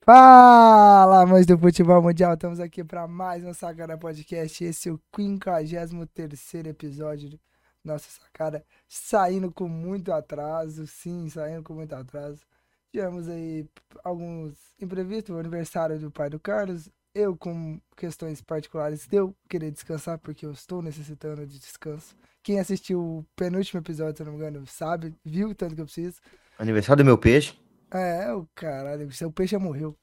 Fala, amantes do futebol mundial, estamos aqui para mais um Sacada Podcast. Esse é o 53º episódio do nossa Sacada, saindo com muito atraso, sim, saindo com muito atraso. Tivemos aí alguns imprevistos, o aniversário do pai do Carlos, eu com questões particulares de eu querer descansar, porque eu estou necessitando de descanso. Quem assistiu o penúltimo episódio, se eu não me engano, sabe, viu o tanto que eu preciso. Aniversário do meu peixe. O caralho, seu peixe já morreu.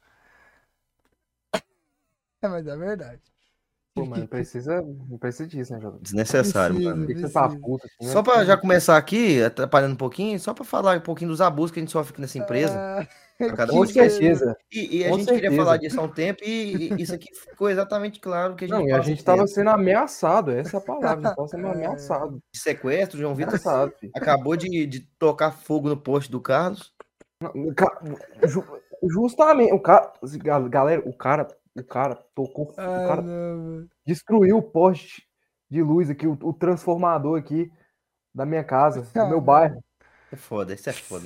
Mas é verdade. Pô, Tive mas não precisa disso, né, Jota? Desnecessário, Preciso, mano. Fica essa preciso. puta, assim, Só né? pra já começar aqui, atrapalhando um pouquinho, só pra falar um pouquinho dos abusos que a gente sofre aqui nessa empresa, Ah, a cada Com que podcast. beleza. certeza, E a com gente queria falar certeza. disso há um tempo e isso aqui ficou exatamente claro que a gente Não, e a passa um gente tava tempo. sendo ameaçado, essa é a palavra, a gente tava sendo É, ameaçado. De sequestro, o João Vitor Ameaçado, filho. acabou de tocar fogo no poste do Carlos. Não, ju- Justamente, o cara, galera, o cara tocou, o ai, cara não, mano. destruiu o poste de luz aqui, o transformador aqui da minha casa, do meu Caralho. bairro. É foda, isso é foda.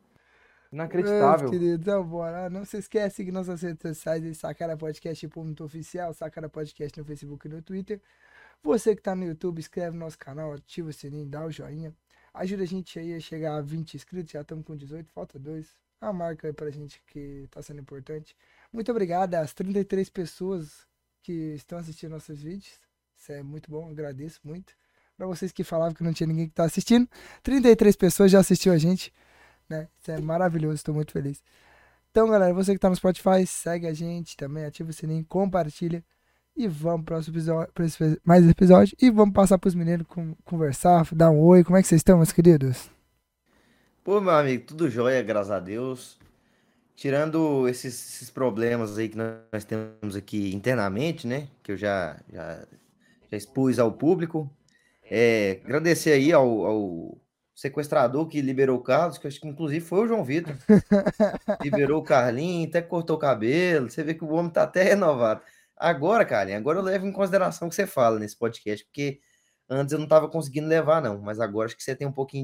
Meus Inacreditável. queridos, então bora. Não se esquece de seguir nossas redes sociais aí, Sacada Podcast ponto oficial, Sacada Podcast no Facebook e no Twitter. Você que tá no YouTube, inscreve no nosso canal, ativa o sininho, dá o joinha. Ajuda a gente aí a chegar a 20 inscritos, já estamos com 18, falta 2. A marca aí pra gente que tá sendo importante. Muito obrigado às 33 pessoas que estão assistindo nossos vídeos. Isso é muito bom, agradeço muito. Pra vocês que falavam que não tinha ninguém que tá assistindo, 33 pessoas já assistiu a gente, né? Isso é maravilhoso, estou muito feliz. Então, galera, você que tá no Spotify, segue a gente também, ativa o sininho, compartilha. E vamos para mais episódio. E vamos passar para os meninos conversar, dar um oi. Como é que vocês estão, meus queridos? Pô, meu amigo, tudo jóia, graças a Deus. Tirando esses problemas aí que nós temos aqui internamente, né? Que eu já expus ao público. Agradecer aí ao sequestrador que liberou o Carlos, que eu acho que inclusive foi o João Vitor. Liberou o Carlinho, até cortou o cabelo. Você vê que o homem tá até renovado. Agora, Carlinhos, agora eu levo em consideração o que você fala nesse podcast, porque antes eu não tava conseguindo levar, não. Mas agora acho que você tem um pouquinho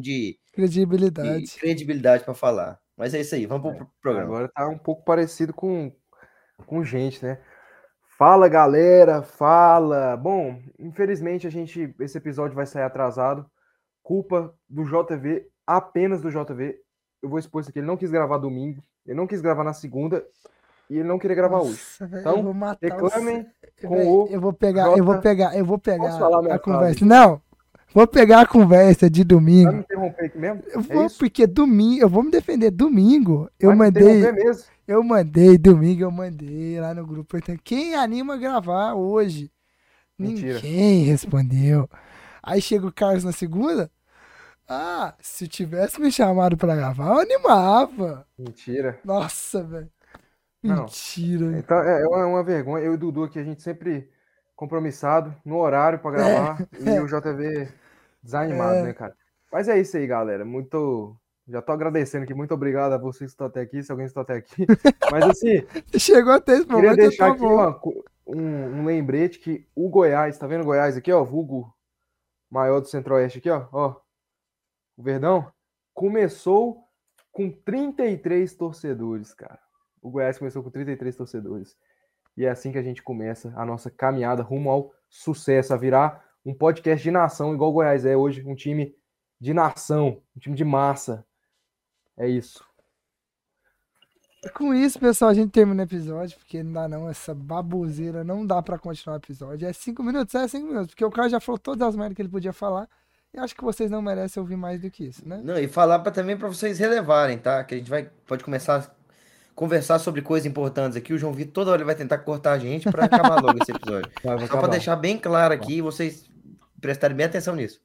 de Credibilidade. credibilidade para falar. Mas é isso aí, vamos pro programa. Agora tá um pouco parecido com gente, né? Fala, galera, fala. Bom, infelizmente esse episódio vai sair atrasado. Culpa do JV, apenas do JV. Eu vou expor isso aqui. Ele não quis gravar domingo, ele não quis gravar na segunda e ele não queria gravar hoje. Nossa, velho, eu Então, vou matar os. reclamem com Velho, o eu vou pegar, eu vou J. pegar, eu vou Posso pegar falar a minha frase conversa. aqui? Não, vou pegar a conversa de Vai me domingo. interromper aqui mesmo? Eu É vou, isso? porque domingo, eu vou me defender. Domingo, Vai me interromper mesmo? domingo eu mandei lá no grupo. Então, quem anima a gravar hoje? Mentira. Ninguém respondeu. Aí chega o Carlos na segunda. Ah, se tivesse me chamado pra gravar, eu animava. Mentira. Nossa, velho. Não. Mentira. Então é uma vergonha. Eu e o Dudu aqui, a gente sempre compromissado, no horário pra gravar, e o JV desanimado, né, cara? Mas é isso aí, galera. Muito. Já tô agradecendo aqui. Muito obrigado a vocês que estão até aqui, se alguém está até aqui. Mas assim, Chegou até esse queria momento, eu deixar tô aqui bom. um lembrete que o Goiás, tá vendo o Goiás aqui, ó? Vulgo maior do Centro-Oeste aqui, ó. Ó, o Verdão começou com 33 torcedores, cara. O Goiás começou com 33 torcedores. E é assim que a gente começa a nossa caminhada rumo ao sucesso, a virar um podcast de nação, igual o Goiás é hoje, um time de nação, um time de massa. É isso. Com isso, pessoal, a gente termina o episódio, porque não dá não, essa baboseira, não dá pra continuar o episódio. É 5 minutos, 5 minutos, porque o cara já falou todas as merdas que ele podia falar, e acho que vocês não merecem ouvir mais do que isso, né? Não, e falar também para vocês relevarem, tá? Que a gente pode começar a conversar sobre coisas importantes aqui. O João Vitor toda hora ele vai tentar cortar a gente para acabar logo esse episódio. Vai Só para acabar. deixar bem claro aqui, vocês prestarem bem atenção nisso.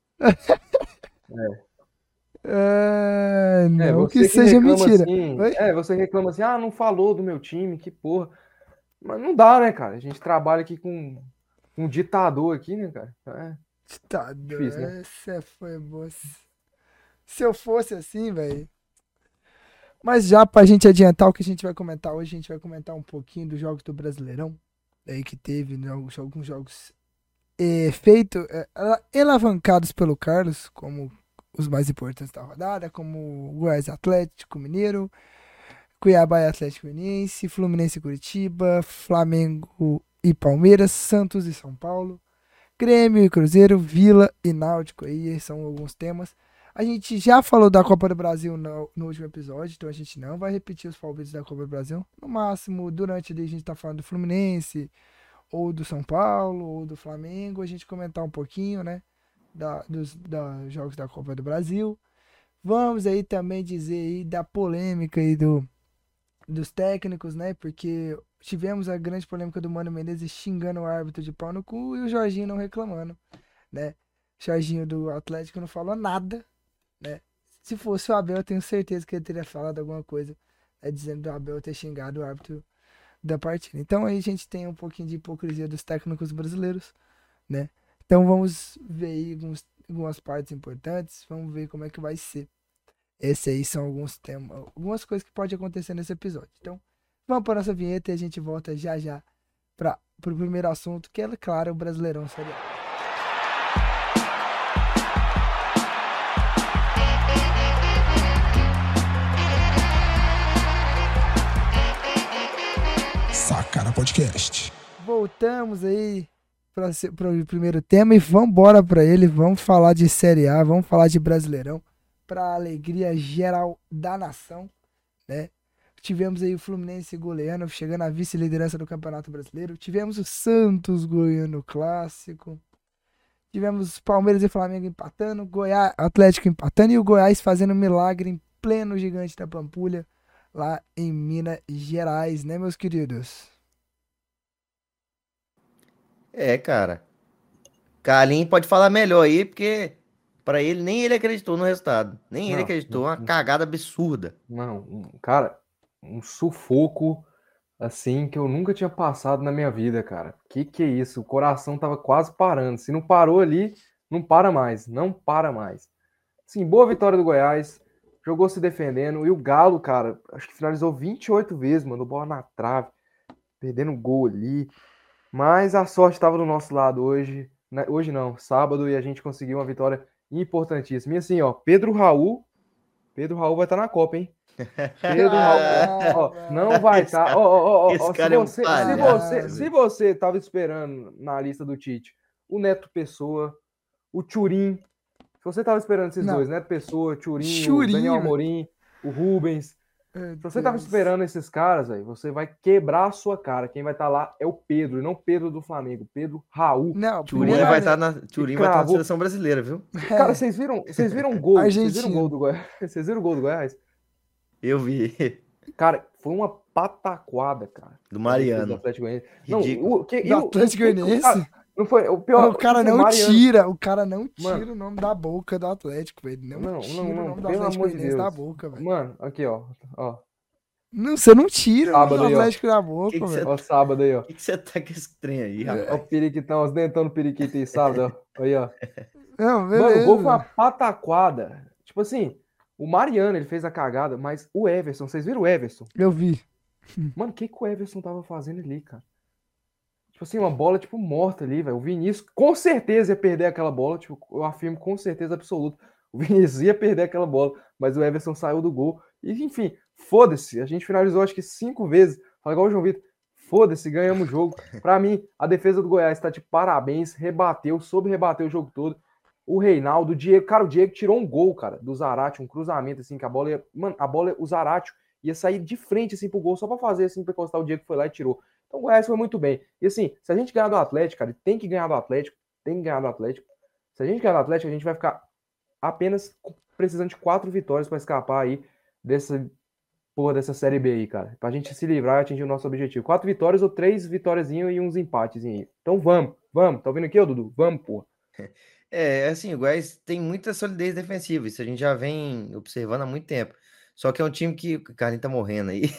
Não que Você que seja reclama mentira. assim, Oi? você reclama assim, não falou do meu time, que porra. Mas não dá, né, cara? A gente trabalha aqui com um ditador aqui, né, cara? É Tá doido, difícil, né? essa foi boa. Se eu fosse assim, velho. Mas já pra gente adiantar o que a gente vai comentar hoje, a gente vai comentar um pouquinho dos jogos do Brasileirão. Aí que teve, né, alguns jogos feitos, alavancados pelo Carlos, como os mais importantes da rodada, como o Goiás Atlético Mineiro, Cuiabá e Atlético Goianiense, Fluminense e Curitiba, Flamengo e Palmeiras, Santos e São Paulo, Grêmio e Cruzeiro, Vila e Náutico. Aí são alguns temas. A gente já falou da Copa do Brasil no último episódio, então a gente não vai repetir os palpites da Copa do Brasil. No máximo, durante ali a gente tá falando do Fluminense, ou do São Paulo, ou do Flamengo, a gente comentar um pouquinho, né, dos jogos da Copa do Brasil. Vamos aí também dizer aí da polêmica aí dos técnicos, né, porque tivemos a grande polêmica do Mano Menezes xingando o árbitro de pau no cu e o Jorginho não reclamando, né. O Jorginho do Atlético não falou nada, né. Se fosse o Abel, eu tenho certeza que ele teria falado alguma coisa, dizendo do Abel ter xingado o árbitro da partida. Então aí a gente tem um pouquinho de hipocrisia dos técnicos brasileiros, né? Então vamos ver aí algumas partes importantes, vamos ver como é que vai ser. Esses aí são alguns temas, algumas coisas que pode acontecer nesse episódio. Então vamos para nossa vinheta e a gente volta já já para o primeiro assunto, que é, claro, o Brasileirão Série A. Sacana Podcast. Voltamos aí para o primeiro tema e vamos embora para ele. Vamos falar de Série A, vamos falar de Brasileirão, para a alegria geral da nação, né? Tivemos aí o Fluminense goleando, chegando à vice-liderança do Campeonato Brasileiro. Tivemos o Santos goiano no clássico. Tivemos Palmeiras e Flamengo empatando, Goiás, Atlético empatando e o Goiás fazendo um milagre em pleno Gigante da Pampulha, lá em Minas Gerais, né, meus queridos? Cara. Carlinhos pode falar melhor aí, porque pra ele, nem ele acreditou no resultado. Nem ele acreditou, uma cagada absurda. Não, cara, um sufoco assim que eu nunca tinha passado na minha vida, cara. Que é isso? O coração tava quase parando. Se não parou ali, não para mais. Não para mais. Sim, boa vitória do Goiás. Jogou se defendendo. E o Galo, cara, acho que finalizou 28 vezes, mandou bola na trave. Perdendo gol ali. Mas a sorte estava do nosso lado hoje. Hoje não, sábado, e a gente conseguiu uma vitória importantíssima. E assim, ó, Pedro Raul vai estar na Copa, hein? Pedro Raul, ó, não vai estar. Esse cara é um palhaço, Se você tava esperando na lista do Tite o Neto Pessoa, o Thurim, se você tava esperando esses dois, Neto Pessoa, Thurim, o Daniel Amorim, o Rubens, se você tava esperando esses caras, aí, você vai quebrar a sua cara. Quem vai estar lá é o Pedro, e não Pedro do Flamengo, Pedro Raul. Não, Thurim vai estar na seleção brasileira, viu? Cara, vocês viram o gol? Vocês viram o gol Argentina. do Goiás? Vocês viram o gol do Goiás? Eu vi. Cara, foi uma pataquada, cara. Do Mariano. Do Atlético Goianiense. Ridículo. Do Atlético Goianiense? Não foi o pior. O cara não Mariano... tira, o Mano, nome da boca do Atlético, velho. Não tira o nome do Atlético Goianiense da boca, velho. Mano, aqui, ó. Não, você não tira o nome do Sábado aí, Atlético da boca, velho. Ó, sábado aí, ó. O que você tá com esse trem aí, rapaz? Ó o periquitão, os dentão do periquito aí, sábado, ó. Aí, ó. Não, Mano, beleza. o gol foi uma pataquada. Tipo assim, o Mariano, ele fez a cagada, mas o Everson, vocês viram o Everson? Eu vi. Mano, o que o Everson tava fazendo ali, cara? Tipo assim, uma bola, tipo, morta ali, velho. O Vinícius com certeza ia perder aquela bola. Tipo, eu afirmo com certeza absoluta. O Vinícius ia perder aquela bola, mas o Everson saiu do gol. E, enfim, foda-se. A gente finalizou, acho que 5 vezes. Fala igual o João Vitor. Foda-se, ganhamos o jogo. Pra mim, a defesa do Goiás tá de parabéns. soube rebater o jogo todo. O Reinaldo, o Diego. Cara, o Diego tirou um gol, cara, do Zarate, um cruzamento, assim, que a bola ia... Mano, o Zarate ia sair de frente, assim, pro gol, só pra fazer, assim, pra encostar. O Diego foi lá e tirou. Então o Goiás foi muito bem. E assim, se a gente ganhar do Atlético, cara, tem que ganhar do Atlético. Se a gente ganhar do Atlético, a gente vai ficar apenas precisando de 4 vitórias para escapar aí dessa Série B aí, cara. Pra gente se livrar e atingir o nosso objetivo. 4 vitórias ou 3 vitóriazinhas e uns empates aí. Então vamos. Tá ouvindo aqui, ô Dudu? Vamos, porra. Assim, o Goiás tem muita solidez defensiva. Isso a gente já vem observando há muito tempo. Só que é um time que o Carlinhos tá morrendo aí.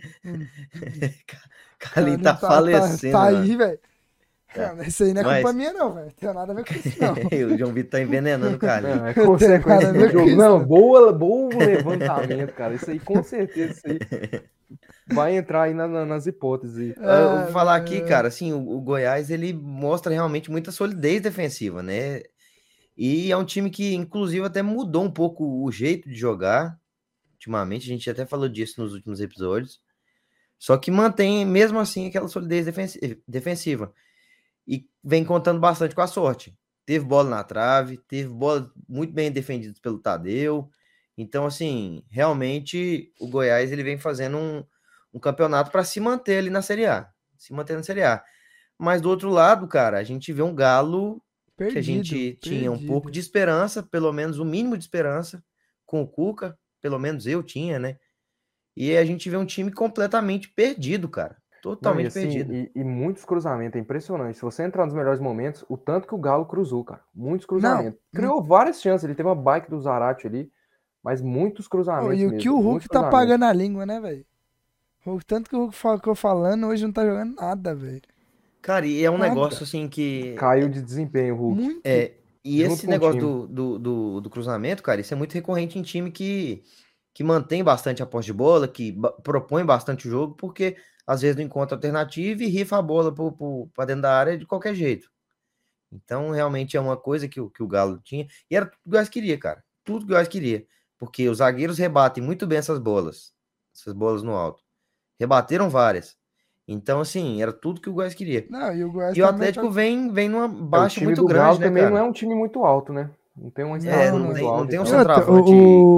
Carlinhos tá falecendo. Tá aí, velho. Isso aí não é culpa minha, não, velho. Não tem nada a ver com isso, não. O João Vitor tá envenenando o Carlinhos. É consequência do jogo. Não, bom levantamento, cara. Isso aí, com certeza, isso aí vai entrar aí nas hipóteses. Eu vou falar aqui, cara, assim, o Goiás, ele mostra realmente muita solidez defensiva, né? E é um time que, inclusive, até mudou um pouco o jeito de jogar. ultimamente, a gente até falou disso nos últimos episódios, só que mantém mesmo assim aquela solidez defensiva e vem contando bastante com a sorte. Teve bola na trave, teve bola muito bem defendida pelo Tadeu, então assim, realmente o Goiás ele vem fazendo um campeonato para se manter ali na Série A, se manter na Série A. Mas do outro lado, cara, a gente vê um Galo que a gente tinha um pouco de esperança, pelo menos o mínimo de esperança, com o Cuca, pelo menos eu tinha, né? E a gente vê um time completamente perdido, cara. Totalmente assim, perdido. E muitos cruzamentos, é impressionante. Se você entrar nos melhores momentos, o tanto que o Galo cruzou, cara. Muitos cruzamentos. Criou várias chances, ele teve uma bike do Zarate ali, mas muitos cruzamentos E o mesmo. que o Hulk tá pagando a língua, né, velho? O tanto que o Hulk ficou falando, hoje não tá jogando nada, velho. Cara, e é um negócio assim que... Caiu de desempenho, Hulk. Muito. E esse negócio do cruzamento, cara, isso é muito recorrente em time que mantém bastante a posse de bola, que propõe bastante o jogo, porque às vezes não encontra alternativa e rifa a bola pra dentro da área de qualquer jeito. Então, realmente é uma coisa que o Galo tinha, e era tudo que o Goiás queria, cara. Tudo que o Goiás queria. Porque os zagueiros rebatem muito bem essas bolas no alto. Rebateram várias. Então, assim, era tudo que o Goiás queria. Não, e o Goiás e o Atlético vem numa baixa muito grande, Galo né, também cara? não é um time muito alto, né? Não tem uma não tem um e outra, centroavante.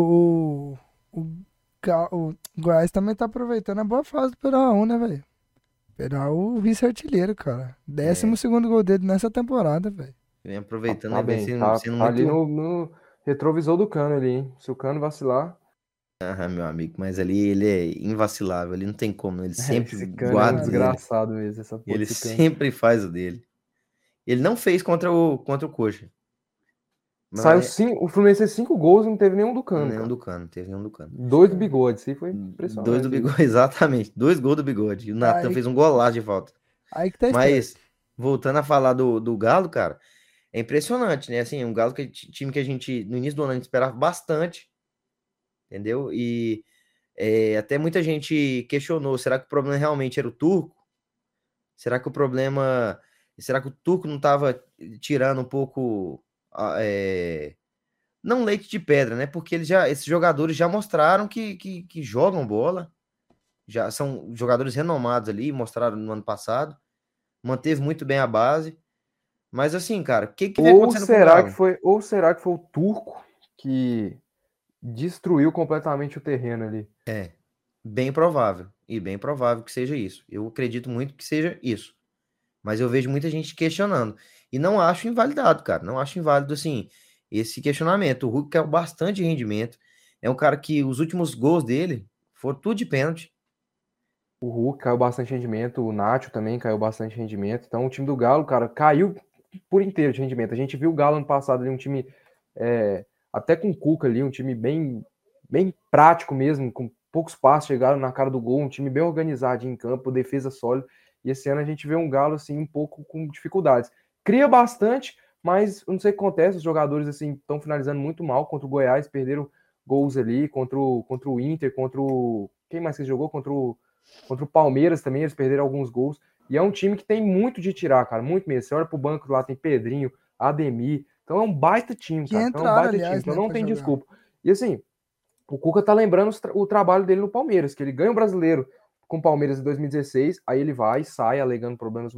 O Goiás também tá aproveitando a boa fase do Pedro, né, velho? Pedro, vice-artilheiro, cara. 12º gol dele nessa temporada, velho. Vem aproveitando, tá bem, sendo tá muito... ali no retrovisor do Cano ali, hein? Se o Cano vacilar... meu amigo, mas ali ele é invacilável, ele não tem como, ele sempre esse Cano guarda é um desgraçado mesmo, essa porra ele desse Cano. sempre faz o dele. Ele não fez contra o Coxa. Saiu o Fluminense fez 5 gols e não teve nenhum do Cano, Nenhum cara. do Cano, teve nenhum do Cano. 2 do Bigode, isso aí foi impressionante. 2 do Bigode, exatamente. 2 gols do Bigode. E o Natan fez um golaço de falta. Aí que tá Mas, voltando a falar do Galo, cara, é impressionante, né? Assim, um Galo time que a gente, no início do ano, a gente esperava bastante, entendeu? E até muita gente questionou, será que o problema realmente era o Turco? Será que o Turco não estava tirando um pouco... não leite de pedra, né? Porque esses jogadores já mostraram que jogam bola, já são jogadores renomados ali, mostraram no ano passado, manteve muito bem a base, mas assim, cara, o que vem acontecendo com o Galo? Ou será que foi o Turco que destruiu completamente o terreno ali? Bem provável que seja isso. Eu acredito muito que seja isso, mas eu vejo muita gente questionando, e não acho invalidado, cara, não acho inválido, assim, esse questionamento. O Hulk caiu bastante rendimento, é um cara que os últimos gols dele foram tudo de pênalti. O Hulk caiu bastante rendimento, o Nacho também caiu bastante rendimento. Então o time do Galo, cara, caiu por inteiro de rendimento. A gente viu o Galo ano passado ali, um time até com o Cuca ali, um time bem, bem prático mesmo, com poucos passos, chegaram na cara do gol, um time bem organizado em campo, defesa sólida. E esse ano a gente vê um Galo assim um pouco com dificuldades. Cria bastante, mas não sei o que acontece, os jogadores assim estão finalizando muito mal contra o Goiás, perderam gols ali contra o Inter, quem mais que jogou? Contra o Palmeiras também, eles perderam alguns gols. E é um time que tem muito de tirar, cara, muito mesmo. Você olha pro banco lá, tem Pedrinho, Ademir. Então é um baita time, cara. Então não tem desculpa. E assim, o Cuca tá lembrando o trabalho dele no Palmeiras, que ele ganha o Brasileiro com o Palmeiras em 2016, aí ele vai e sai alegando problemas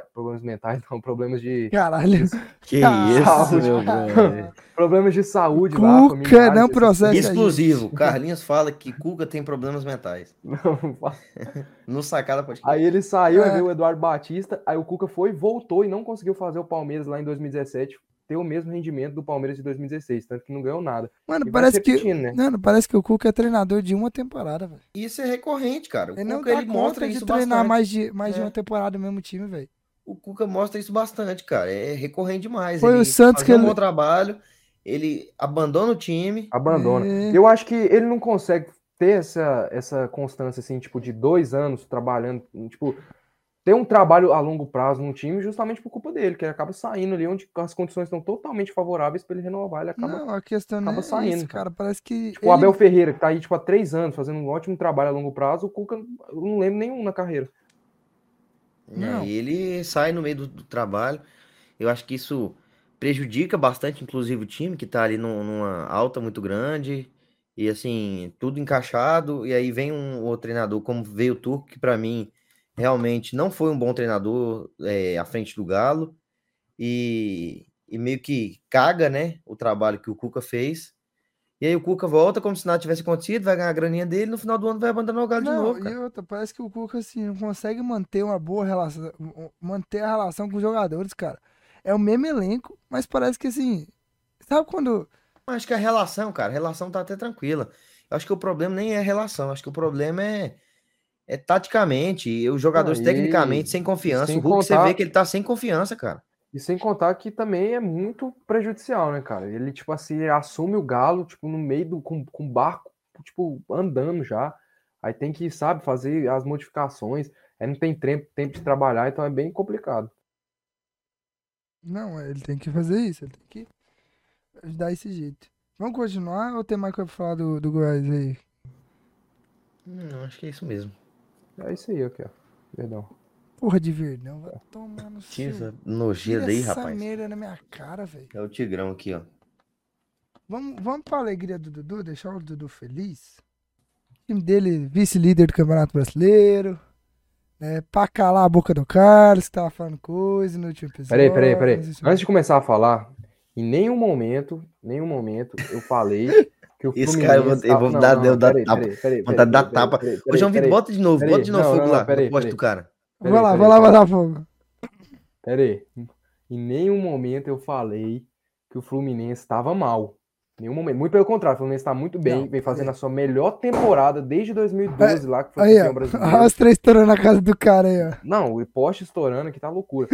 de... Caralho. Que isso, saúde. meu brother. Problemas de saúde Cuca lá, familiares. não processa exclusivo. Carlinhos fala que Cuca tem problemas mentais. Não, no Sacada Podcast. Aí ele saiu, viu o Eduardo Batista, aí o Cuca voltou e não conseguiu fazer o Palmeiras lá em 2017 ter o mesmo rendimento do Palmeiras de 2016, tanto que não ganhou nada. Mano, parece que o Cuca é treinador de uma temporada, velho. Isso é recorrente, cara. O ele Cuca, ele mostra isso bastante. Treinar mais de uma temporada no mesmo time, velho. O Cuca mostra isso bastante, cara. É recorrente demais. Foi o Santos que ele... um bom trabalho, ele abandona o time. Abandona. Eu acho que ele não consegue ter essa constância, assim, tipo, de 2 anos trabalhando, tipo... ter um trabalho a longo prazo num time justamente por culpa dele, que ele acaba saindo ali onde as condições estão totalmente favoráveis para ele renovar, ele acaba, não, a questão acaba não é saindo, isso, cara. Parece que tipo, o Abel Ferreira, que tá aí tipo, há 3 anos fazendo um ótimo trabalho a longo prazo, o Cuca, eu não lembro nenhum na carreira. Não. Ele sai no meio do trabalho. Eu acho que isso prejudica bastante, inclusive, o time, que tá ali numa alta muito grande. E assim, tudo encaixado, e aí vem um outro treinador, como veio o Turco, que para mim realmente não foi um bom treinador à frente do Galo, e meio que caga, né, o trabalho que o Cuca fez. E aí o Cuca volta como se nada tivesse acontecido, vai ganhar a graninha dele, no final do ano vai abandonar o Galo de Não, novo, e cara. outra, parece que o Cuca, assim, não consegue manter uma boa relação, manter a relação com os jogadores, cara. É o mesmo elenco, mas parece que, assim, sabe quando... Acho que a relação, cara, a relação tá até tranquila. Eu acho que o problema nem é a relação, acho que o problema é taticamente, e os Não, jogadores tecnicamente sem e confiança. O sem Hulk, você vê contar, que ele tá sem confiança, cara. e sem contar que também é muito prejudicial, né, cara? Ele, tipo assim, assume o Galo, tipo, no meio com o barco, tipo, andando já. Aí tem que, sabe, fazer as modificações. Aí não tem tempo de trabalhar, então é bem complicado. Não, ele tem que fazer isso, ele tem que ajudar esse jeito. Vamos continuar ou tem mais coisa pra falar do Goiás aí? Acho que é isso mesmo. É isso aí, ok. Perdão. Porra de Verdão, vai tomar no Tira seu... essa nojeira Tira daí, essa rapaz. merda na minha cara, velho. É o Tigrão aqui, ó. Vamos pra alegria do Dudu, deixar o Dudu feliz. O time dele, vice-líder do Campeonato Brasileiro. Né, pra calar a boca do Carlos, que tava falando coisa no último episódio. Peraí. Não sei se Antes de começar a falar, em nenhum momento eu falei que o Esse cara, Fluminense eu tá. vou dar, eu Não, dar tapa. Vontade de dar tapa. Ô, João Vitor, bota de novo fogo lá, no poste do cara. Vou lá botar fogo. Peraí. Em nenhum momento eu falei que o Fluminense estava mal. Nenhum momento. Muito pelo contrário, o Fluminense está muito bem, Não, vem fazendo aí. a sua melhor temporada desde 2012, lá que foi Aí, campeão ó. brasileiro. Olha os três estourando na casa do cara aí, ó. Não, o poste estourando aqui tá loucura.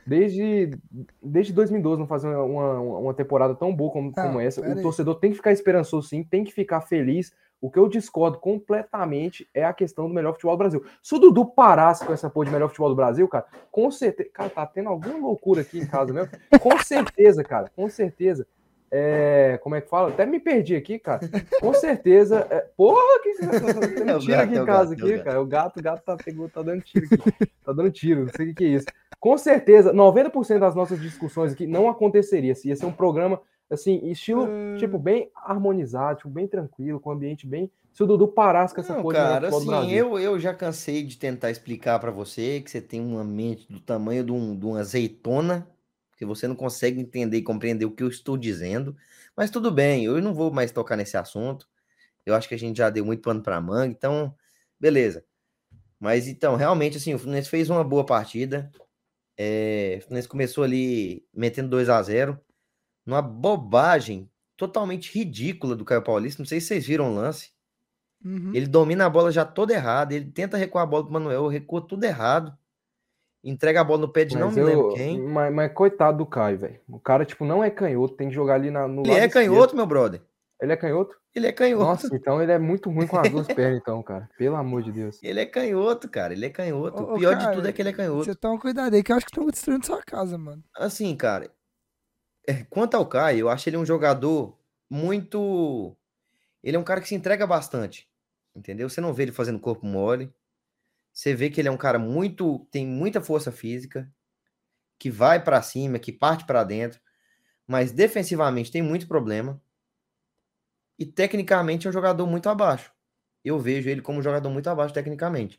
Desde 2012 não fazer uma temporada tão boa como Não, essa. pera O aí. torcedor tem que ficar esperançoso sim, tem que ficar feliz. O que eu discordo completamente é a questão do melhor futebol do Brasil. Se o Dudu parasse com essa porra de melhor futebol do Brasil, cara, com certeza. Cara, tá tendo alguma loucura aqui em casa mesmo? Com certeza, cara, com certeza. Como é que fala? Até me perdi aqui, cara. Com certeza. Porra, que É tendo o tiro gato, aqui é em o casa gato, é o aqui, gato. cara. O gato tá dando tiro aqui. Tá dando tiro, não sei o que é isso. Com certeza, 90% das nossas discussões aqui não aconteceria. Se ia ser um programa, assim, estilo, tipo, bem harmonizado, tipo, bem tranquilo, com um ambiente bem. Se o Dudu parasse com essa Não, porra de melhor cara, futebol do assim, Brasil. eu já cansei de tentar explicar pra você que você tem uma mente do tamanho de uma azeitona, que você não consegue entender e compreender o que eu estou dizendo. Mas tudo bem, eu não vou mais tocar nesse assunto. Eu acho que a gente já deu muito pano pra manga, então, beleza. Mas então, realmente, assim, o Fluminense fez uma boa partida. O Fluminense começou ali metendo 2-0, numa bobagem totalmente ridícula do Caio Paulista. Não sei se vocês viram o lance. Uhum. Ele domina a bola já toda errada. Ele tenta recuar a bola pro Manuel, recua tudo errado. Entrega a bola no pé de não Mas me lembro quem. Mas coitado do Caio, velho. O cara, tipo, não é canhoto, tem que jogar ali no Ele lado é esquerdo. canhoto, meu brother. Ele é canhoto? Ele é canhoto. Nossa, então ele é muito ruim com as duas pernas, então, cara. Pelo amor de Deus. Ele é canhoto, cara. Ele é canhoto. O Ô, pior de tudo cara, é que ele é você canhoto. toma cuidado aí, que eu acho que estão destruindo sua casa, mano. Assim, cara, quanto ao Caio, eu acho ele um jogador muito. Ele é um cara que se entrega bastante. Entendeu? Você não vê ele fazendo corpo mole. Você vê que ele é um cara muito. Tem muita força física. Que vai pra cima, que parte pra dentro. Mas defensivamente tem muito problema. E tecnicamente é um jogador muito abaixo. Eu vejo ele como um jogador muito abaixo tecnicamente.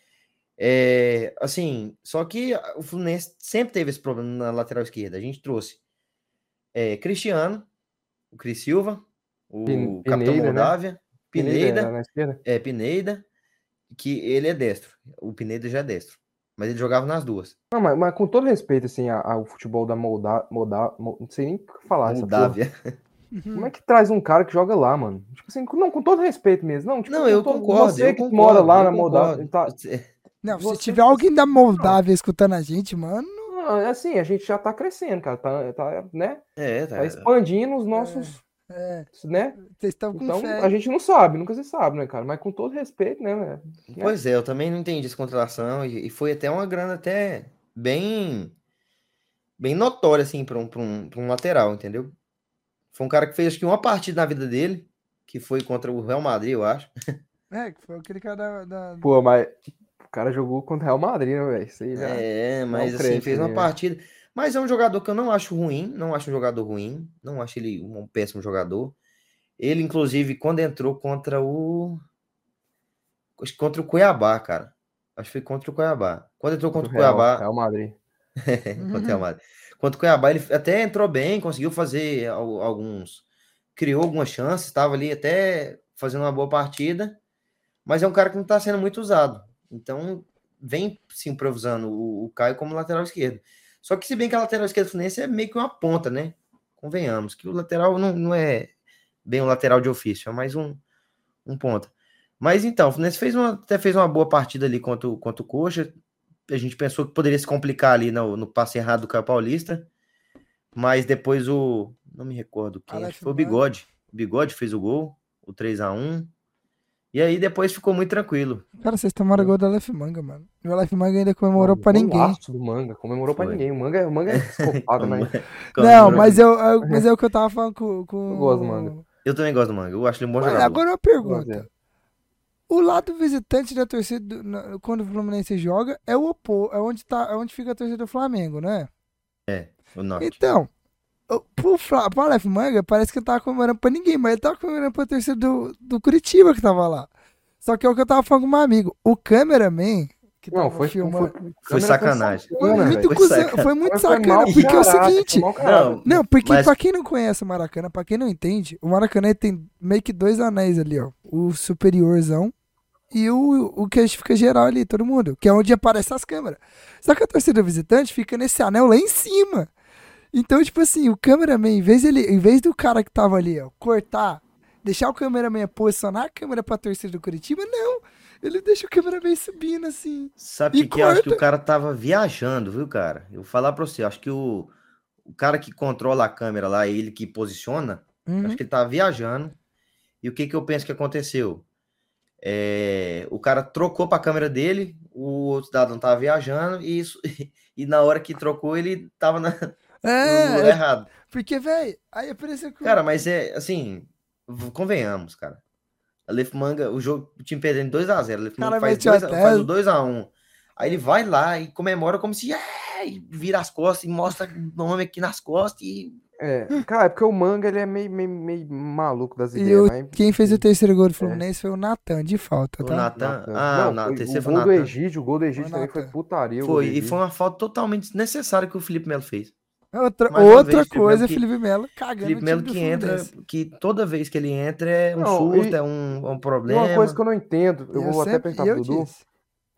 Assim, só que o Fluminense sempre teve esse problema na lateral esquerda. A gente trouxe Cristiano, o Cris Silva, o Capitão Pineda, né? Moldávia, Pineda Pineda, na esquerda? Pineda, que ele é destro. O Pineda já é destro. Mas ele jogava nas duas. Não, mas com todo respeito, assim, ao futebol da não sei nem o que falar essa porra. Moldávia. Como é que traz um cara que joga lá, mano? Tipo assim, não, com todo respeito mesmo. Não, tipo, Não, eu concordo, você que mora lá na Moldávia, concordo. tá, Não, se você tiver que... alguém da Moldávia escutando a gente, mano. Não, assim, a gente já tá crescendo, cara, né? Tá Tá. expandindo os nossos, né? Vocês estão com Então, fé. a gente não sabe, nunca se sabe, né, cara? Mas com todo respeito, né, velho? Pois é, eu também não entendi essa contratação e foi até uma grana até bem notória, assim, pra um lateral, entendeu? Foi um cara que fez, acho que uma partida na vida dele, que foi contra o Real Madrid, eu acho. Que foi aquele cara da... Pô, mas o cara jogou contra o Real Madrid, né, velho? Isso aí já dá um Mas assim, crédito fez ali, uma né? partida. Mas é um jogador que eu não acho ruim, não acho um jogador ruim, não acho ele um péssimo jogador. Ele, inclusive, quando entrou contra o Cuiabá, cara. Acho que foi contra o Cuiabá. Quando entrou Contra contra o o Real, Cuiabá, Real Madrid. contra o Real Madrid. Contra o Cuiabá, ele até entrou bem, conseguiu fazer alguns. Criou algumas chances, estava ali até fazendo uma boa partida, mas é um cara que não está sendo muito usado. Então, vem se improvisando o Caio como lateral esquerdo. Só que, se bem que a lateral esquerda do Fluminense é meio que uma ponta, né? Convenhamos, que o lateral não é bem um lateral de ofício, é mais um ponta. Mas então, o Fluminense até fez uma boa partida ali contra o Coxa. A gente pensou que poderia se complicar ali no passe errado do Caio Paulista, mas depois não me recordo quem, acho que Aleph foi o Manga. Bigode. O Bigode fez o gol, o 3-1. E aí depois ficou muito tranquilo. Cara, vocês tomaram Entendeu? gol do Aleph Manga, mano. E o Aleph Manga ainda comemorou Mano, pra ninguém. golaço do Manga. Comemorou pra Foi. ninguém. O Manga é psicopata, Como- né? Não, comemorou mas é o que eu tava falando Eu gosto do Manga. Eu também gosto do Manga, eu acho ele um bom Mano, jogador. agora uma Eu gosto pergunta. dele. O lado visitante da torcida, quando o Fluminense joga, é o oposto, é onde fica a torcida do Flamengo, né? O norte. Então, pro Aleph Manga, parece que ele tava comemorando pra ninguém, mas ele tava comemorando pra torcida do Curitiba que tava lá. Só que é o que eu tava falando com meu amigo. O cameraman que Não, tava filmando. Foi sacanagem. Foi muito Foi cuzão, sacana. foi muito Foi sacana, mal porque é o caralho, seguinte. foi mau caralho. Não, porque Mas- pra quem não conhece o Maracanã, pra quem não entende, o Maracanã tem meio que dois anéis ali, ó. O superiorzão e o que fica geral ali, todo mundo, que é onde aparecem as câmeras. Só que a torcida visitante fica nesse anel lá em cima. Então, tipo assim, o cameraman, em vez do cara que tava ali, ó, cortar, deixar o cameraman posicionar a câmera pra torcida do Curitiba, não. Ele deixa o cameraman subindo assim. Sabe E o que eu acho que o corta. cara tava viajando, viu, cara? Eu vou falar pra você, eu acho que o cara que controla a câmera lá, ele que posiciona, Uhum. acho que ele tava viajando. E o que eu penso que aconteceu? O cara trocou pra câmera dele, o outro cidadão tava viajando, e na hora que trocou, ele tava no lugar É, errado. porque, velho, aí apareceu que Cara, mas assim, convenhamos, cara. Aleph Manga, o time perdendo 2-0, Aleph Manga cara faz, mete a faz o tese. 2-1. Aí ele vai lá e comemora como se e vira as costas e mostra o nome aqui nas costas e Cara, é porque o Manga ele é meio maluco das E ideias, mas. quem fez o terceiro gol do É. Fluminense foi o Natan, de falta, o tá? Natan. Não, O o terceiro foi o gol do Natan. Egídio, o gol do Egídio também foi Natan. putaria. O gol do Foi, e Egídio. foi uma falta totalmente desnecessária que o Felipe Melo fez. Outra Mais uma vez, coisa, Felipe Felipe Melo cagando Felipe o Melo time do que entra, Fluminense. que toda vez que ele entra é um Não, susto, e- é um E uma problema. coisa que eu não entendo, eu Eu vou até sempre, perguntar e pro eu Dudu. disse.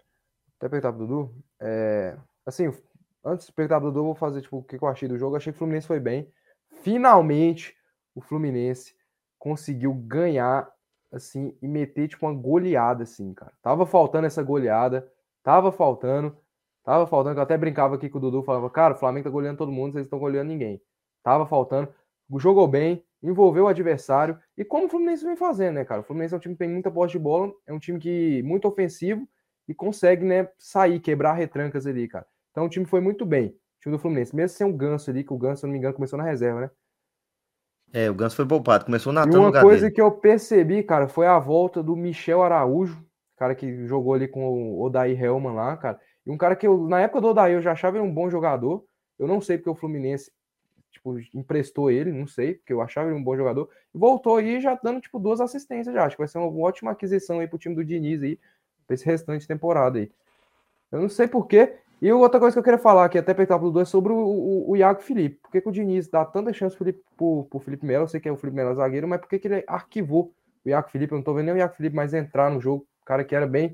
Assim, antes de perguntar pro Dudu, eu vou fazer tipo, o que eu achei do jogo. Eu achei que o Fluminense foi bem. Finalmente, o Fluminense conseguiu ganhar, assim, e meter, tipo, uma goleada, assim, cara. Tava faltando essa goleada, tava faltando, que eu até brincava aqui com o Dudu, falava, cara, o Flamengo tá goleando todo mundo, vocês não estão goleando ninguém. Tava faltando, jogou bem, envolveu o adversário, e como o Fluminense vem fazendo, né, cara? O Fluminense é um time que tem muita posse de bola, é um time que muito ofensivo, e consegue, né, sair, quebrar retrancas ali, cara. Então o time foi muito bem, o time do Fluminense, mesmo sem o Ganso ali, que o Ganso, se eu não me engano, começou na reserva, né? O Ganso foi poupado, começou o E Natan no uma lugar coisa dele. que eu percebi, cara, foi a volta do Michel Araújo, cara que jogou ali com o Odair Hellmann lá, cara. E um cara que na época do Odair eu já achava ele um bom jogador. Eu não sei porque o Fluminense, tipo, emprestou ele, não sei, porque eu achava ele um bom jogador. E voltou aí já dando, tipo, 2 assistências já. Acho que vai ser uma ótima aquisição aí pro time do Diniz aí, pra esse restante de temporada aí. Eu não sei porquê. E outra coisa que eu queria falar aqui, até perguntar pro Dudu, é sobre o Iago Felipe. Por que o Diniz dá tanta chance pro Felipe Melo? Eu sei que é o Felipe Melo zagueiro, mas por que ele arquivou o Iago Felipe? Eu não tô vendo nem o Iago Felipe mais entrar no jogo. O cara que era bem...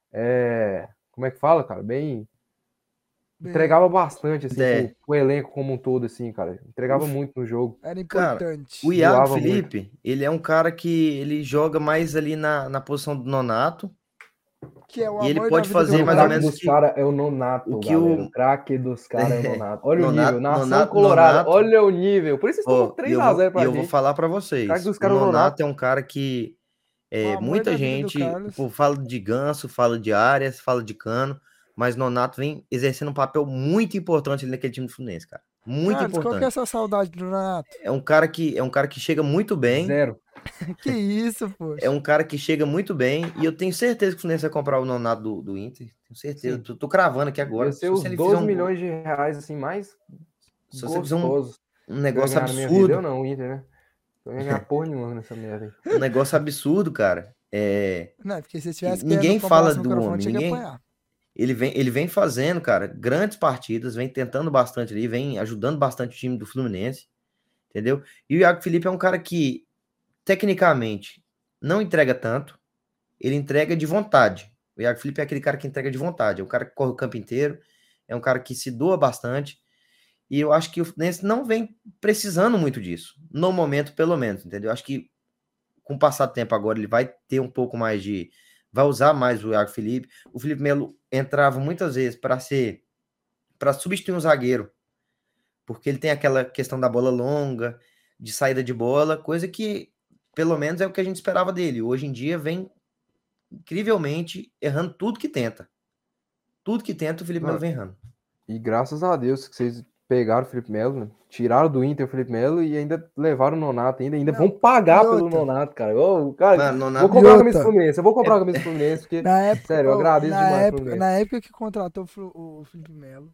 como é que fala, cara? Bem... Entregava bastante, assim, pro elenco como um todo, assim, cara. Entregava muito no jogo. Era Cara, importante. o Iago Voava Felipe, ele é um cara que ele joga mais ali na posição do Nonato. Que é o E ele amor pode da vida fazer do mais ou Ronaldo. menos dos caras é o Nonato, o que galera. o- O craque dos caras é o Nonato. Olha o Nonato- nível. Nação Nonato- Colorado. Nonato- Olha o nível. Por isso vocês estão Ó, com 3-0 pra eu vou gente. falar pra Craque vocês. dos O caras é o Nonato Nonato. é um cara que O amor muita da vida do gente Carlos. fala de Ganso, fala de Arias, fala de Cano, mas Nonato vem exercendo um papel muito importante ali naquele time do Fluminense, cara. Muito Carlos, qual que é importante. essa saudade do Renato? É um cara que chega muito bem. 0. Que isso, poxa. É um cara que chega muito bem. E eu tenho certeza que o Fluminense vai comprar o Nonato do Inter. Tenho certeza. Sim. Tô cravando aqui agora. Ia ser Se os ele 12 fizer milhões de reais, assim, mais se você fizer gostosos. um negócio Ganhar na minha vida, eu absurdo. não, o Inter, né? Não ia ganhar porra nenhuma nessa merda aí. Um negócio absurdo, cara. Não, porque se Que tivesse ninguém querendo fala comparação no do microfone, homem, tinha que ninguém. apanhar. Ele vem fazendo, cara, grandes partidas, vem tentando bastante ali, vem ajudando bastante o time do Fluminense, entendeu? E o Iago Felipe é um cara que, tecnicamente, não entrega tanto, ele entrega de vontade. O Iago Felipe é aquele cara que entrega de vontade, é um cara que corre o campo inteiro, é um cara que se doa bastante, e eu acho que o Fluminense não vem precisando muito disso, no momento, pelo menos, entendeu? Eu acho que com o passar do tempo agora, ele vai ter um pouco mais de. Vai usar mais o Iago Felipe. O Felipe Melo entrava muitas vezes para substituir um zagueiro, porque ele tem aquela questão da bola longa, de saída de bola, coisa que, pelo menos, é o que a gente esperava dele. Hoje em dia, vem incrivelmente errando tudo que tenta. Tudo que tenta, o Felipe Melo Não, vem errando. e graças a Deus que vocês pegaram o Felipe Melo, né? Tiraram do Inter o Felipe Melo e ainda levaram o Nonato, ainda Não, vão pagar e pelo outra? Nonato, cara. Ô, cara, Mano, vou Nonato. comprar a E camisa do outra? Fluminense. Eu vou comprar a camisa do Fluminense, porque, Na época, sério, eu ô, agradeço demais pro Fluminense. na época que contratou o Felipe Melo,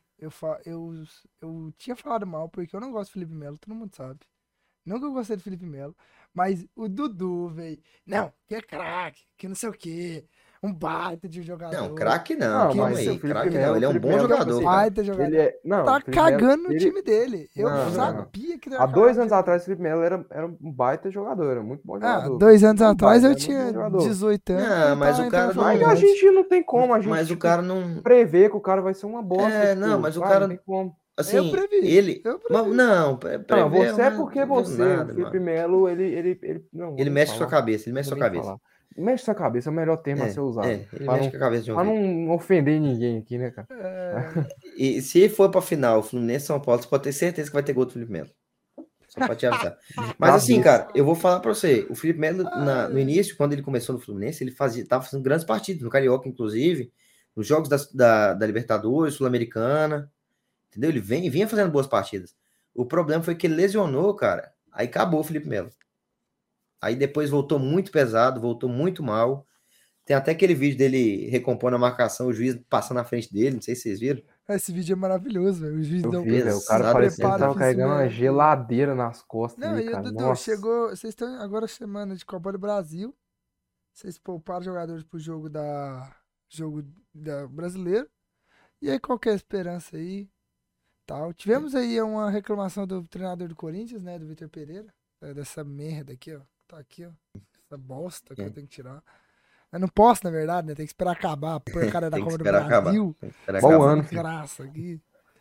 eu tinha falado mal, porque eu não gosto do Felipe Melo, todo mundo sabe. Nunca gostei do Felipe Melo, mas o Dudu, velho, não, que é craque, que não sei o quê, um baita de Não, jogador, craque não, Não, que não calma mas sei o aí. o Felipe Craque não, Melo, ele o é um Felipe bom Melo, tipo jogador, assim, cara. baita jogador. ele é. Não, Tá o Felipe Melo, cagando no ele. time dele. Eu Não, não, não. sabia que ele Há ia cagar 2 no anos time atrás, o Felipe Melo era um baita jogador, era muito bom dele. Ah, jogador. 2 anos Não atrás baita, eu era muito tinha bom jogador. 18 anos e Não, ele mas tava o entrando na cara não. Mas a faculdade. gente não tem como, a Mas o gente, cara tipo, não. prever que o cara vai ser uma bosta, Não, tipo, mas o sabe? Não cara. tem como. Eu Assim, previ, ele. eu previ. Não, Não, prever, você é mas porque não viu você, o nada, Felipe mano. Melo, ele, não vou Ele nem mexe com sua falar, cabeça, ele não mexe vou com sua nem cabeça. falar. Mexe sua cabeça, é o melhor termo a ser usado, Ele pra mexe não, com a cabeça de um pra jeito. não ofender ninguém aqui, né, cara? É, E se for pra final, Fluminense e São Paulo, você pode ter certeza que vai ter gol do Felipe Melo. Só pra te avisar. De Mas assim, cabeça. cara, eu vou falar pra você. O Felipe Melo, no ai, início, quando ele começou no Fluminense, ele tava fazendo grandes partidas, no Carioca, inclusive, nos jogos da Libertadores, Sul-Americana, entendeu? Vinha fazendo boas partidas. O problema foi que ele lesionou, cara. Aí acabou o Felipe Melo. Aí depois voltou muito pesado, voltou muito mal. Tem até aquele vídeo dele recompondo a marcação, o juiz passando na frente dele, não sei se vocês viram. esse vídeo é maravilhoso, velho. O juiz Eu deu vi, velho, o cara um parecia que ele preparo Exatamente. tava carregando uma físico mesmo. geladeira nas costas Não, ali, e o cara. Dudu, Nossa. chegou. Vocês estão agora semana de Copa do Brasil. Vocês pouparam jogadores pro jogo da brasileiro. E aí, qual que é a esperança aí? Tal. Tivemos aí uma reclamação do treinador do Corinthians, né? Do Vitor Pereira. Dessa merda aqui, ó. Tá aqui, ó. Essa bosta que eu tenho que tirar. Eu não posso, na verdade, né? Tem que esperar acabar a porcaria da Tem que Copa do esperar acabar. Brasil. Tem que esperar Bom acabar. ano, filho. Graça aqui.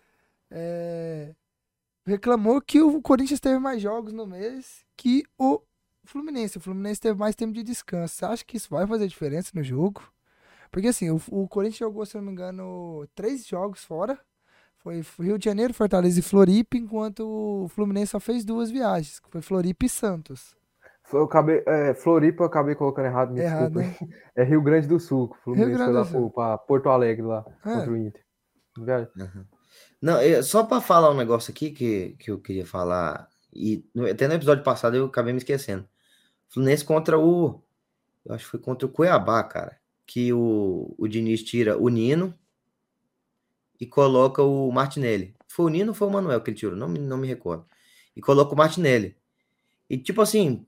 Reclamou que o Corinthians teve mais jogos no mês que o Fluminense. O Fluminense teve mais tempo de descanso. Você acha que isso vai fazer diferença no jogo? Porque assim, o Corinthians jogou, se eu não me engano, 3 jogos fora. Foi Rio de Janeiro, Fortaleza e Floripa, enquanto o Fluminense só fez 2 viagens, que foi Floripa e Santos. Floripa, eu acabei colocando errado, me Errado, desculpa. né? É Rio Grande do Sul. O Rio Fluminense foi Grande lá do Sul. pra Porto Alegre, lá, contra o É. Inter. Velho, Não, só para falar um negócio aqui que eu queria falar, e até no episódio passado eu acabei me esquecendo. Fluminense contra eu acho que foi contra o Cuiabá, cara, que o Diniz tira o Nino e coloca o Martinelli. Foi o Nino ou foi o Manuel que ele tirou? Não me recordo. E coloca o Martinelli. E tipo assim,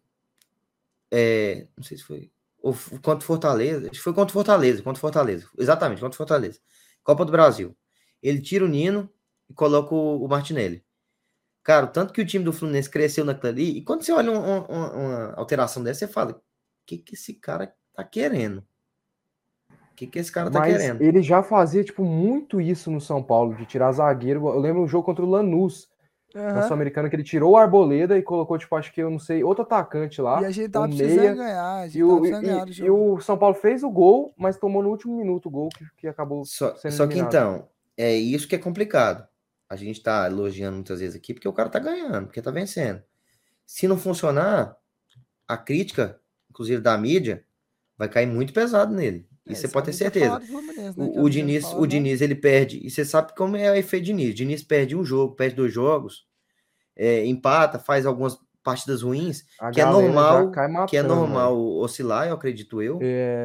não sei se foi contra o Fortaleza, acho que foi contra o Fortaleza. Exatamente, contra o Fortaleza. Copa do Brasil. Ele tira o Nino e coloca o Martinelli. Cara, o tanto que o time do Fluminense cresceu naquilo ali, e quando você olha uma alteração dessa, você fala, o que esse cara tá querendo? O que esse cara tá mas querendo? ele já fazia, tipo, muito isso no São Paulo, de tirar zagueiro. Eu lembro um jogo contra o Lanús, na Aham. Sul-Americana, que ele tirou o Arboleda e colocou, tipo, acho que, eu não sei, outro atacante E lá, a gente um tava precisando meia. ganhar, a gente E tava o, precisando ganhar do e jogo. o São Paulo fez o gol, mas tomou no último minuto o gol que acabou sendo Só que eliminado. então, é isso que é complicado. A gente tá elogiando muitas vezes aqui porque o cara tá ganhando, porque tá vencendo. Se não funcionar, a crítica, inclusive da mídia, vai cair muito pesado nele. Isso você Se a pode ter mídia certeza. falar do Fluminense, né? Que a O mídia não fala Diniz, nada. ele perde, e você sabe como é o efeito Diniz. Diniz perde um jogo, perde 2 jogos, empata, faz algumas partidas ruins, A que é galera já normal, cai matando, velho. oscilar, eu acredito eu.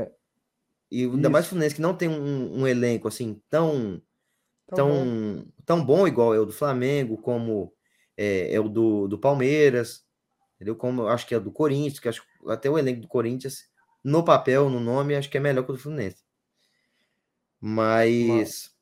E ainda mais o Isso. Fluminense que não tem um elenco assim tão Tá bom. tão bom igual é o do Flamengo, como é o do Palmeiras, entendeu? Como eu acho que é do Corinthians, que acho que até o elenco do Corinthians, no papel, no nome, acho que é melhor que o do Fluminense. Mas,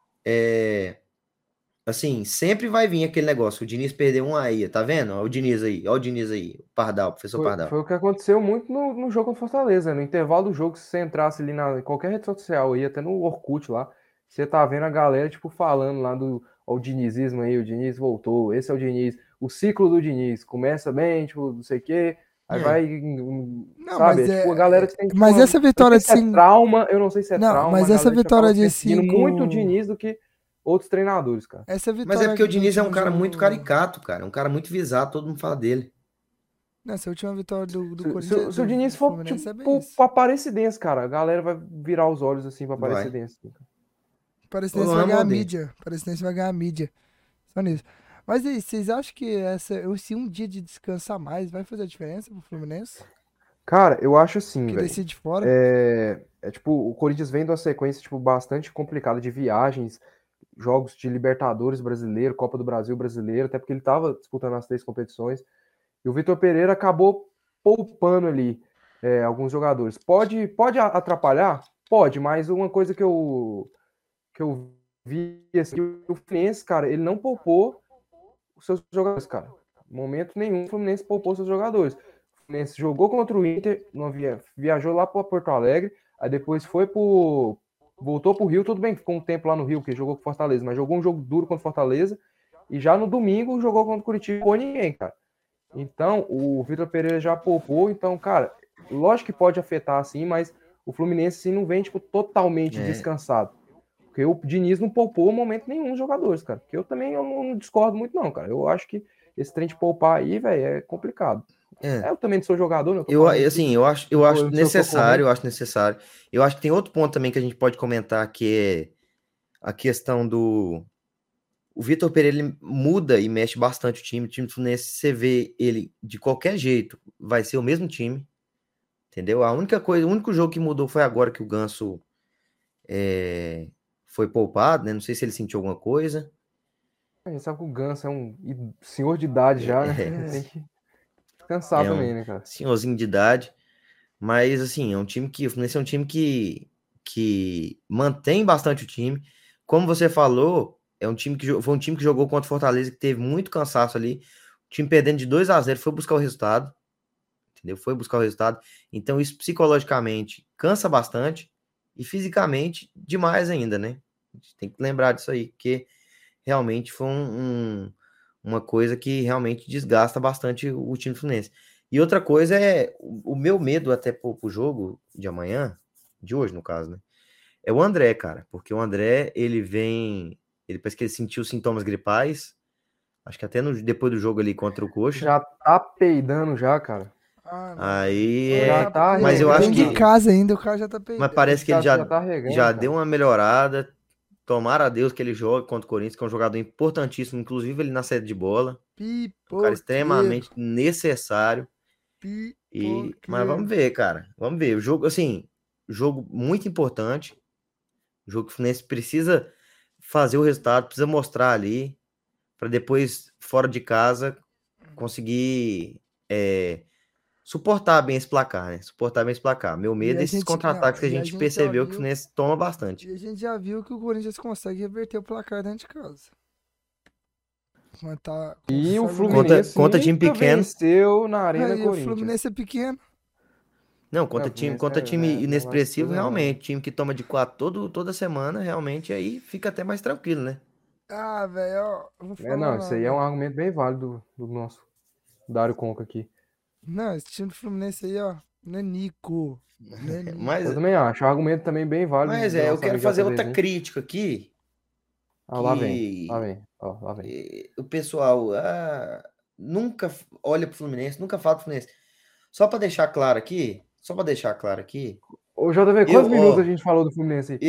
assim, sempre vai vir aquele negócio, o Diniz perdeu um aí, tá vendo? Olha o Diniz aí, o Pardal, o professor Pardal. Foi o que aconteceu muito no jogo contra o Fortaleza. No intervalo do jogo, se você entrasse ali em qualquer rede social aí, até no Orkut lá, você tá vendo a galera, tipo, falando lá do ó, o dinizismo aí, o Diniz voltou, esse é o Diniz, o ciclo do Diniz, começa bem, tipo, não sei o quê, aí vai, Não, sabe? mas Tipo, a galera que tem, tipo, mas essa eu não vitória sei se é trauma, eu não sei se é Não, trauma, mas a essa galera que vitória acaba de seguindo muito o 5. Diniz do que outros treinadores, cara. Essa Mas é vitória porque o do Diniz é um último cara muito jogo. caricato, cara, é um cara muito visado, todo mundo fala dele. Essa última vitória do Corinthians, Se o Diniz do for, Fluminense, é bem tipo, isso. pra Aparecidense, cara, a galera vai virar os olhos assim pra Vai. Aparecidense. Parecidense vai ganhar a mídia. Parecidense vai ganhar a mídia. Só nisso. Mas aí, vocês acham que esse um dia de descanso a mais vai fazer a diferença pro Fluminense? Cara, eu acho assim, Que velho. decide fora? Tipo, o Corinthians vem de uma sequência, tipo, bastante complicada de viagens, jogos de Libertadores brasileiro, Copa do Brasil brasileiro, até porque ele tava disputando as 3 competições. E o Vitor Pereira acabou poupando ali alguns jogadores. Pode atrapalhar? Pode, mas uma coisa que eu vi, assim, o Fluminense, cara, ele não poupou os seus jogadores, cara. Em momento nenhum o Fluminense poupou seus jogadores. O Fluminense jogou contra o Inter, viajou lá para Porto Alegre, aí depois voltou pro Rio, tudo bem, ficou um tempo lá no Rio, que jogou com Fortaleza, mas jogou um jogo duro contra Fortaleza, e já no domingo jogou contra o Curitiba com ninguém, cara. Então, o Vitor Pereira já poupou, então, cara, lógico que pode afetar, assim, mas o Fluminense, assim, não vem, tipo, totalmente descansado. Porque o Diniz não poupou momento nenhum os jogadores, cara. Porque eu não discordo muito, não, cara. Eu acho que esse trem de poupar aí, velho, é complicado. Eu também não sou jogador, né? Assim, eu acho necessário, eu eu acho necessário. Eu acho que tem outro ponto também que a gente pode comentar, que é a questão do... O Vitor Pereira, ele muda e mexe bastante o time. O time do Fluminense, você vê ele de qualquer jeito, vai ser o mesmo time, entendeu? A única coisa, o único jogo que mudou foi agora que o Ganso foi poupado, né? Não sei se ele sentiu alguma coisa. A gente sabe que o Ganso é um senhor de idade já, né? Tem que descansar É também, um né, cara? senhorzinho de idade. Mas, assim, o Fluminense é um time que mantém bastante o time. Como você falou, foi um time que jogou contra o Fortaleza, que teve muito cansaço ali. O time perdendo de 2-0 foi buscar o resultado, entendeu? Foi buscar o resultado. Então, isso psicologicamente cansa bastante e fisicamente demais ainda, né? A gente tem que lembrar disso aí, porque realmente foi uma coisa que realmente desgasta bastante o time do Fluminense. E outra coisa é o meu medo até pro jogo de amanhã, de hoje no caso, né? É o André, cara, porque o André, ele parece que ele sentiu sintomas gripais, acho que até depois do jogo ali contra o Coxa. Já tá peidando já, cara. Aí Já tá mas eu acho Dentro de que casa ainda, o cara já tá mas peidando. parece que ele já tá regando, já cara. deu uma melhorada. Tomara a Deus que ele jogue contra o Corinthians, que é um jogador importantíssimo, inclusive ele na saída de bola. Um cara extremamente necessário. Mas vamos ver, cara. Vamos ver. O jogo, assim, jogo muito importante. O jogo que o Fluminense precisa fazer o resultado, precisa mostrar ali, para depois, fora de casa, conseguir suportar bem esse placar, né? Suportar bem esse placar. Meu medo é esses contra-ataques que a gente percebeu que o Fluminense toma bastante. E a gente já viu que o Corinthians consegue reverter o placar dentro de casa. E o Fluminense contra time pequeno venceu na Arena Corinthians. O Fluminense é pequeno. Não, contra time inexpressivo, realmente. Time que toma de 4 toda semana, realmente aí fica até mais tranquilo, né? Ah, velho, ó. Não, isso aí é um argumento bem válido do nosso Dário Conca aqui. Não, esse time do Fluminense aí, ó. Não é Nico. Mas, eu também acho. É um argumento também bem válido. Mas eu quero fazer outra crítica aqui. Lá vem. O pessoal nunca olha pro Fluminense, nunca fala pro Fluminense. Só para deixar claro aqui. Ô, JV, quantos minutos a gente falou do Fluminense aí?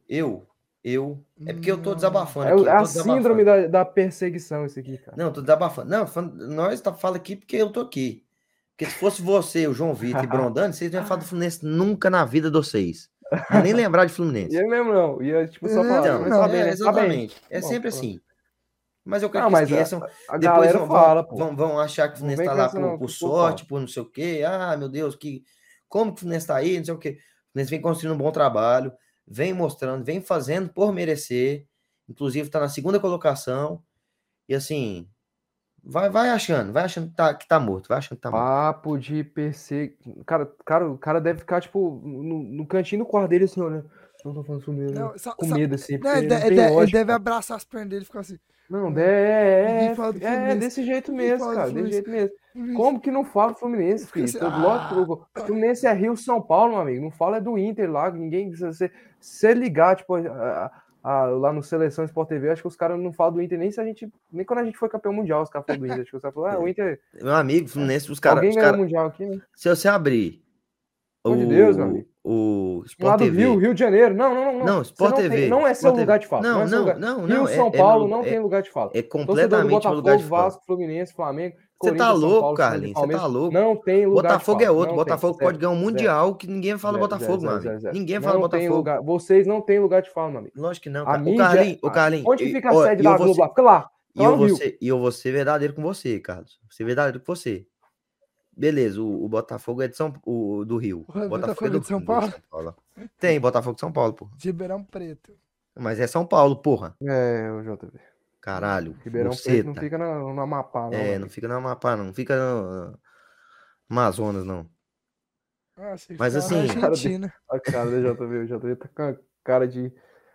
É porque eu tô desabafando aqui. É a síndrome da perseguição isso aqui, cara. Não, tô desabafando. Não, nós fala aqui porque eu tô aqui. Porque se fosse você, o João Vitor e Brondani, vocês não iam falar do Fluminense nunca na vida de vocês. Não ia nem lembrar de Fluminense. Eu lembro, não. Ia, tipo, só falar. Então, exatamente. É sempre assim. Mas eu quero Não, que mas esqueçam. a Depois galera fala, pô. vão achar que o Não Fluminense vem tá com lá essa não, por que o povo fala. sorte, por não sei o quê. Ah, meu Deus, como que o Fluminense tá aí? Não sei o quê. O Fluminense vem construindo um bom trabalho, vem mostrando, vem fazendo por merecer. Inclusive, tá na segunda colocação. E assim, vai achando que tá morto, vai achando que tá morto. Papo de PC. O cara deve ficar, tipo, no cantinho do quarto dele, assim, olha. Não tô falando Fluminense, Não, com medo, assim, não, porque não tem ele lógica. deve abraçar as pernas dele e ficar assim. Não, Ninguém fala do Fluminense. desse jeito Ninguém mesmo, fala do cara, desse Fluminense. jeito mesmo. Fluminense. Como que não fala do Fluminense, Fica filho? assim, Todo lógico, Fluminense é Rio, São Paulo, meu amigo. Não fala é do Inter lá, ninguém. Se ligar, tipo, lá no Seleção Sport TV, acho que os caras não falam do Inter nem quando a gente foi campeão mundial, os caras falam do Inter. Acho que os caras falam, o Inter. Meu amigo, Fluminense, Alguém ganhou o mundial aqui, né? se você abrir Pelo amor de Deus, meu amigo. o Lá Sport do TV. Rio de Janeiro. Não. Não, Você Sport não TV. tem, não é seu Sport lugar TV. de fala. Não, Não é seu lugar. não, Rio, São é Paulo meu, não tem lugar de fala. é Torcedor do completamente meu lugar de Botafogo, fala. Vasco, Fluminense, Flamengo, Você tá Corinthians, São louco, Paulo, Santos e Carlinhos? Você Palmeiras. tá louco? Não tem lugar de Botafogo fala. é outro. Não Botafogo tem. pode ganhar um Zero. mundial que ninguém fala Zero, Botafogo, meu amigo. zero. Ninguém fala Não tem Botafogo. lugar. Vocês não têm lugar de fala, meu amigo. Lógico que não, A cara. mídia. Ô Carlinhos, Onde que fica a sede da Globo lá? Fica lá. E Lá no Rio. eu vou ser verdadeiro com você, Carlos. Vou ser verdadeiro com você. Beleza, o Botafogo é do Rio. O Botafogo é de São Paulo? Tem, Botafogo de São Paulo, pô. De Ribeirão Preto. Mas é São Paulo, porra. É, o JV. Caralho. Ribeirão Preto não fica no Amapá, não. É, não fica no Amapá, não. Fica no Amazonas, não. Nossa, Mas assim. Argentina. A cara do JV. O JV tá com a cara de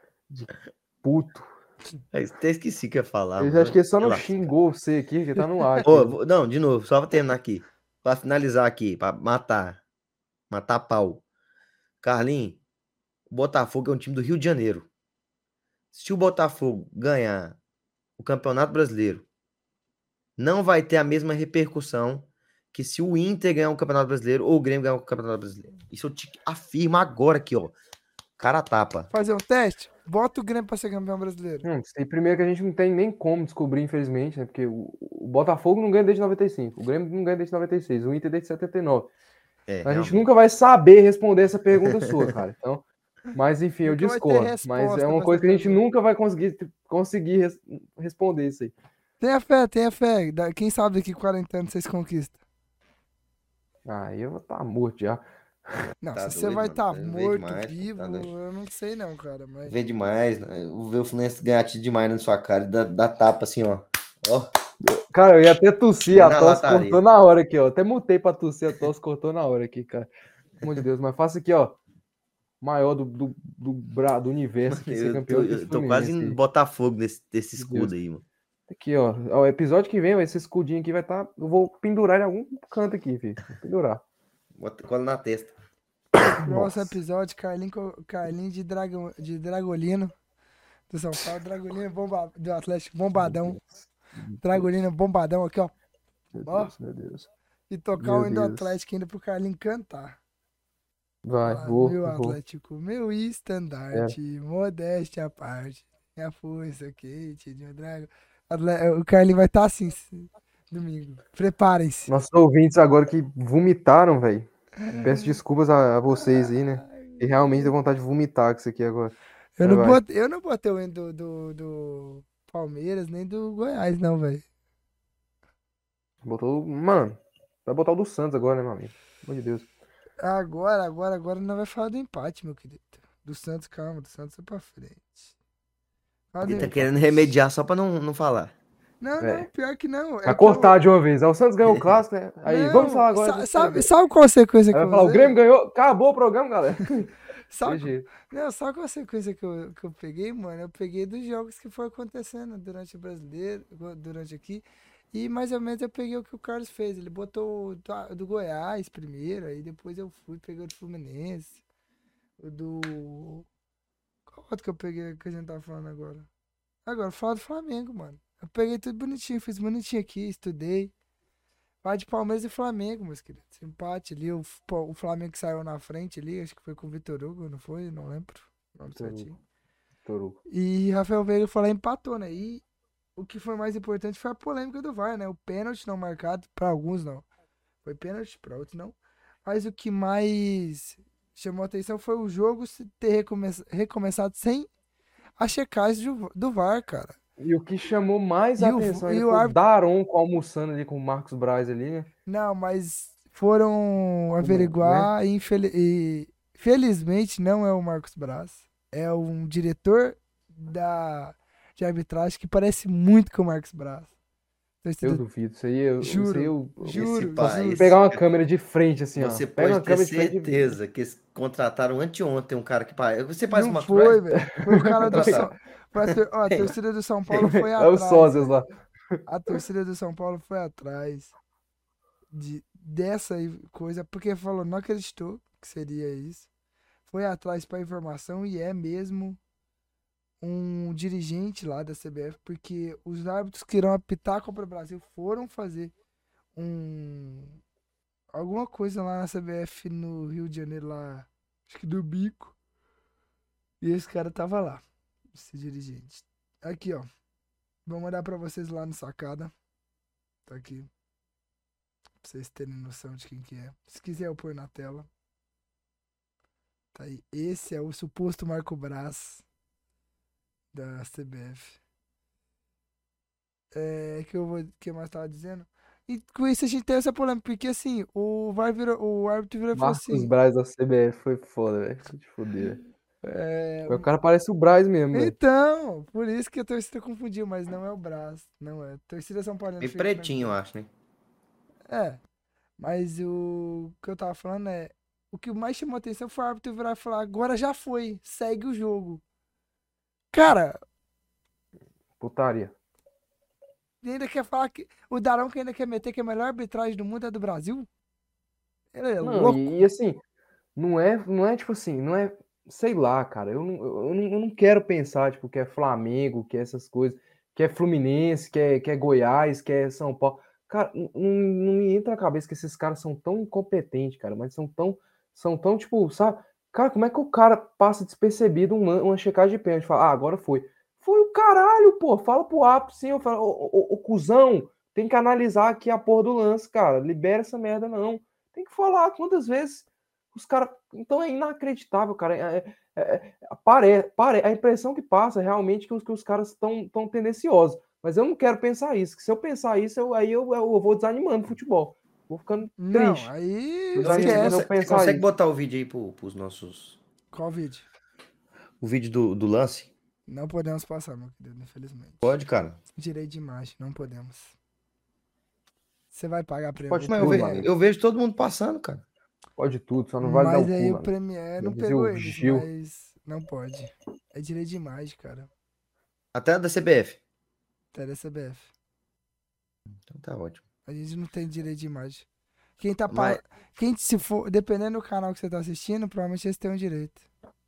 puto. Até esqueci o que ia falar. Eu acho que ele só não xingou você aqui, que tá no ar. Não, de novo, só pra terminar aqui. Pra finalizar aqui, pra matar pau. Carlinhos, o Botafogo é um time do Rio de Janeiro. Se o Botafogo ganhar o Campeonato Brasileiro, não vai ter a mesma repercussão que se o Inter ganhar o Campeonato Brasileiro ou o Grêmio ganhar o Campeonato Brasileiro. Isso eu te afirmo agora aqui, ó. Cara tapa. Fazer um teste? Bota o Grêmio pra ser campeão brasileiro. Primeiro que a gente não tem nem como descobrir, infelizmente, né? Porque o Botafogo não ganha desde 95, o Grêmio não ganha desde 96, o Inter desde 79. A gente nunca vai saber responder essa pergunta sua, cara. Então, mas enfim, eu discordo. Mas é uma coisa que a gente nunca vai conseguir responder isso aí. Tenha fé. Quem sabe daqui 40 anos vocês conquistam. Aí eu vou estar morto já. Não, Tá se doido, você vai mano. estar morto, demais, vivo, tá doido. eu não sei não, cara. Mas... Vê demais, né? Ver o Fluminense ganhar demais na sua cara e dá tapa assim, ó. Cara, eu ia até tossir, E a na tosse lataria. cortou na hora aqui, ó. Até mutei pra tossir, a tosse cortou na hora aqui, cara. Pelo amor de Deus, mas faça aqui, ó. Maior do universo que ser campeão. Eu tô quase em Botafogo desse escudo aí, mano. Aqui, ó. O episódio que vem, esse escudinho aqui vai estar. Eu vou pendurar em algum canto aqui, filho. Vou pendurar. Cola na testa. Próximo episódio, Carlinho de Dragolino. Do São Paulo, Dragolino do Atlético Bombadão. Dragolino Bombadão aqui, ó. Meu Deus. E tocar o hino do Atlético ainda pro Carlinho cantar. Vai, Meu Atlético, meu estandarte, modéstia à parte. Minha força quente de um dragão. O Carlinho vai estar assim, domingo. Preparem-se. Nossos ouvintes agora que vomitaram, velho. Peço desculpas a vocês aí, né? E realmente deu vontade de vomitar com isso aqui agora. Eu não botei o hino do Palmeiras, nem do Goiás, não, velho. Botou. Mano, vai botar o do Santos agora, né, meu amigo? Pelo amor de Deus. Agora não vai falar do empate, meu querido. Do Santos, calma, do Santos é pra frente. Ele tá querendo remediar só pra não falar. Não, pior que não. Vai cortar de uma vez. Aí o Santos ganhou o clássico, né? Aí, não, vamos falar agora. Sabe qual a consequência que eu vai falar, o Grêmio ganhou, acabou o programa, galera. Sabe qual a consequência que eu peguei, mano? Eu peguei dos jogos que foi acontecendo durante o brasileiro, durante aqui. E mais ou menos eu peguei o que o Carlos fez. Ele botou o do Goiás primeiro, aí depois eu peguei o do Fluminense. O do... Qual outro que eu peguei que a gente tá falando agora? Agora, fala do Flamengo, mano. Eu peguei tudo bonitinho, fiz bonitinho aqui, estudei. Vai de Palmeiras e Flamengo, meus queridos. Empate ali, o Flamengo que saiu na frente ali, acho que foi com o Vitor Hugo, não foi? Não lembro o nome certinho. Vitor Hugo. E Rafael Veiga foi lá e empatou, né? E o que foi mais importante foi a polêmica do VAR, né? O pênalti não marcado, pra alguns não. Foi pênalti, pra outros não. Mas o que mais chamou a atenção foi o jogo ter recomeçado sem a checagem do VAR, cara. E o que chamou mais E o- atenção e ainda o foi o árbitro. Daronco almoçando ali com o Marcos Braz ali, né? Não, mas foram Né? averiguar e felizmente não é o Marcos Braz. É um diretor de arbitragem que parece muito com o Marcos Braz. Eu Torcida- duvido. Isso aí Juro, eu Esse juro, só pá, se juro. pegar esse, uma câmera de frente, assim, ó. você Pega pode uma ter câmera de frente e. certeza que eles contrataram anteontem um cara que parece. Você parece Não com o Marcos Braz? foi, velho. Foi o cara do São. Contrataram. Ó, a torcida do São Paulo foi É os atrás, sósias velho. lá. A torcida do São Paulo foi atrás dessa coisa, porque falou, não acreditou que seria isso. Foi atrás para informação e é mesmo um dirigente lá da CBF, porque os árbitros que irão apitar a Copa do Brasil foram fazer um alguma coisa lá na CBF no Rio de Janeiro lá, acho que do Bico, e esse cara tava lá, esse dirigente. Aqui, ó. Vou mandar pra vocês lá no Sacada. Tá aqui. Pra vocês terem noção de quem que é. Se quiser eu pôr na tela. Tá aí. Esse é o suposto Marco Braz da CBF. Que mais tava dizendo? E com isso a gente tem essa polêmica, porque assim, o árbitro virou e falou Marcos assim. Braz da CBF foi foda, velho. Foi de foder. É, O cara parece o Braz mesmo, velho. então, por isso que a torcida confundiu, mas não é o Braz. Não é. Torcida São Paulina, Meio fica pretinho, eu tranquilo. acho, né? É, mas o que eu tava falando é. O que mais chamou a atenção foi o árbitro virar e falar: agora já foi, segue o jogo. Cara, Putaria. ele ainda quer falar que. O Darão que ainda quer meter que a melhor arbitragem do mundo é do Brasil? Ele é Não, louco. e assim, não é tipo assim, não é, sei lá, cara, eu não quero pensar, tipo, que é Flamengo, que é essas coisas, que é Fluminense, que é Goiás, que é São Paulo. Cara, não me entra na cabeça que esses caras são tão incompetentes, cara, mas são tão, tipo, sabe? Cara, como é que o cara passa despercebido uma checagem de pênalti e fala, agora foi. Foi o caralho, pô, fala pro árbitro, sim, eu falo, ô, cuzão, tem que analisar aqui a porra do lance, cara, libera essa merda, não. Tem que falar quantas vezes os caras. Então é inacreditável, cara. A impressão que passa é realmente que os caras estão tendenciosos. Mas eu não quero pensar isso. Que se eu pensar isso, aí eu vou desanimando o futebol. Vou ficando Não, triste. aí Vou Você, desanimando esquece. eu consegue, você pensar consegue isso. botar o vídeo aí pros nossos. Qual vídeo? O vídeo do lance? Não podemos passar, meu querido, infelizmente. Pode, cara. Direito de imagem, não podemos. Você vai pagar Pode Mas o eu, tudo, Premiere. mano. eu vejo todo mundo passando, cara. Pode tudo, só não vale dar Mas o aí cu, o mano. Premiere Já não dizia pegou o eles, Gil. mas não pode. É direito de imagem, cara. Até da CBF. Até da CBF. Então tá ótimo. A gente não tem direito de imagem. Quem tá Mas, Quem, se for, dependendo do canal que você tá assistindo, provavelmente eles têm um direito.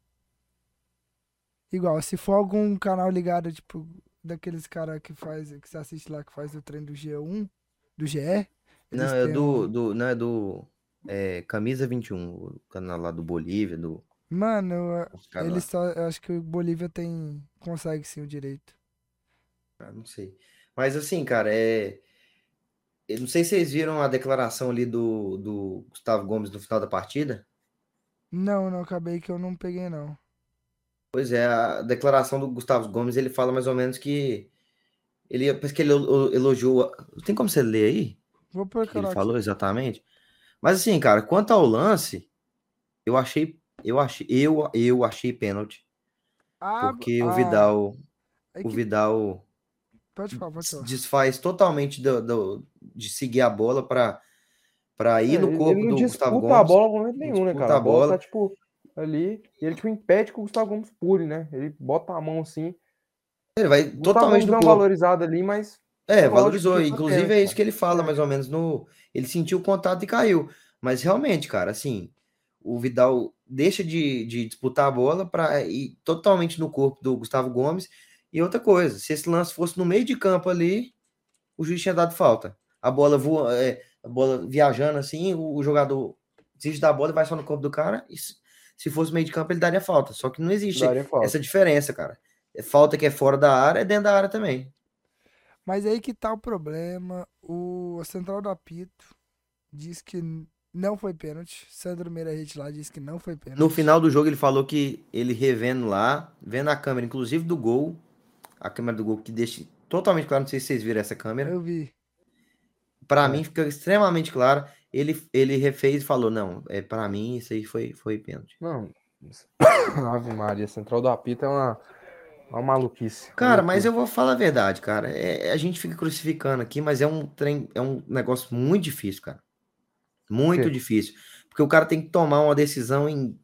Igual, se for algum canal ligado, tipo, daqueles cara que você assiste lá, que faz o treino do G1, do GE, não, eles é têm um. não é do Camisa 21, o canal lá do Bolívia, do Mano, os caras eles lá. só. Eu acho que o Bolívia tem. Consegue sim o direito. Ah, não sei. Mas assim, cara, eu não sei se vocês viram a declaração ali do Gustavo Gomes no final da partida. Não, não, acabei que eu não peguei, não. Pois é, a declaração do Gustavo Gomes, ele fala mais ou menos que parece que ele elogiou. Tem como você ler aí? Vou O que ele procurar aqui. falou exatamente? Mas assim, cara, quanto ao lance, eu achei pênalti, Ah, porque ah, é o que. Vidal Pode falar. desfaz totalmente de seguir a bola para ir no Ele corpo não do Gustavo disputa a Gomes, bola no momento não nenhum, né, cara? disputa A a bola tá, bola. tipo, ali. E ele, tipo, impede que o Gustavo Gomes pule, né? Ele bota a mão assim. Ele vai O Gustavo totalmente Gomes no deu uma corpo. valorizada ali, mas é lógico Valorizou. que foi Inclusive pênalti, é isso cara. que ele fala, mais Pênalti. ou menos, no. Ele sentiu o contato e caiu. Mas realmente, cara, assim, o Vidal deixa de disputar a bola para ir totalmente no corpo do Gustavo Gomes. E outra coisa, se esse lance fosse no meio de campo ali, o juiz tinha dado falta. A bola voa, a bola viajando assim, o jogador desiste da bola e vai só no corpo do cara. E se fosse meio de campo, ele daria falta. Só que não existe Daria essa falta. diferença, cara. Falta que é fora da área, é dentro da área também. Mas aí que tá o problema. A central do apito diz que não foi pênalti. Sandro Meirahit lá diz que não foi No pênalti. final do jogo, ele falou que ele revendo lá, vendo a câmera, inclusive do gol, a câmera do gol que deixa totalmente claro, não sei se vocês viram essa câmera. Eu vi. Pra mim fica extremamente claro. Ele refez e falou: não, pra mim isso aí foi pênalti. Não. Ave Maria, central do apito é uma maluquice. Uma Cara, mas loucura. eu vou falar a verdade, cara. A gente fica crucificando aqui, mas é um negócio muito difícil, cara. Muito quê? difícil. Porque o cara tem que tomar uma decisão em.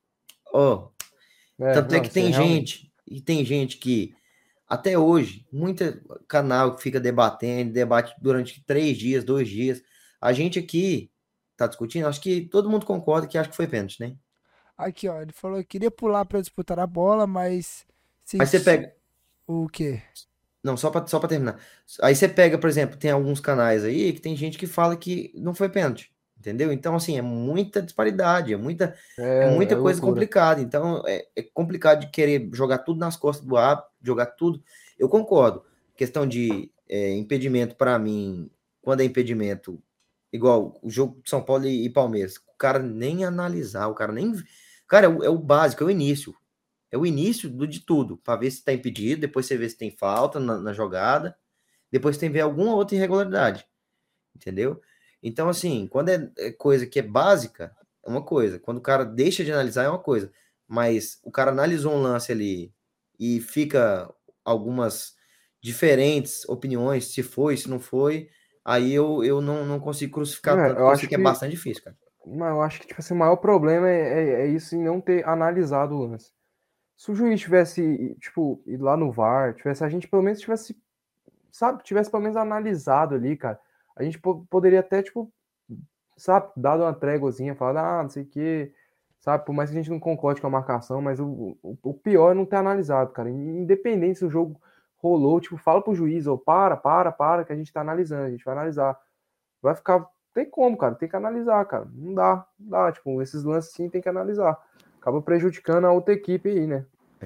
Ó, tanto é Não, que isso aí realmente. tem gente que, até hoje, muita canal que fica debatendo, debate durante 3 dias, 2 dias. A gente aqui tá discutindo, acho que todo mundo concorda que acha que foi pênalti, né? Aqui, ó, ele falou que queria pular pra disputar a bola, mas Mas você senti pega. o quê? Não, só pra terminar. Aí você pega, por exemplo, tem alguns canais aí que tem gente que fala que não foi pênalti. Entendeu? Então, assim, é muita disparidade, é muita É coisa loucura. complicada. Então, é complicado de querer jogar tudo nas costas do árbitro, jogar tudo. Eu concordo. Questão de impedimento, para mim, quando é impedimento, igual o jogo de São Paulo e Palmeiras, o cara nem analisar, o cara nem. Cara, é o básico, é o início. É o início de tudo, para ver se está impedido, depois você vê se tem falta na jogada, depois tem ver alguma outra irregularidade, entendeu? Então, assim, quando é coisa que é básica, é uma coisa. Quando o cara deixa de analisar, é uma coisa. Mas o cara analisou um lance ali e fica algumas diferentes opiniões, se foi, se não foi, aí eu não consigo crucificar tanto, Eu que eu sei acho que é que, bastante difícil, cara. mas eu acho que tipo assim, o maior problema é isso em não ter analisado o lance. Se o juiz tivesse, tipo, ido lá no VAR, tivesse, a gente pelo menos tivesse, sabe, tivesse pelo menos analisado ali, cara. A gente poderia até, tipo, sabe, dado uma tréguazinha, falado, não sei o quê, sabe, por mais que a gente não concorde com a marcação, mas o pior é não ter analisado, cara. Independente se o jogo rolou, tipo, fala pro juiz, ó, para, que a gente tá analisando, a gente vai analisar. Vai ficar, tem como, cara, tem que analisar, cara. Não dá, tipo, esses lances sim tem que analisar. Acaba prejudicando a outra equipe aí, né?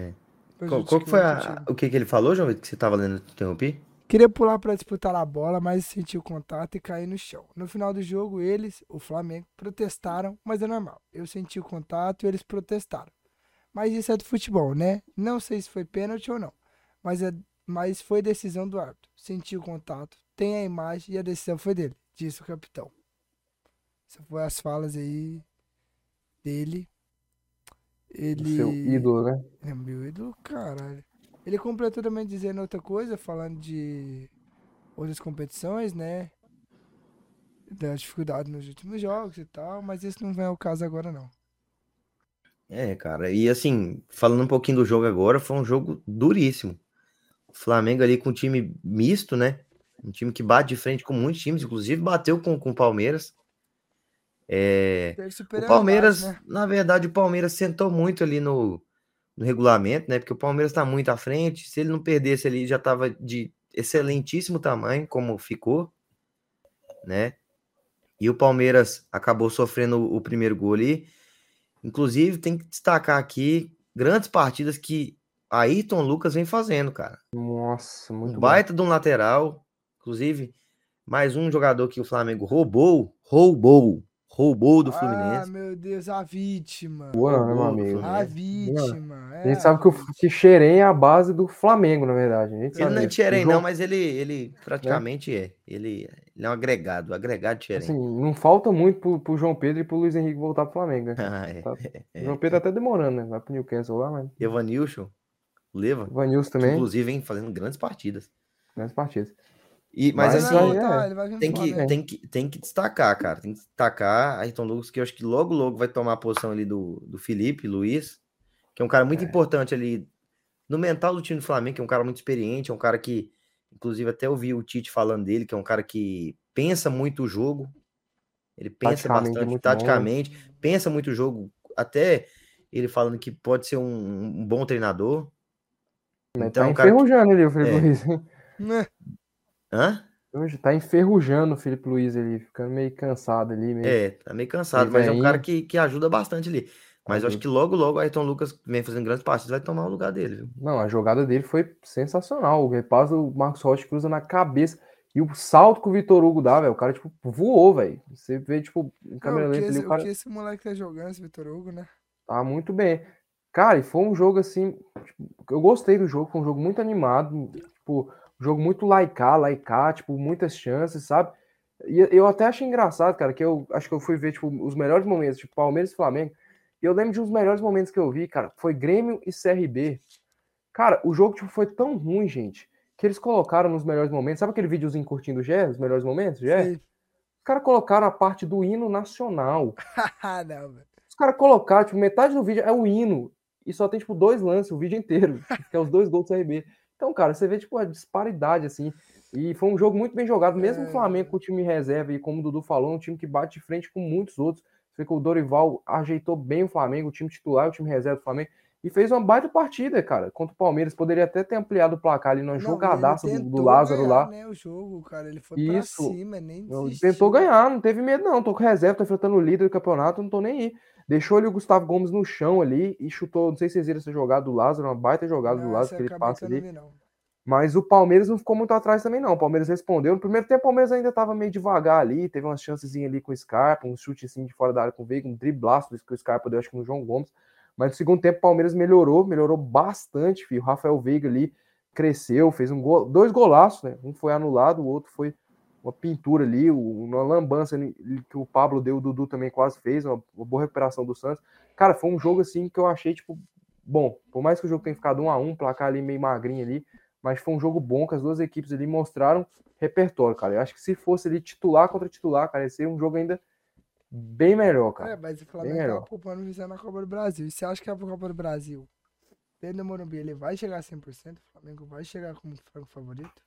Qual que Prejudicou foi outro time. o que ele falou, João, Vitor, que você tava lendo, te interrompi? Queria pular para disputar a bola, mas sentiu contato e caí no chão. No final do jogo, eles, o Flamengo, protestaram, mas é normal. Eu senti o contato e eles protestaram. Mas isso é do futebol, né? Não sei se foi pênalti ou não, mas, mas foi decisão do árbitro. Senti o contato, tem a imagem e a decisão foi dele, disse o capitão. Essas foram as falas aí dele. Do seu Ele ídolo, né? é meu ídolo, caralho. Ele completou também dizendo outra coisa, falando de outras competições, né? Da dificuldade nos últimos jogos e tal, mas isso não vem ao caso agora, não. Cara, e assim, falando um pouquinho do jogo agora, foi um jogo duríssimo. O Flamengo ali com um time misto, né? Um time que bate de frente com muitos times, inclusive bateu com o Palmeiras. Teve O superioridade, Palmeiras, né? na verdade, o Palmeiras sentou muito ali no regulamento, né? Porque o Palmeiras tá muito à frente. Se ele não perdesse ali, já tava de excelentíssimo tamanho, como ficou, né? E o Palmeiras acabou sofrendo o primeiro gol ali. Inclusive, tem que destacar aqui grandes partidas que Ayrton Lucas vem fazendo, cara. Nossa, Um muito bom. baita de um lateral. Inclusive, mais um jogador que o Flamengo roubou do Ah, Fluminense. meu Deus, a vítima. Boa não, né, meu Roubou do amigo? A Fluminense. Não. vítima, A é gente a sabe que vítima. Xerém é a base do Flamengo, na verdade. A gente Ele sabe não é disso. O Thierry, não, João, mas ele né? praticamente é. Ele é um agregado de Assim, Thierry. não falta muito pro João Pedro e pro Luiz Henrique voltar pro Flamengo, né? Ah, Tá- o João é. Pedro tá até demorando, né? Vai pro Newcastle lá, mas. Evanilson, Leva, O Vanilson que também, inclusive vem fazendo grandes partidas. nas partidas. Mas Mas ele vai Mas aí assim, voltar, é. ele vai vir pro tem que, Flamengo. Bem, tem que, tem que destacar, cara. Tem que destacar Ayrton Lucas, que eu acho que logo vai tomar a posição ali do Felipe Luiz, que é um cara muito é, importante ali no mental do time do Flamengo, que é um cara muito experiente, é um cara que, inclusive, até ouvi o Tite falando dele, que é um cara que pensa muito o jogo, ele pensa taticamente é bastante muito bom, né? taticamente, pensa muito o jogo, até ele falando que pode ser um bom treinador. Mas Então, tá é um cara que. enferrujando ali o Felipe É. Luiz, hein? Né? Hã? Hoje tá enferrujando o Felipe Luiz ali, ficando meio cansado ali, Tá meio meio cansado, mas é um cara velhinho. que ajuda bastante ali. Mas eu acho Ajuda. que logo o Ayrton Lucas, que vem fazendo grandes partidas, vai tomar o lugar dele, viu? Não, a jogada dele foi sensacional. O repasso do Marcos Rocha cruza na cabeça. E o salto que o Vitor Hugo dá, velho, o cara, tipo, voou, velho. Você vê, tipo, em Não, câmera lenta ali, o o que cara esse moleque tá jogando, esse Vitor Hugo, né? tá muito bem. Cara, e foi um jogo assim, tipo, eu gostei do jogo, foi um jogo muito animado, tipo, um jogo muito laicar, tipo, muitas chances, sabe? E eu até achei engraçado, cara, que eu acho que eu fui ver, tipo, os melhores momentos, tipo, Palmeiras e Flamengo, e eu lembro de uns melhores momentos que eu vi, cara, foi Grêmio e CRB. Cara, o jogo, tipo, foi tão ruim, gente, que eles colocaram nos melhores momentos, sabe aquele videozinho curtinho do Gé, os melhores momentos, Gé? Sei. Os caras colocaram a parte do hino nacional. Ah, não, velho. Os caras colocaram, tipo, metade do vídeo é o hino. E só tem, tipo, 2 lances, o vídeo inteiro. Que é os 2 gols do CRB. Então, cara, você vê, tipo, a disparidade, assim. E foi um jogo muito bem jogado. Mesmo o Flamengo com o time reserva, e como o Dudu falou, um time que bate de frente com muitos outros. Você vê que o Dorival ajeitou bem o Flamengo, o time titular, o time reserva do Flamengo. E fez uma baita partida, cara, contra o Palmeiras. Poderia até ter ampliado o placar ali numa Não, e ele jogadaça do tentou Lázaro ganhar, lá. né, o jogo, cara. Ele foi pra Isso. cima, nem Tentou desistiu. ganhar, não teve medo, não. Tô com reserva, tô enfrentando o líder do campeonato, não tô nem aí. Deixou ali o Gustavo Gomes no chão ali e chutou. Não sei se vocês viram essa jogada do Lázaro, uma baita jogada do Não, Lázaro, essa que ele acabei que passa eu não ali. vi, não. Mas o Palmeiras não ficou muito atrás também, não. O Palmeiras respondeu. No primeiro tempo, o Palmeiras ainda tava meio devagar ali. Teve umas chances ali com o Scarpa, um chute assim de fora da área com o Veiga, um driblaço que o Scarpa deu, acho que no João Gomes. Mas no segundo tempo, o Palmeiras melhorou bastante, filho. O Rafael Veiga ali cresceu, fez dois golaços, né? Um foi anulado, o outro foi uma pintura ali, uma lambança ali, que o Pablo deu, o Dudu também quase fez, uma boa recuperação do Santos. Cara, foi um jogo assim que eu achei, tipo, bom. Por mais que o jogo tenha ficado 1-1, placar ali meio magrinho ali, mas foi um jogo bom que as duas equipes ali mostraram repertório, cara. Eu acho que se fosse ali titular contra titular, cara, ia ser um jogo ainda bem melhor, cara. Mas o Bem Flamengo tava melhor. poupando visando a Copa do Brasil. E você acha que a Copa do Brasil, dentro do Morumbi, ele vai chegar a 100%? O Flamengo vai chegar como franco favorito?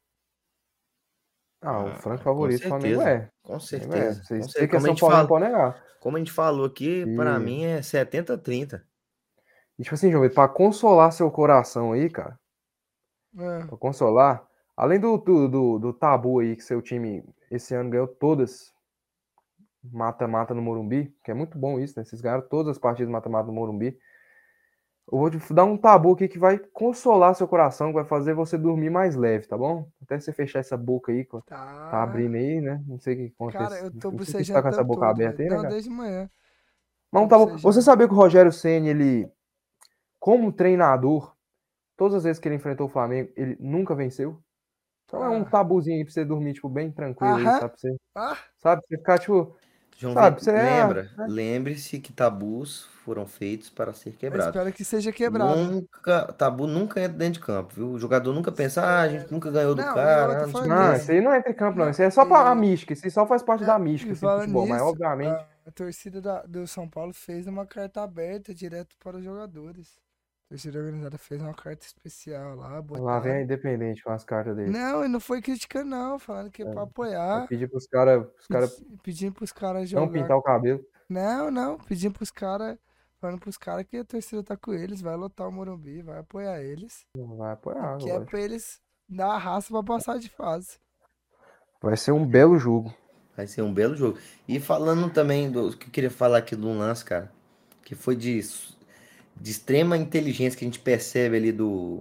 Ah, o franco Com favorito do Flamengo certeza. é. Com Flamengo é. certeza. Vocês Com sei certeza. que é São Paulo, não pode negar. Como a gente falou aqui, para E, mim é 70-30. e tipo assim, João Vitor, pra consolar seu coração aí, cara, É. pra consolar, além do tabu aí que seu time esse ano ganhou todas mata-mata no Morumbi, que é muito bom isso, né? Vocês ganharam todas as partidas mata-mata no Morumbi. Eu vou te dar um tabu aqui que vai consolar seu coração, que vai fazer você dormir mais leve, tá bom? Até você fechar essa boca aí, que tá Tá. abrindo aí, né? Não sei o que Cara, acontece. eu tô Não sei o que você tá bocejando o com essa tempo boca todo, velho. aberta aí, né, Não, cara? desde manhã. Mas Tô um tabu. Você bocejando. sabia que o Rogério Ceni, ele, como treinador, todas as vezes que ele enfrentou o Flamengo, ele nunca venceu? Então é um Ah. tabuzinho aí pra você dormir, tipo, bem tranquilo aí, Aham. sabe? Pra você, Ah. sabe? Pra você ficar, tipo, João sabe? Vitor, Você é. lembre-se que tabus foram feitos para ser Eu quebrados. espero que seja quebrado. Tabu nunca entra dentro de campo, viu? O jogador nunca pensa, a gente Espero. nunca ganhou do Não, e cara, outra não sei o falando Não, quê. isso nisso. aí não entra em campo, não. Não, Isso aí é só pra a mística. Isso aí só faz parte da mística, e assim, do falando futebol. Mas, nisso, obviamente. a torcida do São Paulo fez uma carta aberta direto para os jogadores. A torcida organizada fez uma carta especial lá, Lá vem a botaram. Independente com as cartas dele. Não, e não foi criticando, não, falando que é pra Vai apoiar, pedir pros caras pedindo pros caras não jogar. pintar o cabelo. Não, pedindo pros caras, falando pros caras que a torcida tá com eles, vai lotar o Morumbi, vai apoiar eles. Não vai E apoiar, que é lógico. pra eles dar a raça pra passar de fase. Vai ser um belo jogo. Vai ser um belo jogo. E falando também do que eu queria falar aqui de um lance, cara, que foi de extrema inteligência que a gente percebe ali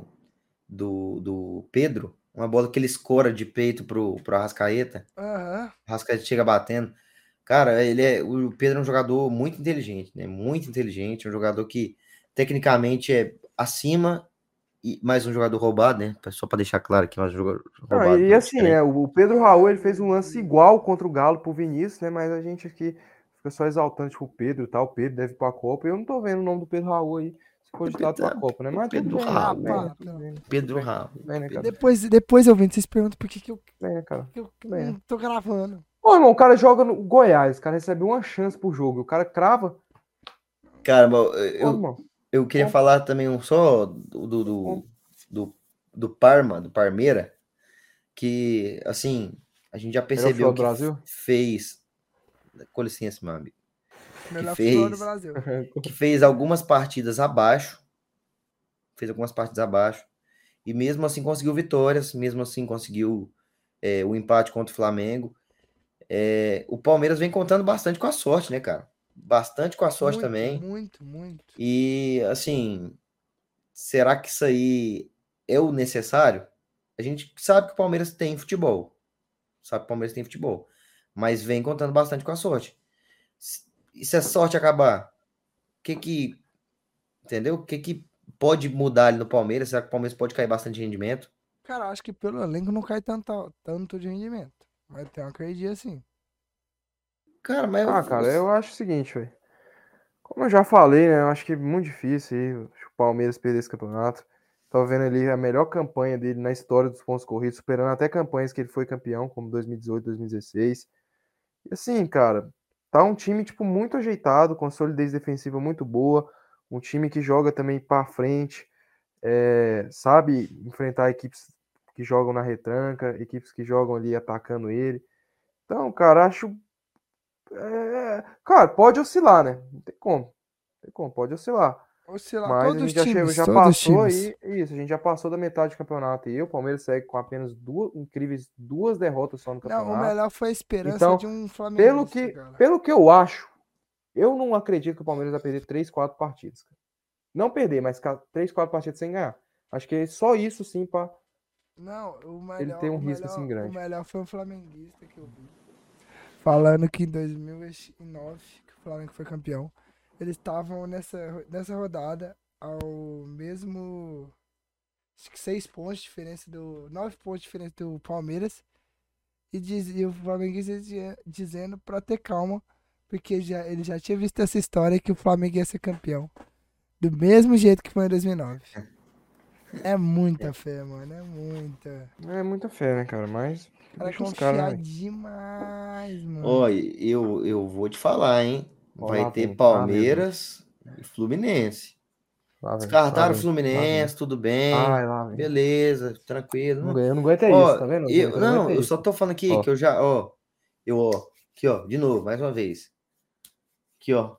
do Pedro, uma bola que ele escora de peito pro Arrascaeta. Aham. O Arrascaeta chega batendo. Cara, o Pedro é um jogador muito inteligente, né? Muito inteligente, um jogador que tecnicamente é acima, mais um jogador roubado, né? Só para deixar claro aqui, mais um jogador Não, roubado, e não, assim, diferente. né? O Pedro Raul ele fez um lance igual contra o Galo pro Vinícius, né? Mas a gente aqui fica só exaltando, tipo, o Pedro e tal. O Pedro deve ir pra Copa. E eu não tô vendo o nome do Pedro Raul aí se cogitado pra Copa, né? O Mas tudo Pedro bem, né? Ah, Tudo bem, Raul, né? pá, Tudo não. bem, né? Pedro Raul, Tudo bem, né, cara? Depois eu vendo, vocês perguntam por que Tudo bem, né, cara? eu Tudo bem, né? não tô gravando. Ô, irmão, o cara joga no Goiás, o cara recebe uma chance por jogo. O cara crava. Cara, Ô, irmão, eu queria como? falar também só do, do Parma, do Parmeira, que, assim, a gente já Melhor percebeu futebol do que Brasil? fez, com licença, meu amigo, que Melhor futebol do fez, Brasil. que fez algumas partidas abaixo, fez algumas partidas abaixo, e mesmo assim conseguiu vitórias, mesmo assim conseguiu o empate contra o Flamengo. O Palmeiras vem contando bastante com a sorte, né, cara? Bastante com a sorte Muito, também. muito, muito. E, assim, será que isso aí é o necessário? A gente sabe que o Palmeiras tem futebol. Sabe que o Palmeiras tem futebol. Mas vem contando bastante com a sorte. E se a sorte acabar, o que que Entendeu? O que que pode mudar ali no Palmeiras? Será que o Palmeiras pode cair bastante rendimento? Cara, acho que pelo elenco não cai tanto de rendimento. Mas tem uma caidinha assim. Cara, mas Ah, cara, eu acho o seguinte, velho. Como eu já falei, né? Eu acho que é muito difícil aí o Palmeiras perder esse campeonato. Tô vendo ali a melhor campanha dele na história dos pontos corridos, superando até campanhas que ele foi campeão, como 2018, 2016. E assim, cara, tá um time, tipo, muito ajeitado, com solidez defensiva muito boa. Um time que joga também pra frente, sabe enfrentar equipes que jogam na retranca, equipes que jogam ali atacando ele. Então, cara, acho. Cara, pode oscilar, né? Não tem como. Não tem como, pode oscilar. Ou sei lá, Mas a todos os gente já, times, já todos os passou times. aí. Isso, a gente já passou da metade do campeonato. E o Palmeiras segue com apenas incríveis duas derrotas só no Não, o campeonato. melhor foi a esperança Então, de um pelo flamenguista, que, cara. pelo que eu acho, eu não acredito que o Palmeiras vai perder 3, 4 partidas. Cara. Não perder, mas ficar 3, 4 partidas sem ganhar. Acho que é só isso, sim, pra Não, ele ter um risco assim o grande. melhor foi um flamenguista que eu vi. Falando que em 2009, que o Flamengo foi campeão, eles estavam nessa rodada ao mesmo. Acho que 6 pontos de diferença 9 pontos de diferença do Palmeiras. E o flamenguista dizendo pra ter calma, porque ele já tinha visto essa história que o Flamengo ia ser campeão. Do mesmo jeito que foi em 2009. É muita fé, mano. É muita. É muita fé, né, cara? Mas O cara deixa os caras, né, confiar velho? demais, mano. ó, eu vou te falar, hein? Ó, Vai lá ter vem. Ah, meu Deus. Palmeiras e Fluminense. Lá vem, lá Descartaram o vem, lá vem. Fluminense, tudo Ai, bem. lá vem. Beleza, tranquilo. Eu não aguento é isso, Ó, tá vendo? Eu não aguento não, é eu só isso. tô falando aqui que Ó, eu já, aqui, ó, de novo, mais uma vez. Aqui, ó.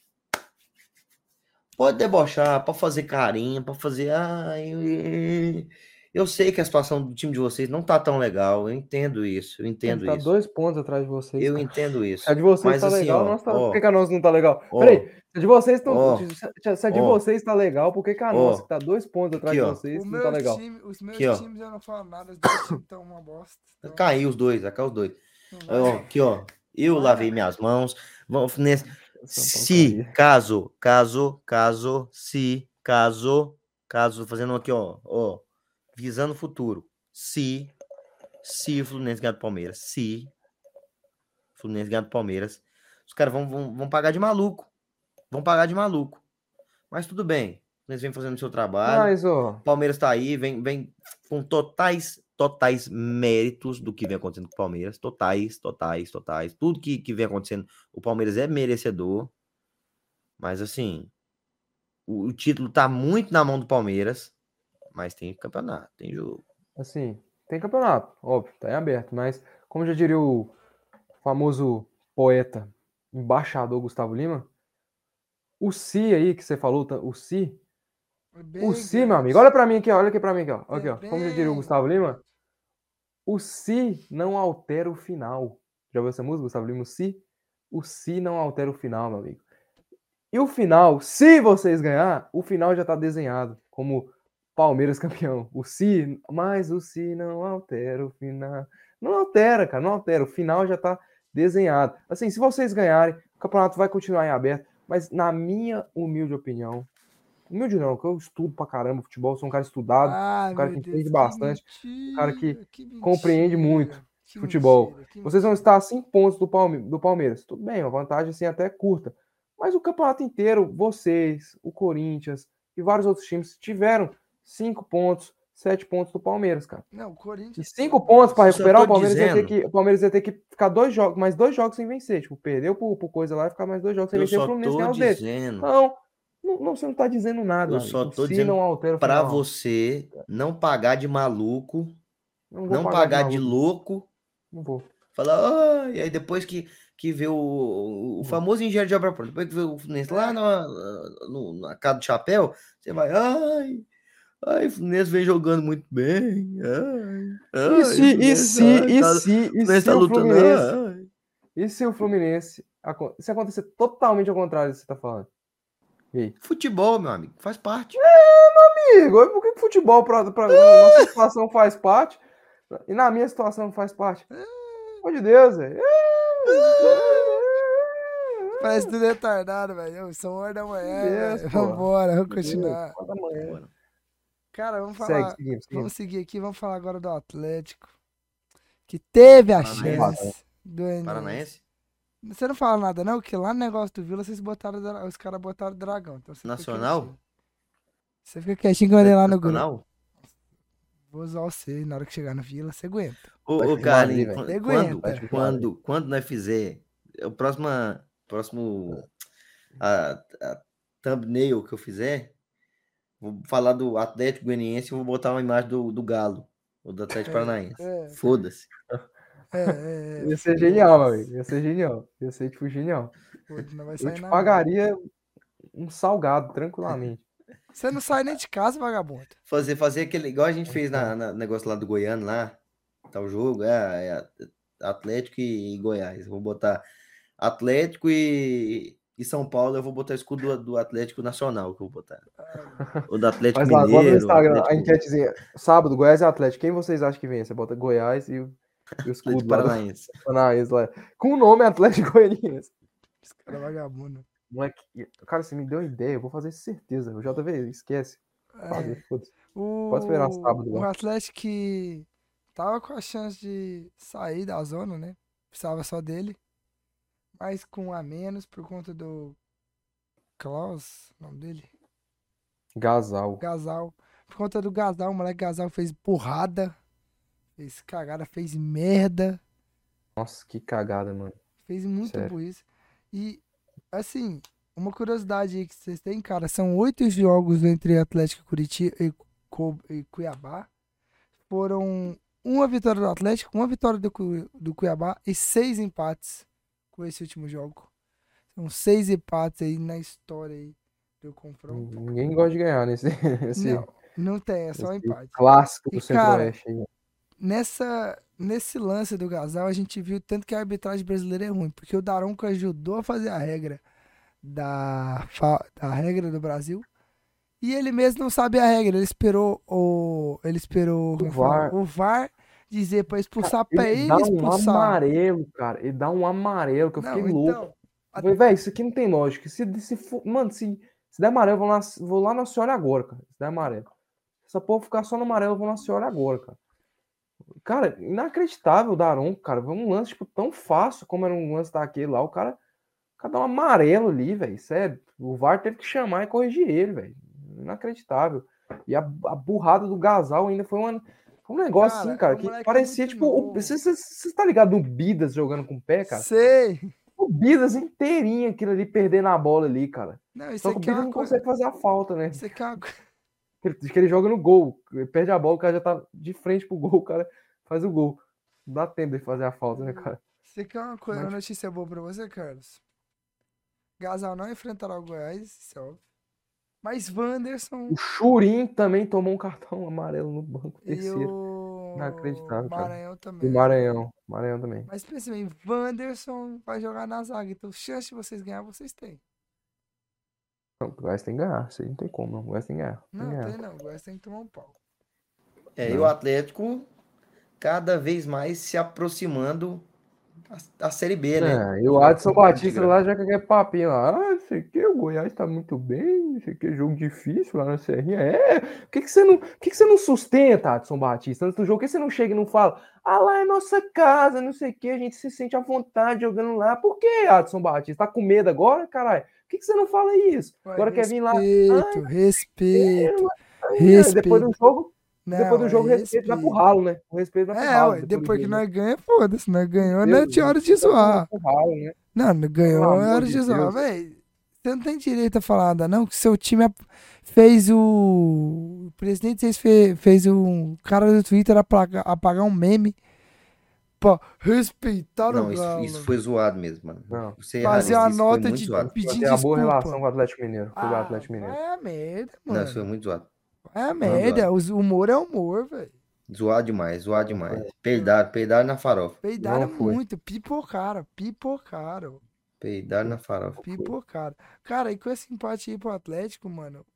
Pode debochar, pode fazer carinho, pode fazer. Eu sei que a situação do time de vocês não tá tão legal. Eu entendo isso, eu a gente entendo tá isso. 2 pontos atrás de vocês, Eu cara. entendo Se a isso. de vocês Mas tá assim, legal, ó, nossa, por que ó, que a nossa não tá legal? Peraí, ó, se a de vocês não, ó, se a de ó, vocês tá legal, por que que a nossa, que ó, tá 2 pontos atrás aqui, de ó, vocês, não tá legal? Os aqui, meus ó. times eu não falo nada, os dois times estão uma bosta. Então Caiu os dois, vai cair os dois. não vai Ó, não. aqui, ó. Eu Vai lavei não. minhas mãos. Vamos nesse. Essa é uma Se, porcaria. caso, fazendo aqui, ó, visando o futuro. Se o Fluminense ganhar do Palmeiras, se o Fluminense ganhar do Palmeiras, os caras vão pagar de maluco. Vão pagar de maluco. Mas tudo bem. Eles vêm fazendo o seu trabalho. Mas, ó, Palmeiras tá aí, vem com totais méritos do que vem acontecendo com o Palmeiras. Totais. Tudo que vem acontecendo, o Palmeiras é merecedor. Mas assim, o título tá muito na mão do Palmeiras. Mas tem campeonato, tem jogo. assim, tem campeonato, óbvio, tá em aberto, mas como já diria o famoso poeta, embaixador Gustavo Lima, o Si aí que você falou, o Si, É o bem Si, meu amigo, grande. olha pra mim aqui, ó, olha aqui pra mim aqui, ó, aqui, É ó, como já diria o bem Gustavo Lima, grande. o Si não altera o final. Já ouviu essa música, Gustavo Lima? O Si não altera o final, meu amigo. E o final, se vocês ganhar, o final já tá desenhado, como Palmeiras campeão. Mas o Si não altera o final. Não altera, cara, não altera. O final já tá desenhado. Assim, se vocês ganharem, o campeonato vai continuar em aberto, mas na minha humilde opinião, humilde não, que eu estudo pra caramba futebol, sou um cara estudado, Ai, um cara meu que entende Deus, que bastante, um cara que mentira, que compreende muito mentira, de que futebol. mentira, que Vocês vão mentira. estar a 5 pontos do Palmeiras. Tudo bem, uma vantagem assim até curta. Mas o campeonato inteiro, vocês, o Corinthians e vários outros times tiveram 5 pontos, 7 pontos do Palmeiras, cara. Não, o E Corinthians 5 teve pontos para isso. Eu só recuperar, tô o Palmeiras ia ter dizendo, que, o Palmeiras ia ter que ficar 2 jogos, mais 2 jogos sem vencer. Tipo, perdeu por coisa lá e ficar mais 2 jogos sem eu vencer, o só Fluminense tô ganhar os dele. dizendo, Não, você não tá dizendo nada, eu meu só amigo. O tô Se dizendo não altera o pra final. você não pagar de maluco, Eu não vou não pagar de pagar de maluco. louco. Não vou. Fala, ai, aí depois que vê o famoso engenheiro de obra pronta, depois que vê o Fluminense lá na casa do chapéu, você vai, ai, o Fluminense vem jogando muito bem, E ai, o se, e Fluminense, se, ai, e tá, o se, e Fluminense se tá o lutando, Fluminense, ai. e se o Fluminense, se acontecer totalmente ao contrário do que você tá falando? E aí? Futebol, meu amigo, faz parte. Amigo, por que futebol na nossa situação faz parte e na minha situação não faz parte? Pelo amor de Deus, velho. Parece tudo retardado, velho. São 1 da manhã, Yes, velho. pô. Vambora, vamos continuar. 4 da manhã. Bora. Cara, vamos Segue, falar. seguimos. Vamos seguir aqui, vamos falar agora do Atlético. Que teve a Paranaense. chance do Enes. Paranaense? Você não fala nada, não? Que lá no negócio do Vila, os caras botaram dragão. Então você fica Nacional? quietinho. Você fica quietinho que eu mandei lá no grupo. Nacional? Vou usar você na hora que chegar no Vila, você aguenta. Ô, Vai ô filmar ali, Carlinhos, velho. Você aguenta. quando nós fizer o próximo a thumbnail que eu fizer, vou falar do Atlético Goianiense e vou botar uma imagem do Galo, ou do Atlético Paranaense. Foda-se. Ia ser genial, meu amigo. Ia ser genial. Ia ser, tipo, genial. Não vai Eu sair te nada. pagaria um salgado, tranquilamente. Você não sai nem de casa, vagabundo. Fazer aquele, igual a gente fez na negócio lá do Goiano, lá, tá o jogo, Atlético e Goiás. Eu vou botar Atlético e São Paulo, eu vou botar o escudo do Atlético Nacional, que eu vou botar. O do Atlético Mas lá, bota no Mineiro, Instagram, a Atlético, enquetezinha. Sábado, Goiás e Atlético. Quem vocês acham que vem? Você bota Goiás e o Atlético escudo lá do Paranaense. Paranaense lá. Com o nome Atlético Goianiense. Esse cara é vagabundo. Moleque, cara, você me deu ideia, eu vou fazer certeza. O JV, esquece. Fazer, foda-se. Pode esperar sábado O lá. Atlético que tava com a chance de sair da zona, né? Precisava só dele. Mas com um a menos por conta do Klaus, o nome dele? Gasal. Gasal. Por conta do Gasal, o moleque Gasal fez porrada. Fez cagada, fez merda. Nossa, que cagada, mano. Fez muito Sério. burrice. E, assim, uma curiosidade aí que vocês têm, cara, são 8 jogos entre Atlético e Curitiba e Cuiabá. Foram uma vitória do Atlético, uma vitória do Cuiabá e 6 empates com esse último jogo. São 6 empates aí na história aí do confronto. Ninguém gosta de ganhar nesse Não tem, é só um esse empate. clássico E, do Centro-Oeste aí. Nesse lance do Gasal, a gente viu tanto que a arbitragem brasileira é ruim, porque o Daronco ajudou a fazer a regra da regra do Brasil, e ele mesmo não sabe a regra. Ele esperou como VAR. o VAR dizer pra expulsar, pra Ele ele dá um expulsar. amarelo, cara. Ele dá um amarelo que eu fiquei Não, louco. então, Falei, velho, isso aqui não tem lógica. Mano, se der amarelo, eu vou lá na senhora agora, cara. Se der amarelo. Se essa porra ficar só no amarelo, eu vou na senhora agora, cara. Cara, inacreditável o Daronco, cara. Foi um lance, tipo, tão fácil como era um lance daquele lá. O cara dá um amarelo ali, velho. Sério. O VAR teve que chamar e corrigir ele, velho. Inacreditável. E a burrada do Gasal ainda foi um negócio Cara, assim, cara, é um que moleque parecia, muito tipo, novo. você tá ligado no Bidas jogando com o pé, cara? sei. O Bidas inteirinho aquilo ali, perdendo a bola ali, cara. Não, isso Só que o aqui é Bidas uma não coisa. consegue fazer a falta, né? Isso aqui é uma Que ele joga no gol. Ele perde a bola, o cara já tá de frente pro gol, o cara faz o gol. Não dá tempo de fazer a falta, né, cara? Isso aqui é uma coisa, Mas- uma notícia boa pra você, Carlos. Gasal não enfrentará o Goiás, isso é óbvio. Mas Wanderson O Churin também tomou um cartão amarelo no banco, e terceiro. o Inacreditável, cara. Maranhão E também. Maranhão também. Mas pensa bem, Wanderson vai jogar na zaga, então chance de vocês ganhar, vocês têm. Não, o Goiás tem que ganhar, isso aí não tem como, não. O Goiás tem que ganhar. Não, ganhar. tem não, o Goiás tem que tomar um pau. E o Atlético cada vez mais se aproximando da Série B, né? E o Adson Batista lá já quer papinho lá. Não sei o que, o Goiás tá muito bem, não sei o que, jogo difícil lá na Serrinha. Por que você não sustenta, Adson Batista, antes do jogo? Por que você não chega e não fala, lá é nossa casa, não sei o que, a gente se sente à vontade jogando lá. Por que, Adson Batista? Tá com medo agora, caralho? Por que você não fala isso? Ué, Agora quer vir lá. Respeito. Depois do jogo, o respeito respeito. vai pro ralo, né? O respeito vai pro ralo. Ué, depois que do jogo, nós ganhamos, foda-se. Nós ganhamos, né? não tinha hora de zoar. Vai pro ralo, né? Não ganhou, Pelo é amor hora de de zoar. Deus. Véi, você não tem direito a falar nada, não, que seu time fez o presidente fez o cara do Twitter apagar um meme pra respeitar Não, o Galo. isso foi zoado mesmo, mano. Não. Você errar Fazer uma nisso, isso foi nota muito de zoado. pedir Tem uma boa desculpa. relação com o Atlético Mineiro. Com o Atlético Mineiro. Vai a merda, Não, isso foi mano. muito zoado. Vai a merda. O humor é humor, velho. Zoado demais, zoado demais. Peidaram na farofa. Peidaram Não foi. muito, pipocaram. Peidaram na farofa. Pipocaram. Cara, e com esse empate aí pro Atlético, mano,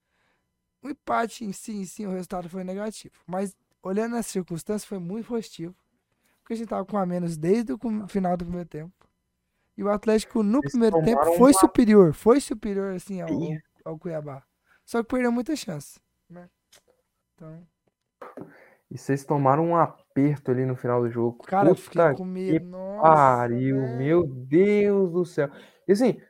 o empate em si, o resultado foi negativo. Mas, olhando as circunstâncias, foi muito positivo. Porque a gente tava com a menos desde o final do primeiro tempo. E o Atlético no Eles primeiro tempo tomaram foi uma- superior assim Ih. ao Cuiabá. Só que perdeu muita chance, né? Então, E vocês tomaram um aperto ali no final do jogo. cara, eu fiquei Puta com que medo. Nossa, pariu, meu velho. Deus do céu. E assim,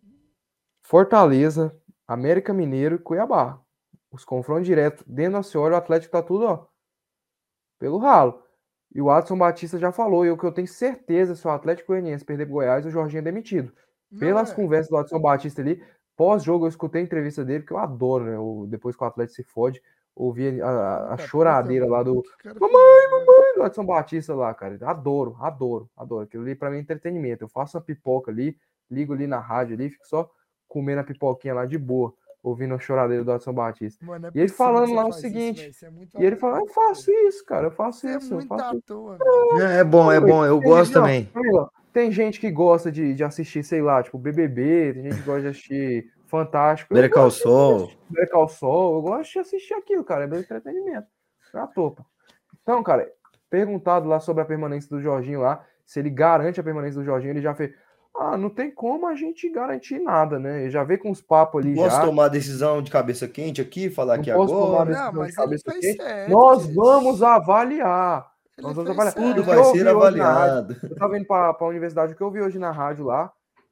Fortaleza, América Mineiro e Cuiabá. Os confrontos diretos dentro da Cioli, o Atlético tá tudo, ó, pelo ralo. E o Adson Batista já falou, e o que eu tenho certeza, se o Atlético Goianiense perder pro Goiás, o Jorginho é demitido. Não Pelas é. conversas do Adson Batista ali, pós-jogo eu escutei a entrevista dele, que eu adoro, né? Depois que o Atlético se fode, ouvi a Da choradeira puta, lá mano. do Que cara mamãe do Adson Batista lá, cara. Adoro, adoro, adoro. Aquilo ali pra mim é entretenimento. Eu faço uma pipoca ali, ligo ali na rádio ali, fico só comendo a pipoquinha lá de boa, ouvindo a choradeira do Adson Batista. Mano, não é E ele possível que falando você lá o faz isso, velho. seguinte, Você é muito e ele à fala, eu toa, faço velho. isso, cara, eu faço Você é isso, eu muito faço à isso. toa, velho. É bom, é bom. Eu Tem gente, gosto ó, também. ó, tem gente que gosta de assistir, sei lá, tipo BBB, tem gente que gosta de assistir Fantástico. Eu Better Call gosto de Saul. assistir Better Call Saul, eu gosto de assistir aquilo, cara, é meu entretenimento. Não é à toa, pô. Então, cara, perguntado lá sobre a permanência do Jorginho lá, se ele garante a permanência do Jorginho, ele já fez, não tem como a gente garantir nada, né? Ele já veio com os papos Não ali posso já, tomar decisão de cabeça quente aqui, falar não aqui posso tomar agora. Não, decisão de mas ele cabeça fez quente. certo, Nós gente. vamos avaliar. Ele Nós vamos fez avaliar. Tudo O que eu vai ser ouvi hoje na rádio, avaliado. eu tava indo pra universidade, o que eu ouvi hoje na rádio lá,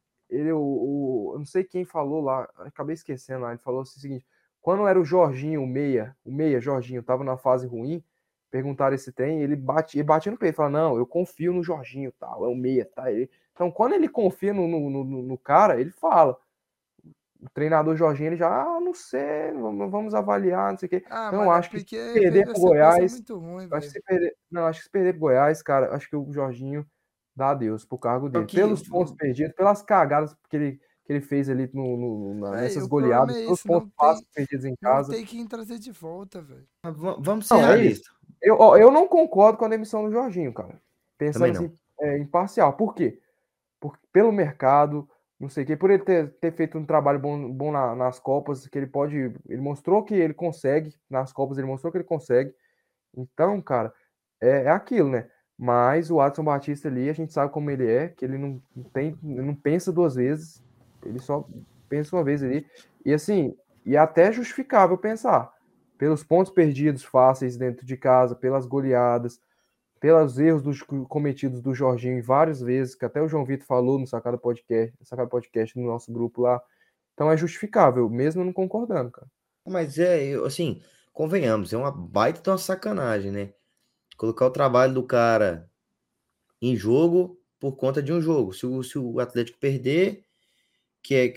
eu não sei quem falou lá, acabei esquecendo lá, ele falou o seguinte, quando era o Jorginho, o meia Jorginho, tava na fase ruim, perguntaram esse tem, ele batia no peito, fala, não, eu confio no Jorginho, tal, é o meia, tá? Então, quando ele confia no cara, ele fala. O treinador Jorginho, ele já, não sei, vamos avaliar, não sei o quê. Ah, Então, eu mano, é acho que se porque perder veio a pro sequência Goiás, muito ruim, eu acho que velho. se perder, não, acho que se perder pro Goiás, cara, acho que o Jorginho dá adeus pro cargo Só dele. que, Pelos pontos perdidos, pelas cagadas que ele fez ali Véi, nessas o problema goleadas, é pelos esse, pontos fáceis perdidos em não casa. tem quem trazer de volta, velho. vamos ser Não, é isso. realistas. Eu não concordo com a demissão do Jorginho, cara. Também Pensando não. assim, imparcial. Por quê? Pelo mercado, não sei o quê, por ele ter feito um trabalho bom nas Copas, que ele mostrou que ele consegue, nas Copas ele mostrou que ele consegue. Então, cara, é aquilo, né? Mas o Adson Batista ali, a gente sabe como ele é, que ele não pensa duas vezes, ele só pensa uma vez ali. E assim, e é até justificável pensar, pelos pontos perdidos fáceis dentro de casa, pelas goleadas, pelos erros cometidos do Jorginho várias vezes, que até o João Vitor falou no Sacada Podcast no nosso grupo lá. Então é justificável, mesmo não concordando, cara. Mas assim, convenhamos, é uma baita de uma sacanagem, né? Colocar o trabalho do cara em jogo por conta de um jogo. Se o Atlético perder, que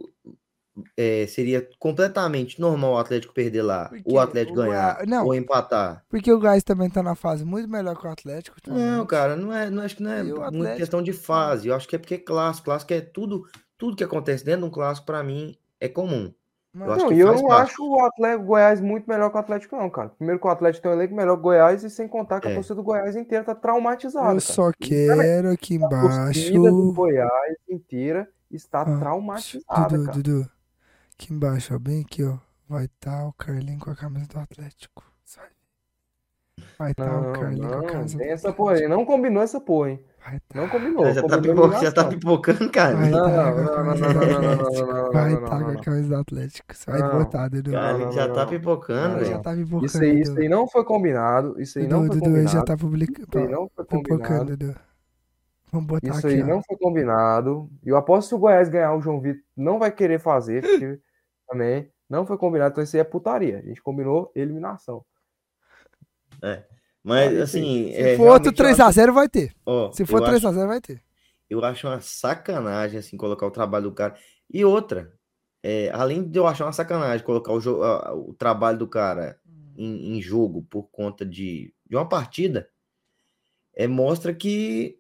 seria completamente normal o Atlético perder lá, o Porque Atlético o ganhar Goiás. Não, ou empatar. porque o Goiás também tá na fase muito melhor que o Atlético Não, atualmente. cara, acho que não é E o muito questão Atlético. de fase. Eu acho que é porque é clássico. Clássico é tudo que acontece dentro de um clássico, pra mim, é comum. Eu Mano, acho Não, que e eu faz não parte. acho o Atlético Goiás muito melhor que o Atlético, não, cara. Primeiro que o Atlético tem um elenco melhor que o Goiás, e sem contar que a É. torcida do Goiás inteira tá eu traumatizada, cara. só quero aqui A torcida do embaixo. Goiás inteira está Ó, traumatizada, Dudu, cara. Dudu. Aqui embaixo, ó, bem aqui, ó. Vai estar o Carlinho com a camisa do Atlético. Vai estar o Carlinho com a camisa Tem do essa porra aí. Atlético. Não combinou essa porra, hein? Vai Não estar. combinou. Já Combinou já tá eliminação. pipocando, cara. Vai Não, estar com a não, não, camisa não, do não, não, não, Atlético. não, Vai não, estar não, com não, a não. camisa do Atlético. Você vai Não, votar, Dudu. não, Cara, não, já não, tá não. pipocando, Não, Ele já não. velho. tá Isso pipocando, aí, Dudu. não foi combinado. Isso aí não foi Dudu, ele já combinado. tá Isso aí não foi pipocando, combinado. Dudu. Vamos botar Isso aqui, aí ó. não foi combinado. E eu aposto que se o Goiás ganhar, o João Vitor não vai querer fazer, porque também não foi combinado. Então isso aí é putaria. A gente combinou eliminação. É. Só Mas, isso aí. assim, Se for outro realmente eu acho, 3x0, vai ter. ó, Se for eu acho, 3x0, vai ter. eu acho uma sacanagem, assim, colocar o trabalho do cara. E outra, além de eu achar uma sacanagem colocar o trabalho do cara em jogo por conta de uma partida, mostra que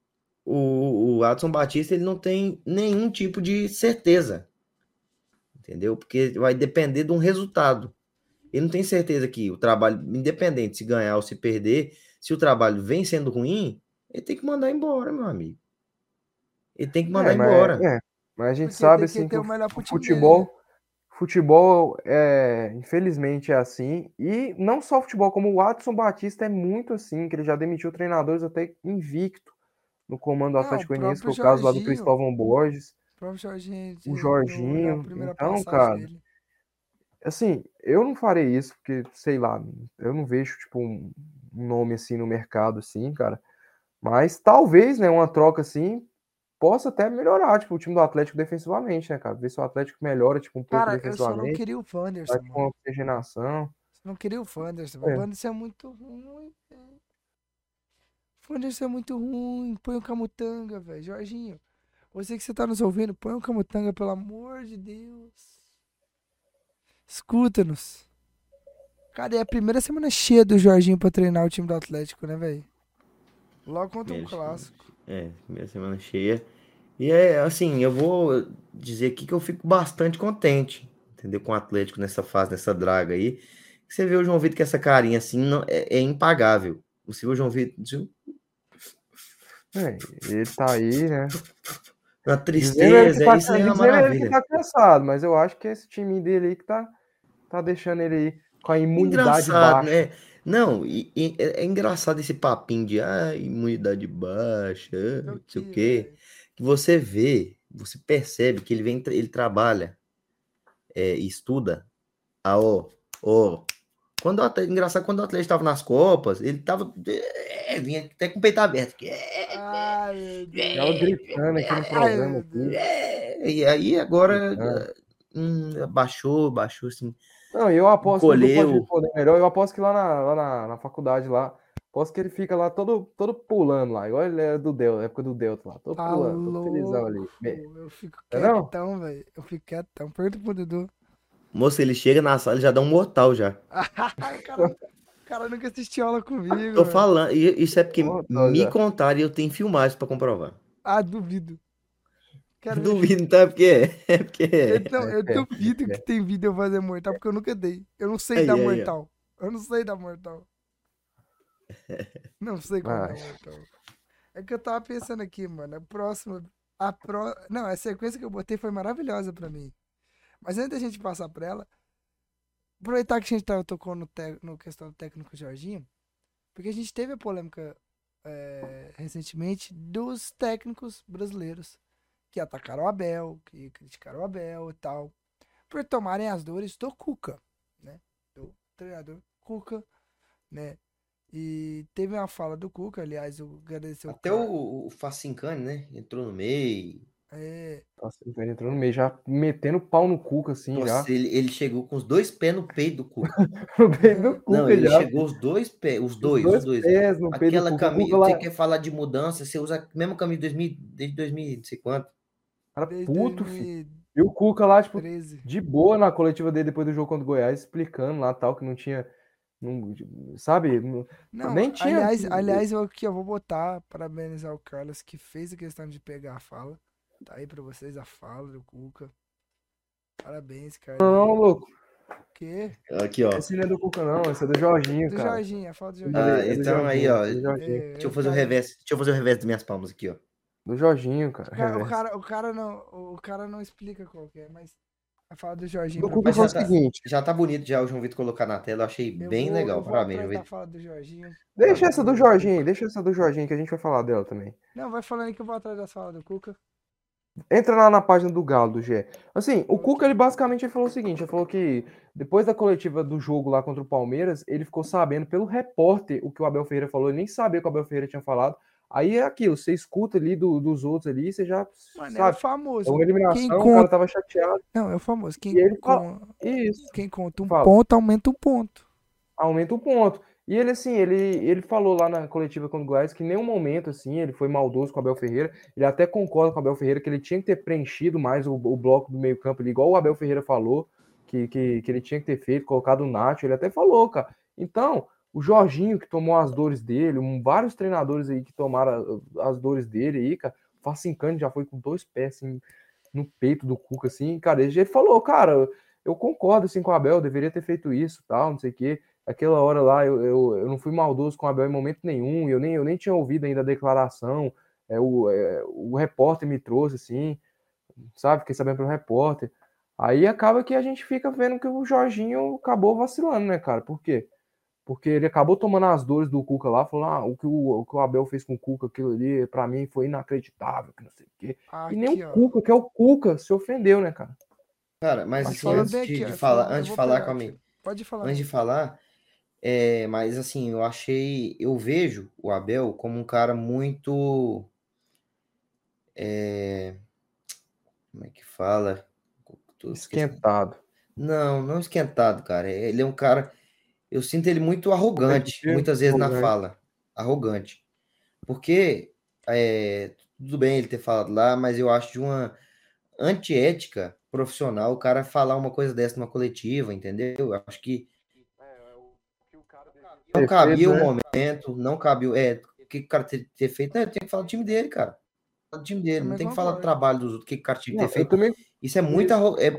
o Adson Batista ele não tem nenhum tipo de certeza, entendeu? Porque vai depender de um resultado. Ele não tem certeza que o trabalho, independente se ganhar ou se perder, se o trabalho vem sendo ruim, ele tem que mandar embora, meu amigo. Ele tem que mandar É, mas, embora. mas a gente Porque sabe tem que assim que ter o o melhor pro time dele, né? futebol infelizmente é assim. E não só futebol, como o Adson Batista é muito assim, que ele já demitiu treinadores até invicto no comando do Não, o Atlético Goianiense, que é próprio o caso lá do Jorginho. Cristóvão Borges, O próprio Jorginho, o na Jorginho. primeira Então, passagem cara, dele. assim, eu não farei isso, porque, sei lá, eu não vejo, tipo, um nome assim no mercado, assim, cara. Mas talvez, né, uma troca assim possa até melhorar, tipo, o time do Atlético defensivamente, né, cara? Ver se o Atlético melhora, tipo, um pouco Cara, eu só não defensivamente, queria o vai Wanderson, com mano. uma oxigenação. Só não queria o Wanderson. O É. Wanderson é muito ruim. O Wanderson é muito ruim. Põe o Camutanga, velho. Jorginho, você que você tá nos ouvindo, põe o Camutanga, pelo amor de Deus. Escuta-nos. Cara, é a primeira semana cheia do Jorginho pra treinar o time do Atlético, né, velho? Logo contra um clássico. Primeira semana cheia. E é assim, eu vou dizer aqui que eu fico bastante contente, entendeu? Com o Atlético nessa fase, nessa draga aí. Você vê o João Vitor com essa carinha assim, é impagável. Você vê o João Vitor É, ele tá aí, né? na Dizendo ele que tristeza, tá, isso aí é uma dizendo ele que maravilha. tá cansado, mas eu acho que é esse time dele aí que tá deixando ele aí com a imunidade Engraçado, baixa. né? Não, é engraçado esse papinho de imunidade baixa, Tô não sei o aqui, quê. velho. Que você vê, você percebe que ele trabalha e estuda. Ó, ó. Engraçado, quando o Atlético estava nas Copas, ele tava. Vinha até com o peito aberto. Ai, meu Tava Deus. gritando aqui no Ai, programa meu aqui, Deus. E aí agora gritando. baixou, assim, Não, eu aposto, Dudu pode encolheu. responder melhor. Eu aposto que lá na faculdade lá, aposto que ele fica lá todo pulando lá, igual ele era do Delta, época do Delta lá, todo Tá pulando, todo felizão ali. louco. Eu fico Não é não? quietão, velho. Eu fico quietão. Pergunta pro Dudu. Moço, ele chega na sala e já dá um mortal já. O cara nunca assistiu aula comigo, Tô velho. falando, e isso é porque Ó, tá me já. contaram e eu tenho filmagens pra comprovar. Ah, duvido. Quero ver. Duvido, então é porque é. É porque Não, eu duvido que tem vídeo eu fazer mortal, porque eu nunca dei. Eu não sei dar Aí, ó. mortal. Eu não sei dar mortal. Não sei como dar Ai, mortal. É que eu tava pensando aqui, mano. A próxima. Não, a sequência que eu botei foi maravilhosa pra mim. Mas antes da gente passar pra ela, aproveitar que a gente tocou no questão do técnico Jorginho, porque a gente teve a polêmica recentemente dos técnicos brasileiros que atacaram o Abel, que criticaram o Abel e tal, por tomarem as dores do Cuca, né? Do treinador Cuca, né? E teve uma fala do Cuca, aliás, eu agradecer o Até cara. o Facincani, né? Entrou no meio. É, nossa, ele entrou no meio, já metendo pau no Cuca, assim, Nossa, já. ele chegou com os dois pés no peito do Cuca. No meio do Não, Cuca ele já, chegou os dois pés, os dois os dois. pés no peito do Aquela Cuca. O Cuca camisa, lá, você quer falar de mudança, você usa a mesma camisa desde 2000, não sei quanto. cara desde puto, filho. E o Cuca lá, tipo, 2013. de boa na coletiva dele depois do jogo contra o Goiás, explicando lá tal, que não tinha. Não, sabe? Não, Nem tinha. aliás, eu vou botar, parabenizar o Carlos, que fez a questão de pegar a fala. Tá aí pra vocês a fala do Cuca. Parabéns, Carlinhos. Não, louco. O quê? Aqui, ó. Esse não é do Cuca, não. Esse é do Jorginho, Do cara. Jorginho, a fala do Eu Jorginho. falei, é do Então aí, Jorginho. ó. É do Jorginho. É, Deixa eu o fazer o cara, revés. Deixa eu fazer o revés das minhas palmas aqui, ó. Do Jorginho, cara. o cara, o Reverso. cara, o cara não, o cara não explica qual que é, mas a fala do Jorginho Do pra Cuca Mas foi você. o seguinte. já tá bonito já o João Vitor colocar na tela. Eu achei bem Eu legal. vou Parabéns, João atrás da Vitor. fala do Jorginho. Deixa essa do Do Jorginho, Cuca. deixa essa do Jorginho que a gente vai falar dela também. Não, vai falando aí que eu vou atrás das falas do Cuca. Entra lá na página do Galo, do GE. Assim, o Tô Cuca, aqui. ele basicamente falou o seguinte, ele falou que depois da coletiva do jogo lá contra o Palmeiras, ele ficou sabendo pelo repórter o que o Abel Ferreira falou, ele nem sabia o que o Abel Ferreira tinha falado. Aí é aquilo, você escuta ali dos outros ali, você já Mano, é o sabe. É famoso. uma Quem eliminação, o cara conta. tava chateado. Não, é o famoso. E ele fala, isso, Quem conta um fala. ponto, aumenta um ponto. Aumenta o ponto. E ele, assim, ele falou lá na coletiva com o Goiás que em nenhum momento, assim, ele foi maldoso com o Abel Ferreira. Ele até concorda com o Abel Ferreira que ele tinha que ter preenchido mais o bloco do meio campo, igual o Abel Ferreira falou, que ele tinha que ter feito, colocado o Nacho. Ele até falou, cara. Então, o Jorginho, que tomou as dores dele, vários treinadores aí que tomaram as dores dele aí, cara. O Facincani já foi com dois pés, assim, no peito do Cuca, assim, cara. Ele falou, cara, eu concordo, assim, com o Abel, deveria ter feito isso, tal, não sei o quê. Aquela hora lá, eu não fui maldoso com o Abel em momento nenhum, eu nem tinha ouvido ainda a declaração, o repórter me trouxe, assim, sabe, fiquei sabendo pelo repórter. Aí acaba que a gente fica vendo que o Jorginho acabou vacilando, né, cara? Por quê? Porque ele acabou tomando as dores do Cuca lá, falou, o que o Abel fez com o Cuca, aquilo ali, pra mim foi inacreditável, que não sei o quê. E nem Aqui, o ó. Cuca, que é o Cuca, se ofendeu, né, cara? Cara, mas Ele assim, falou antes bem aqui, ó. de Ele falar, falou, eu antes de vou falar, pegar calma aqui. aí. Pode falar. Antes de falar, mas assim, eu vejo o Abel como um cara muito, como é que fala? Tô esquecendo. Esquentado. Não, não esquentado, cara. Ele é um cara, eu sinto ele muito arrogante, Competitivo, muitas vezes na arrogante. fala. Arrogante. Porque, tudo bem ele ter falado lá, mas eu acho de uma antiética profissional o cara falar uma coisa dessa numa coletiva, entendeu? Eu acho que não Ter cabia feito, o né? momento, não cabia. O que o cara ter feito? Não, ele tinha que falar do time dele, cara. Falar do time dele, não Também tem que falar do concordo. trabalho dos outros, o que o cara tinha que ter Não, eu feito. também. Isso é muito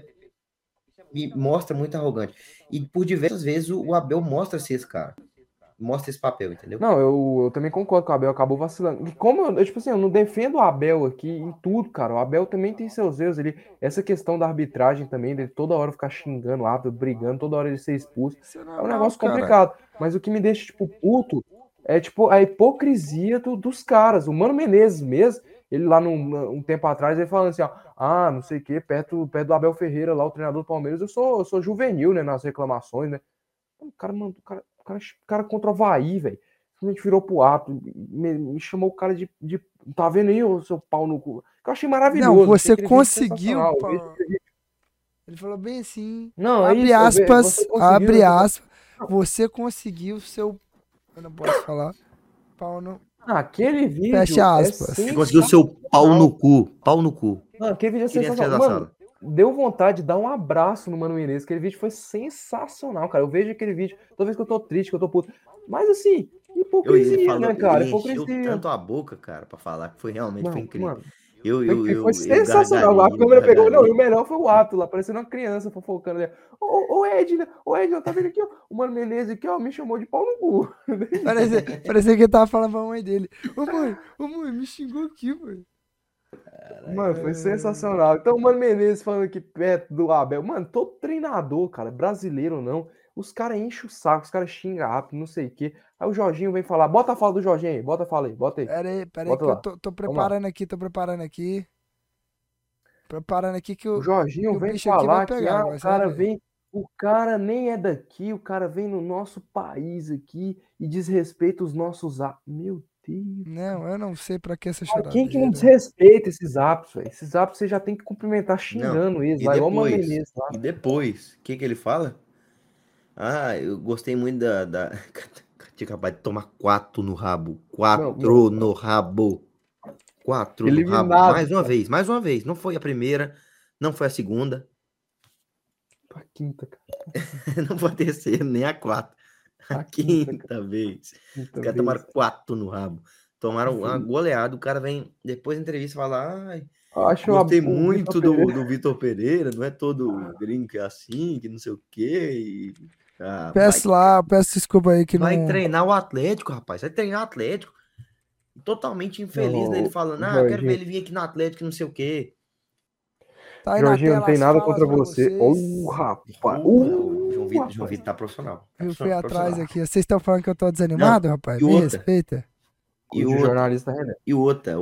me mostra muito arrogante. E por diversas vezes o Abel mostra-se esse cara. Mostra esse papel, entendeu? Não, eu também concordo que o Abel acabou vacilando. E como tipo assim, eu não defendo o Abel aqui em tudo, cara. O Abel também tem seus erros ali. Essa questão da arbitragem também, dele toda hora ficar xingando o árbitro, brigando, toda hora ele ser expulso. Isso é É um normal, negócio cara. complicado. Mas o que me deixa, tipo, puto é, tipo, a hipocrisia dos caras. O Mano Menezes mesmo, ele lá um tempo atrás, ele falando assim, ó, não sei o quê, perto do Abel Ferreira, lá, o treinador do Palmeiras, eu sou juvenil, né, nas reclamações, né? O cara, mano, o cara contra o Havaí, velho. Simplesmente virou pro ato. Me chamou o cara de. Tá vendo aí, ô seu pau no cu? Que eu achei Não, maravilhoso. Achei você aquele vídeo conseguiu. sensacional. Eu vejo aquele vídeo. Ele falou bem assim. Não, é Abre isso. Você aspas, conseguiu. abre aspas. Você conseguiu seu. Eu não posso falar. Pau no. Aquele vídeo Fecha é aspas. Você conseguiu seu pau sensacional. no cu. Pau no cu. Não, aquele vídeo é Criança sensacional. da Mano, sala. deu vontade de dar um abraço no Mano Menezes. Aquele vídeo foi sensacional, cara. Eu vejo aquele vídeo toda vez que eu tô triste, que eu tô puto. Mas assim, Ele hipocrisia, falou, né, cara? ele encheu Hipocrisia. tanto a boca, cara, pra falar que realmente foi Não, incrível. mano. Foi Eu sensacional. A gargalhei, eu câmera pegou. Não, e o gargalhei. melhor foi o ato lá, parecendo uma criança fofocando ali. Ô, Edna, tá vendo aqui, ó? O Mano Menezes aqui, ó, me chamou de pau no cu. Parecia que ele tava falando pra mãe dele. Ô mãe, me xingou aqui, mãe. Mano, foi sensacional. Então, o Mano Menezes falando aqui perto do Abel. Mano, todo treinador, cara, brasileiro ou não, os caras enchem o saco, os caras xingam rápido, não sei o quê. Aí o Jorginho vem falar, bota a fala do Jorginho aí, bota a fala aí, bota aí. Pera aí Bota que eu lá. tô Vamos lá. preparando aqui. Preparando aqui que O que Jorginho o vem bicho aqui vai falar que pegar agora, o você vai cara ver. vem, o cara nem é daqui, o cara vem no nosso país aqui e desrespeita os nossos atos. Meu Deus. Não, eu não sei pra que essa Cara, quem que não choradeira. desrespeita esses aptos, velho? Esses aptos você já tem que cumprimentar Não. xingando eles E lá, igual o Mano depois? Menezes lá. E depois? O que que ele fala? Eu gostei muito da... Tinha acabado de tomar 4 no rabo. Não, 4 no rabo. 4 no rabo. eliminado. Mais uma vez, mais uma vez. Não foi a primeira, não foi a segunda, A quinta, cara. não foi a terceira, nem a quarta. A A quinta, quinta vez. Os quinta caras tomaram vez. 4 no rabo. Tomaram uma goleada. O cara vem depois da entrevista falar: ai, Eu acho gostei o Vitor muito Pereira. do Vitor Pereira. Não é todo gringo que é assim, que não sei o quê. Peço desculpa aí que Vai não. treinar o Atlético, rapaz. Vai treinar o Atlético. Totalmente infeliz, né? Ele Não, falando: o eu quero ver Jorginho. ele vir aqui no Atlético, não sei o quê. Tá aí na Jorginho, não tela tem as nada falas contra pra você. vocês. Rapaz. O João Rapaz. Vitor tá profissional. Tá Eu fui atrás profissional. aqui. Vocês estão falando que eu tô desanimado, Não, rapaz? e Me outra, respeita. e Cujo outra, jornalista René. e outra,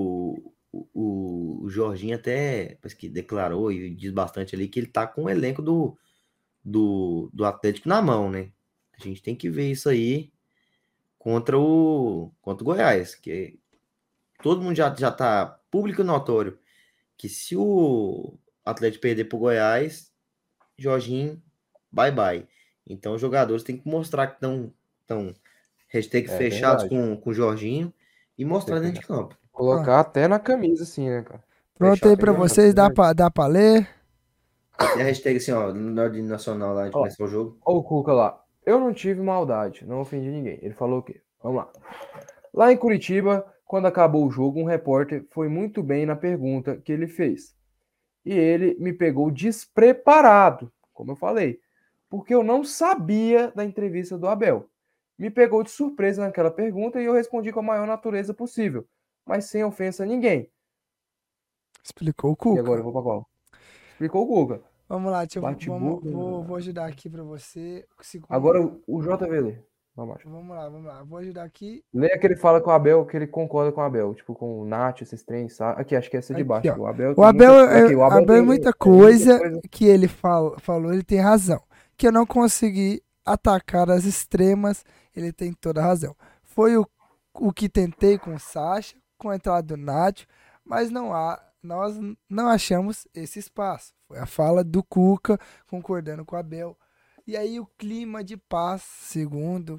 o Jorginho até parece que declarou e diz bastante ali que ele tá com o elenco do Atlético na mão, né? A gente tem que ver isso aí contra o Goiás, que todo mundo já tá público e notório que se o Atlético perder pro Goiás, Jorginho, bye bye. Então os jogadores têm que mostrar que estão hashtag É fechados verdade. com o Jorginho e mostrar dentro de campo. Colocar até na camisa, assim, né, cara? Pronto aí Fechado pra com o Jorginho. vocês, dá pra ler. Tem a hashtag assim, ó, na hora de nacional lá de Ó, começar o jogo. ó o Cuca lá. Eu não tive maldade, não ofendi ninguém. Ele falou o quê? Vamos lá. Lá em Curitiba, quando acabou o jogo, um repórter foi muito bem na pergunta que ele fez. E ele me pegou despreparado, como eu falei, porque eu não sabia da entrevista do Abel. Me pegou de surpresa naquela pergunta e eu respondi com a maior natureza possível, mas sem ofensa a ninguém. Explicou o E Cuca. agora eu vou pra qual? Explicou o Cuca. Vamos lá, Bate-boca. vou ajudar aqui pra você. Agora o JV. Abaixo. Vamos lá. Vou ajudar aqui. Leia que ele fala com o Abel, que ele concorda com o Abel. Tipo, com o Nath, esses trens, sabe? Aqui, acho que essa é de Aqui, baixo. ó. O Abel O tem Abel, muita... Aqui, o Abel Abel é tem muita muita coisa coisa. que ele falou, ele tem razão. Que eu não consegui atacar as extremas, ele tem toda a razão. Foi o que tentei com o Sacha, com a entrada do Nacho, mas nós não achamos esse espaço. Foi a fala do Cuca, concordando com o Abel. E aí o clima de paz, segundo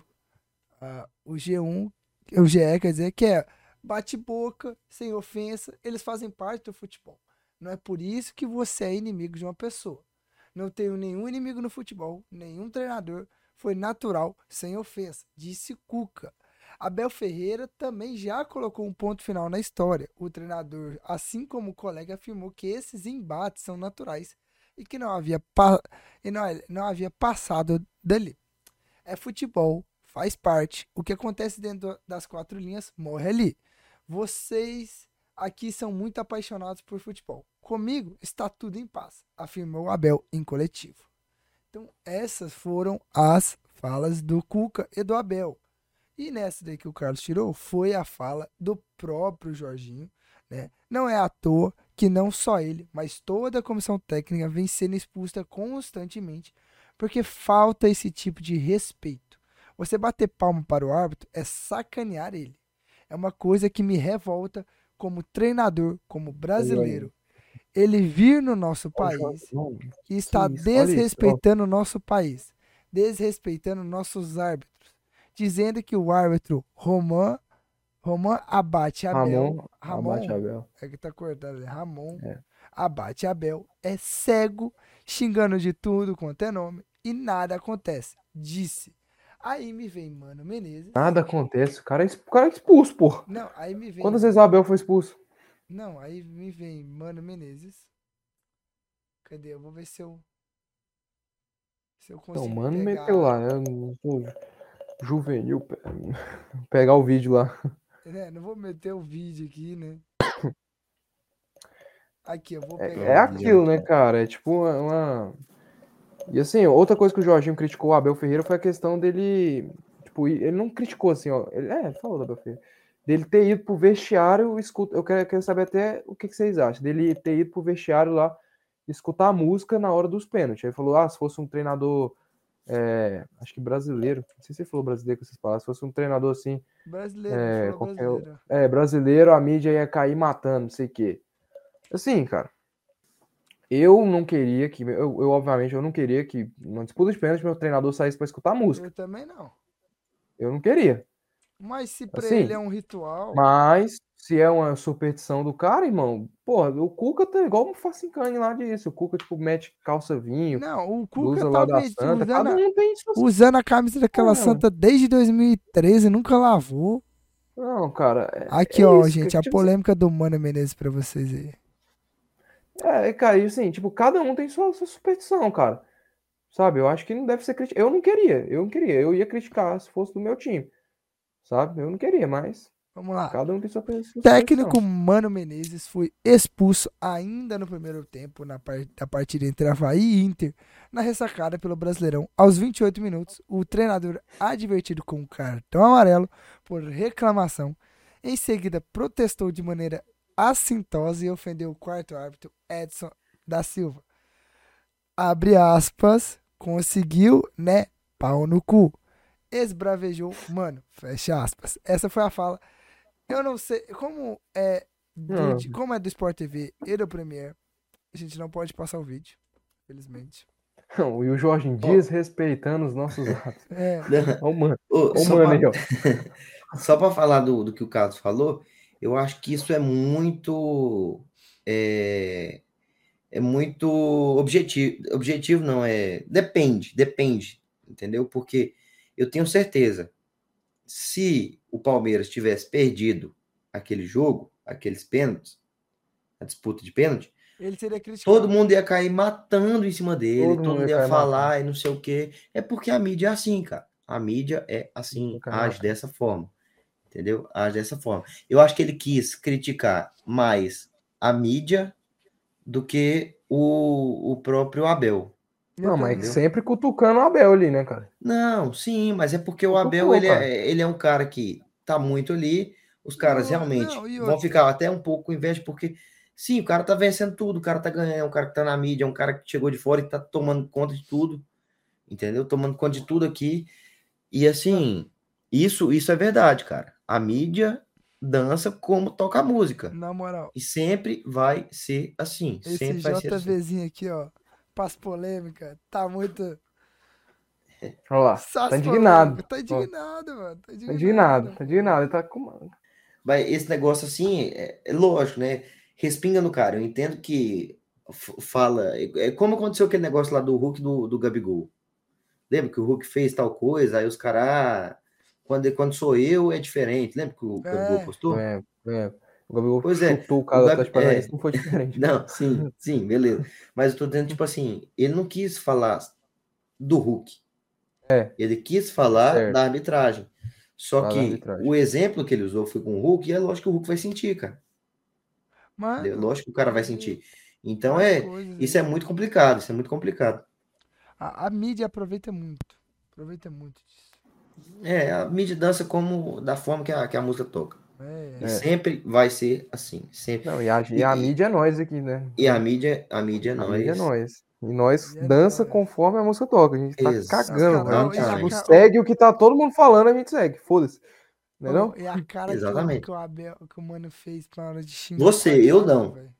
o G1, o GE, quer dizer, que é bate-boca, sem ofensa, eles fazem parte do futebol. Não é por isso que você é inimigo de uma pessoa. Não tenho nenhum inimigo no futebol, nenhum treinador. Foi natural, sem ofensa, disse Cuca. Abel Ferreira também já colocou um ponto final na história. O treinador, assim como o colega, afirmou que esses embates são naturais e que não havia passado dali. É futebol, faz parte. O que acontece dentro das quatro linhas morre ali. Vocês aqui são muito apaixonados por futebol. Comigo está tudo em paz, afirmou Abel em coletivo. Então, essas foram as falas do Cuca e do Abel. E nessa daí que o Carlos tirou, foi a fala do próprio Jorginho, né? Não é à toa que não só ele, mas toda a comissão técnica vem sendo expulsa constantemente, porque falta esse tipo de respeito. Você bater palma para o árbitro é sacanear ele. É uma coisa que me revolta como treinador, como brasileiro. Ele vir no nosso país e Que está isso? Olha isso. Ó. desrespeitando o nosso país, desrespeitando nossos árbitros, dizendo que o árbitro Roman Abate Abel, Ramon, abate Ramon, Abel. é que tá cortado, né? Ramon É. Abate Abel é cego, xingando de tudo quanto é nome e nada acontece, disse. Aí me vem Mano Menezes. Nada acontece. O cara é expulso, pô. Não, aí me vem. Quantas vezes o Abel foi expulso? Não, aí me vem Mano Menezes. Cadê? Eu vou ver se eu consigo Não, mano, pegar. meteu lá. Eu não sou juvenil. Pegar o vídeo lá. Né? Não vou meter o vídeo aqui, né? Aqui, eu vou pegar É o vídeo. aquilo, né, cara? É tipo uma. E assim, outra coisa que o Jorginho criticou o Abel Ferreira foi a questão dele. Tipo, ele não criticou assim, ó. Ele falou do Abel Ferreira. Dele ter ido pro vestiário, escuta. Eu quero saber até o que vocês acham. Dele ter ido pro vestiário lá, escutar a música na hora dos pênaltis. Aí falou: se fosse um treinador. Acho que brasileiro. Não sei se ele falou brasileiro com essas palavras. Se fosse um treinador assim. Brasileiro, ele falou brasileiro. Brasileiro, a mídia ia cair matando, não sei o quê. Assim, cara. Eu não queria que. Obviamente, eu não queria que, numa disputa de pênalti, meu treinador saísse pra escutar música. Eu também não. Eu não queria. Mas se pra Assim, ele é um ritual. mas, se é uma superstição do cara, irmão, porra, o Cuca tá igual um facincane lá disso. O Cuca, tipo, mete calça vinho, Não, o Cuca blusa tá lá da Santa. Cada um tem suas. usando a camisa daquela Não. santa desde 2013, nunca lavou. Não, cara. Aqui, ó, isso, gente, a tipo, polêmica do Mano Menezes pra vocês aí. cara, e assim, tipo, cada um tem sua superstição, cara. Sabe? Eu acho que não deve ser criticado. Eu não queria. Eu ia criticar se fosse do meu time. Sabe? Eu não queria, mas Vamos lá. cada um tem sua superstição. Técnico Mano Menezes foi expulso ainda no primeiro tempo da partida entre Avaí e Inter, na ressacada pelo Brasileirão. Aos 28 minutos, o treinador, advertido com um cartão amarelo por reclamação, em seguida protestou de maneira assintosa e ofendeu o quarto árbitro, Edson da Silva. Abre aspas, conseguiu, né? Pau no cu. Esbravejou, mano, fecha aspas. Essa foi a fala. Eu não sei, como é do Sport TV e do Premier, a gente não pode passar o vídeo, felizmente. Não, e o Jorge desrespeitando os nossos atos. Olha o mano. Aí, ó. Só para falar do que o Carlos falou, eu acho que isso é muito. É muito objetivo. Objetivo não, depende, entendeu? Porque eu tenho certeza, se o Palmeiras tivesse perdido aquele jogo, aqueles pênaltis, a disputa de pênalti, ele seria criticado. Todo mundo ia cair matando em cima dele, todo mundo ia falar matando. E não sei o quê. É porque a mídia é assim, cara. A mídia é assim, age dessa forma. Entendeu? Age dessa forma. Eu acho que ele quis criticar mais a mídia do que o próprio Abel. Não, mas Entendeu? sempre cutucando o Abel ali, né, cara? Não, sim, mas é porque o Cutucou, Abel, ele cara. ele é um cara que tá muito ali, os caras Não, realmente e vão outra. ficar até um pouco com inveja, porque, sim, o cara tá vencendo tudo, o cara tá ganhando, é um cara que tá na mídia, é um cara que chegou de fora e tá tomando conta de tudo, entendeu? Tomando conta de tudo aqui. E assim, isso é verdade, cara. A mídia dança como toca a música. Na moral, E sempre vai ser assim. esse Sempre vai ser assim. JVzinho aqui, ó, paz polêmica, tá muito. Olha lá. Só Tá as polêmicas. indignado. Tá Ó, indignado, mano. Tá tá indignado. indignado, Tá pô. indignado. Ele tá com. Mas esse negócio assim, é lógico, né? Respinga no cara. Eu entendo que fala. É como aconteceu aquele negócio lá do Hulk do Gabigol. Lembra que o Hulk fez tal coisa, aí os caras. Quando sou eu, é diferente. Lembra que o Gabigol É, postou? O Gabigol Pois é, chutou o o cara do Gabi. Atlético Paranaense, não foi diferente. Não, sim, sim, beleza. Mas eu tô dizendo, tipo assim, ele não quis falar do Hulk. É, Ele quis falar certo. da arbitragem. Só Lá da que arbitragem. o exemplo que ele usou foi com o Hulk, e é lógico que o Hulk vai sentir, cara. Entendeu? mano, Lógico que o cara vai sentir. Então mais coisas isso é aí. muito complicado, isso é muito complicado. A mídia aproveita muito. Aproveita muito disso. É, a mídia dança como da forma que a música toca. E É. É. sempre vai ser assim, sempre. Não, e a E, mídia é nós aqui, né? e a Então, mídia é a mídia é nós. nós. E nós E é dança nóis. conforme a música toca. A gente tá Não, cagando, cara, velho. A ó, e gente a tipo, Exatamente. segue o que tá todo mundo falando, a gente segue. Foda-se. Não é não? e a cara que Exatamente. o Abel, que o mano fez na hora de xingar o Você, eu Cuecato, não. velho.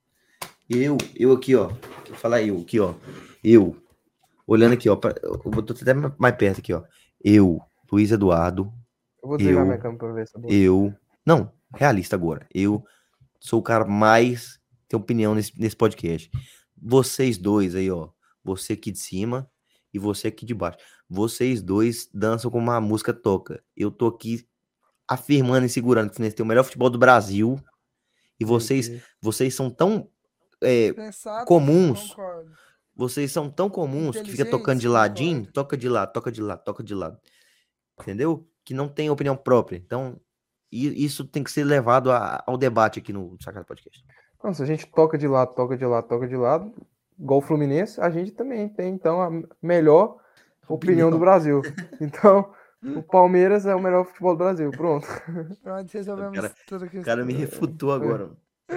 Eu aqui, ó. Vou falar eu aqui, ó. Eu. Olhando aqui, ó. Eu vou até mais perto aqui, ó. Eu, Luiz Eduardo. Eu vou desligar minha Eu. câmera pra ver essa boa. Eu. Não, realista agora. Eu sou o cara mais tem opinião nesse podcast. Vocês dois aí, ó. Você aqui de cima e você aqui de baixo. Vocês dois dançam como a música toca. Eu tô aqui afirmando e segurando que o Fluminense tem o melhor futebol do Brasil. E Meu vocês Deus. são tão Sensatos, comuns. concordo. Vocês são tão comuns que fica tocando Inteligentes, de ladinho, concordo. toca de lado, toca de lado, toca de lado. Entendeu? Que não tem opinião própria. Então, isso tem que ser levado ao debate aqui no Sacada Podcast. Não, se a gente toca de lado, toca de lado, toca de lado, igual o Fluminense, a gente também tem, então, a melhor opinião do Brasil. Então, o Palmeiras é o melhor futebol do Brasil. Pronto. Pronto, resolvemos toda a O questão. cara me refutou agora.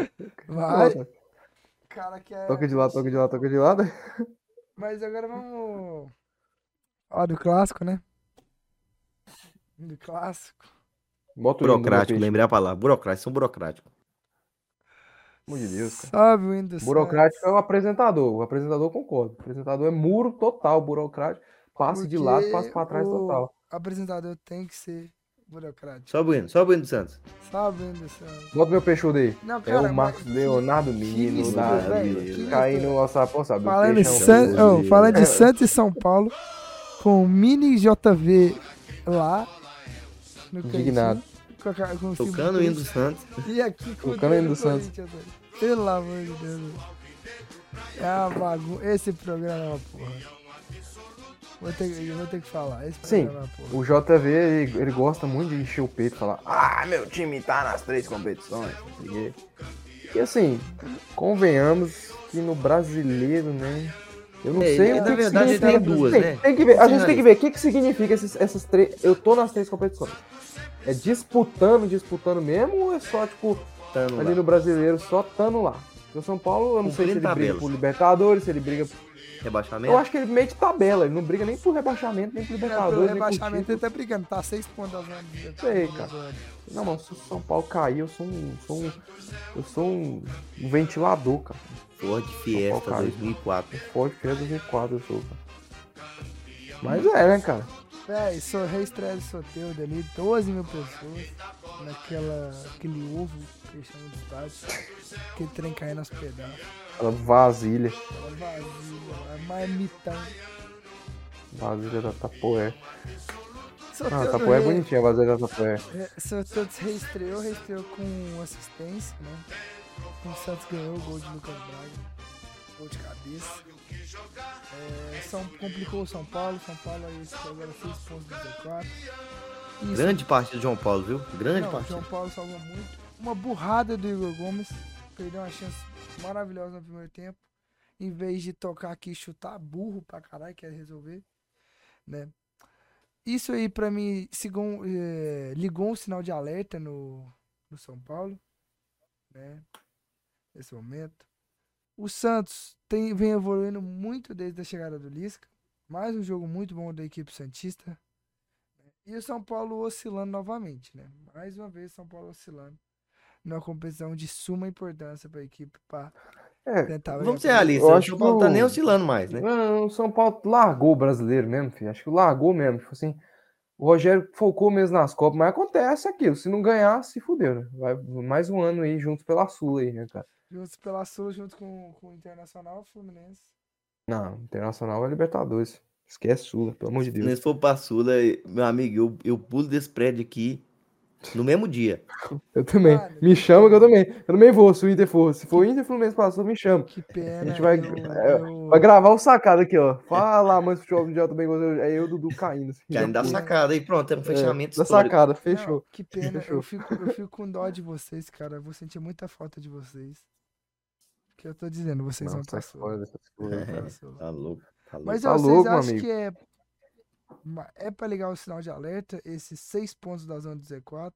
Vai. Pronto. O cara quer. Toca de lado, toca de lado, toca de lado. Mas agora vamos. Ó, do clássico, né? Do clássico. Bota o hino do meu Burocrático, peixe. lembrei a palavra. Burocrático, são burocráticos. Pelo amor de Deus, cara. Sobe o hino do Burocrático é Santos. o apresentador. O apresentador concorda. O apresentador é muro total, burocrático. Passe de lado, passe Porque pra trás o total. apresentador tem que ser burocrático. Sobe o hino do Santos. Sobe o hino do Santos. Bota meu peixudo aí. Não, É cara, o mas Marcos que Leonardo Menino mistura, da velho, que caindo mistura. no alçapão, sabe? O Falando, peixe é um San... cruzeiro. oh, falando de Santos e São Paulo, com o mini JV lá no Indignado. cantinho, com o símbolo Tocando o hino do Santos. e aqui com Tocando o hino do Corinthians, velho. Pelo amor de Deus. Velho. É uma bagunça. Esse programa é uma porra. Eu vou ter que falar. Esse Sim, programa é uma porra. o JV, ele gosta muito de encher o peito e falar: ah, meu time tá nas 3 competições. Não sei o quê. E assim, convenhamos que no brasileiro, né? Eu não sei o na que verdade, significa. tem duas, né? Tem que ver, a gente tem que ver o que significa essas 3. Eu tô nas 3 competições. É disputando mesmo ou é só, tipo, Tando ali lá. no brasileiro, só estando lá? Porque o São Paulo, eu não sei se ele Cumprindo briga tabelas. por Libertadores, se ele briga. Rebaixamento. Eu acho que ele meio de tabela, ele não briga nem por rebaixamento, nem por Pelo Libertadores, nem por rebaixamento título. ele tá brigando, tá 6 pontos da zona de Sei, cara. Não, mas se o São Paulo cair, eu sou um ventilador, cara. Ford Fiesta São Paulo, 2004. Forte que é 2004 eu sou, cara. Mas é, né, cara? Véi, sou reestreia de sorteio dali, 12 mil pessoas, aquele ovo que eles chamam de estádio, aquele trem caindo aos pedaços, Aquela vasilha. aquela vazia, é marmitão. Vasilha da Tapoé. Sorteio Ah, do Tapoé é rei- bonitinha, a vasilha da Tapoé. Sorteio reestreou com assistência, né? O Santos ganhou o gol de Lucas Braga, gol de cabeça. Complicou o São Paulo aí ficou agora 6 pontos do Z4. Isso. Grande partida do João Paulo, viu? Grande Não, o partida. João Paulo salvou muito. Uma burrada do Igor Gomes. Perdeu uma chance maravilhosa no primeiro tempo. em vez de tocar aqui e chutar burro pra caralho, quer resolver, né? Isso aí pra mim ligou um sinal de alerta no São Paulo, né? Nesse momento. O Santos vem evoluindo muito desde a chegada do Lisca. Mais um jogo muito bom da equipe santista. E o São Paulo oscilando novamente, né? Mais uma vez, São Paulo oscilando. Numa competição de suma importância para a equipe para É, tentar brigar Vamos ser pelo título. eu realistas, o acho São que Paulo não tá nem oscilando mais, né? o São Paulo largou o brasileiro mesmo, filho. Acho que largou mesmo. Tipo assim, o Rogério focou mesmo nas Copas, mas acontece aquilo. Se não ganhar, se fudeu, né? Vai mais um ano aí juntos pela Sula aí, né, cara? Juntos pela Sul, junto com o Internacional Fluminense. Não, Internacional é Libertadores. Esquece Sula, pelo amor de Deus. Se for pra Sula, meu amigo, eu pulo desse prédio aqui no mesmo dia. Eu também. Mano, Me que chama que eu pena. também. Eu também vou, se o Inter for. Se for o Que, Inter e Fluminense passou, me chama. que A gente pena. vai gravar o sacado aqui, ó. Fala, mãe do futebol mundial também. É eu, Dudu, caindo. Assim, Que já ainda dá foi. sacada aí, pronto, é um fechamento Da histórico. sacada, Não, fechou. que pena. Fechou. Eu fico com dó de vocês, cara. Eu vou sentir muita falta de vocês. Que eu tô dizendo, vocês Não, vão sai passar. fora dessa porra aí, cara. Passou. Tá louco, tá louco. Mas Tá ó, vocês louco, meu acham amigo. que é pra ligar o sinal de alerta, esses 6 pontos da zona do Z4?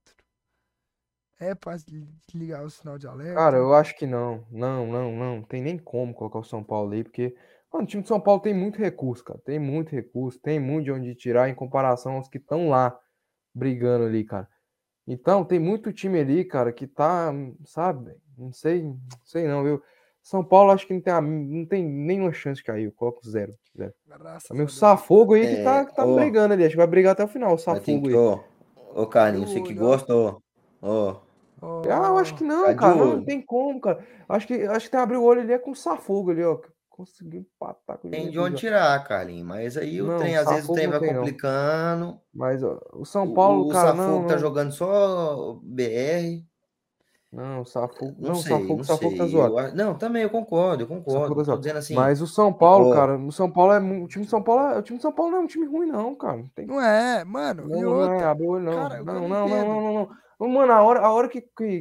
É pra ligar o sinal de Cara, alerta? eu acho que não. Não. Tem nem como colocar o São Paulo aí, porque, mano, o time de São Paulo tem muito recurso, cara. Tem muito recurso, tem muito de onde tirar em comparação aos que estão lá brigando ali, cara. Então, tem muito time ali, cara, que tá, sabe? Não sei não, viu? São Paulo acho que não tem nenhuma chance de cair. Eu coloco zero. Graças Também a o Deus. Safogo aí que É, tá brigando ali. Acho que vai brigar até o final, o mas tem Safogo que, aí. ó, Deu Carlinhos, você que olho, ó. gosta, ó, Eu acho que tá não, de cara. Não olho. tem como, cara. Acho que tem que abrir o olho ali é com o Safogo ali, ó. Que conseguiu empatar com o Tem de Juventude, onde ó. tirar, Carlinhos, mas aí o Não, trem, às vezes o Safogo trem não vai tem, não. complicando. Mas ó, o São Paulo, O cara, não, Safogo tá não. jogando só BR. Não, o Safogo. Não Não, sei, não O Safogo tá sei. zoado. Não, também eu concordo, eu O Safogo tá concordo. Tô zoado. dizendo assim, Mas o São Paulo, ó, cara, o São Paulo o time de São Paulo, o time de São Paulo não é um time ruim, não, cara. Tem, Não é, mano. E não é, outra. abre o olho, não. Cara, o que eu Não, não não, não, entendo. não, não, não. Mano, a hora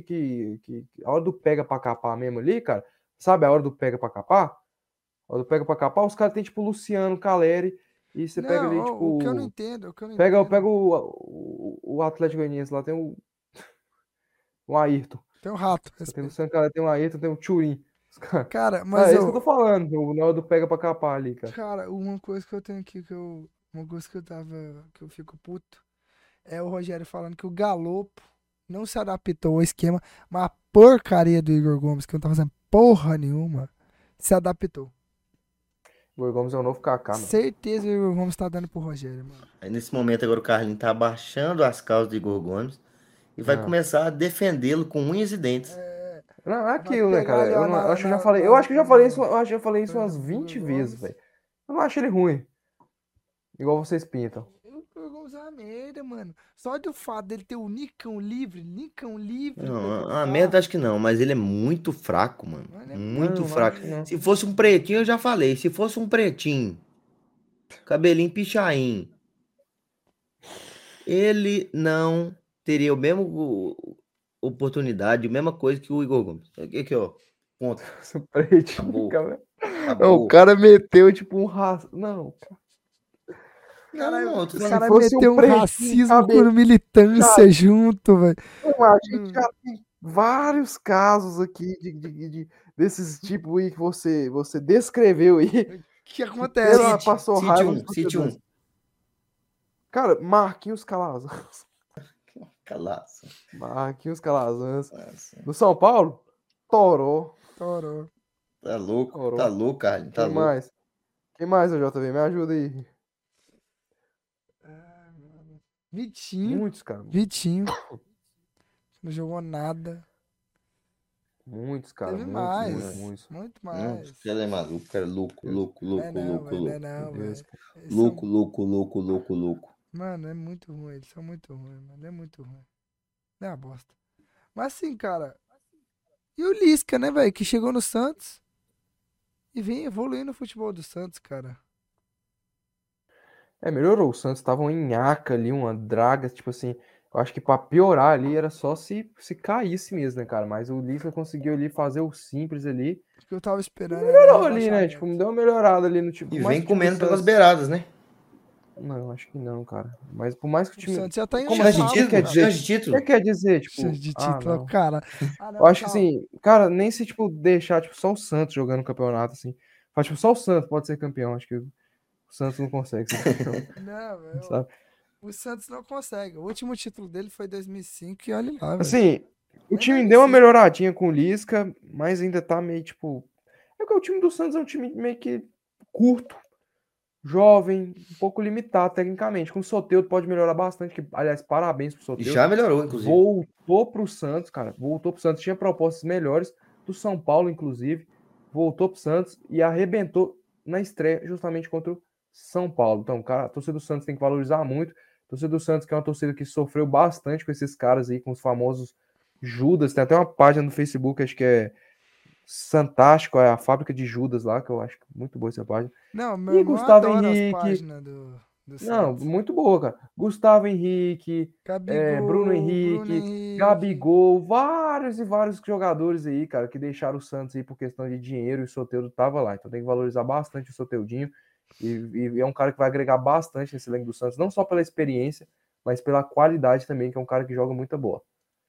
a hora do pega pra capar mesmo ali, cara, sabe a hora do pega pra capar? A hora do pega pra capar, os caras tem tipo o Luciano, Caleri, e você pega Não, ali, ó, o que eu não tipo, entendo, o que eu não pega entendo. o Atlético Goianiense lá, tem o Ayrton. Tem um rato, Tem o respeito. Luciano, Caleri, tem o Ayrton, tem o Turim. Os caras. Cara, Ah, mas é isso que eu tô eu. falando, na hora do pega pra capar ali, cara. Cara, uma coisa que eu tenho aqui uma coisa que eu tava. Que eu fico puto. É o Rogério falando que o Galopo não se adaptou ao esquema, mas a porcaria do Igor Gomes, que não tá fazendo porra nenhuma, se adaptou. O Igor Gomes é o novo Kaká, mano. Certeza que o Igor Gomes tá dando pro Rogério, mano. aí nesse momento agora o Carlinhos tá abaixando as causas do Igor Gomes e vai Ah. começar a defendê-lo com unhas e dentes. Não, é Vai aquilo, né, pegar cara? ali, ó, Eu acho que eu já falei. Eu acho que eu já falei isso, eu acho que eu já falei isso perna umas do 20 Igor vezes, Gomes. velho. Eu não acho ele ruim. Igual vocês pintam. O Igor Gomes é uma merda, mano. Só do fato dele ter o Nicão livre pra ele Não, a usar. merda acho que não, mas ele é muito fraco, mano. Mano, é Muito muito Não acho fraco. que não. fraco. Se fosse um pretinho, eu já falei. Se fosse um pretinho, cabelinho pichain, ele não teria o mesmo oportunidade, a mesma coisa que o Igor Gomes. Aqui, ó. Ponto. Pretinho, Acabou. cara. Não, o Acabou. cara meteu tipo um raça. Não, cara. Não, eu tô O Se falando. cara fosse um meteu um pretinho, racismo com cabelo. militância junto, velho. A gente já tem vários casos aqui desses tipos aí que você descreveu aí. O que Que acontece? passou Cite raiva nos um, cite torcedores. um. Cara, Marquinhos Calazans. Calaço. Marquinhos Calazans. Nossa. Do São Paulo? Toró. Torou. Tá louco, Carlinhos, tá Quem louco. mais? Quem mais, ô JV? Me ajuda aí. Vitinho. Muitos, cara. Vitinho. Não jogou nada. Muitos, cara. Teve Muitos, mais. muitos, muitos. Muito Não, mais. esse cara é maluco, cara. Louco, Deus. louco, Não é louco, não, louco, velho. Não é louco. não, Meu Deus. velho. Eles Louco, são- louco, louco, louco, louco. Mano, é muito ruim. Eles são muito ruins, mano. É muito ruim. É uma bosta. Mas assim, cara. E o Lisca, né, velho? Que chegou no Santos e vem evoluindo o futebol do Santos, cara. Melhorou. O Santos tava um nhaca ali, uma draga, tipo assim. Eu acho que pra piorar ali era só se caísse mesmo, né, cara? Mas o Lisca conseguiu ali fazer o simples ali. O que eu tava esperando era Melhorou ali, né? Tipo, rebaixamento. deu uma melhorada ali no time. E Por mais vem que o time do comendo pelas Santos. beiradas, né? Não, acho que não, cara. Mas por mais que o O time. Santos já tá em Como Chance assim? de O que oitavo, quer título? cara. dizer? Chance de O que título? quer dizer? Chance Tipo, de ah, título, não. cara. Ah, Eu não, acho que calma. assim, cara, nem se, tipo, deixar, tipo, só o Santos jogando o campeonato, assim. Faz, tipo, só o Santos pode ser campeão. Acho que o Santos não consegue ser campeão, Não, sabe? o Santos não consegue. O último título dele foi 2005 e olha lá, velho. Assim, o Nem time deu uma 2005. melhoradinha com o Lisca, mas ainda tá meio, tipo. É que o time do Santos é um time meio que curto, jovem, um pouco limitado tecnicamente. Com o Soteldo pode melhorar bastante, que, aliás, parabéns pro E Soteldo. já melhorou, inclusive. Voltou pro Santos, cara. Voltou pro Santos. Tinha propostas melhores do São Paulo, inclusive. Voltou pro Santos e arrebentou na estreia justamente contra o São Paulo. Então, cara, a torcida do Santos tem que valorizar muito. A torcida do Santos, que é uma torcida que sofreu bastante com esses caras aí, com os famosos Judas. Tem até uma página no Facebook, acho que é Fantástico, é a fábrica de Judas lá, que eu acho muito boa essa página. Não, meu E irmão Gustavo adora as Henrique. páginas do Não, Santos. muito boa, cara. Gustavo Henrique, Bruno Bruno Henrique, Henrique. Gabigol, vários e vários jogadores aí, cara, que deixaram o Santos aí por questão de dinheiro e o Soteldo tava lá. Então tem que valorizar bastante o Soteudinho. E é um cara que vai agregar bastante nesse elenco do Santos, não só pela experiência, mas pela qualidade também, que é um cara que joga muita bola.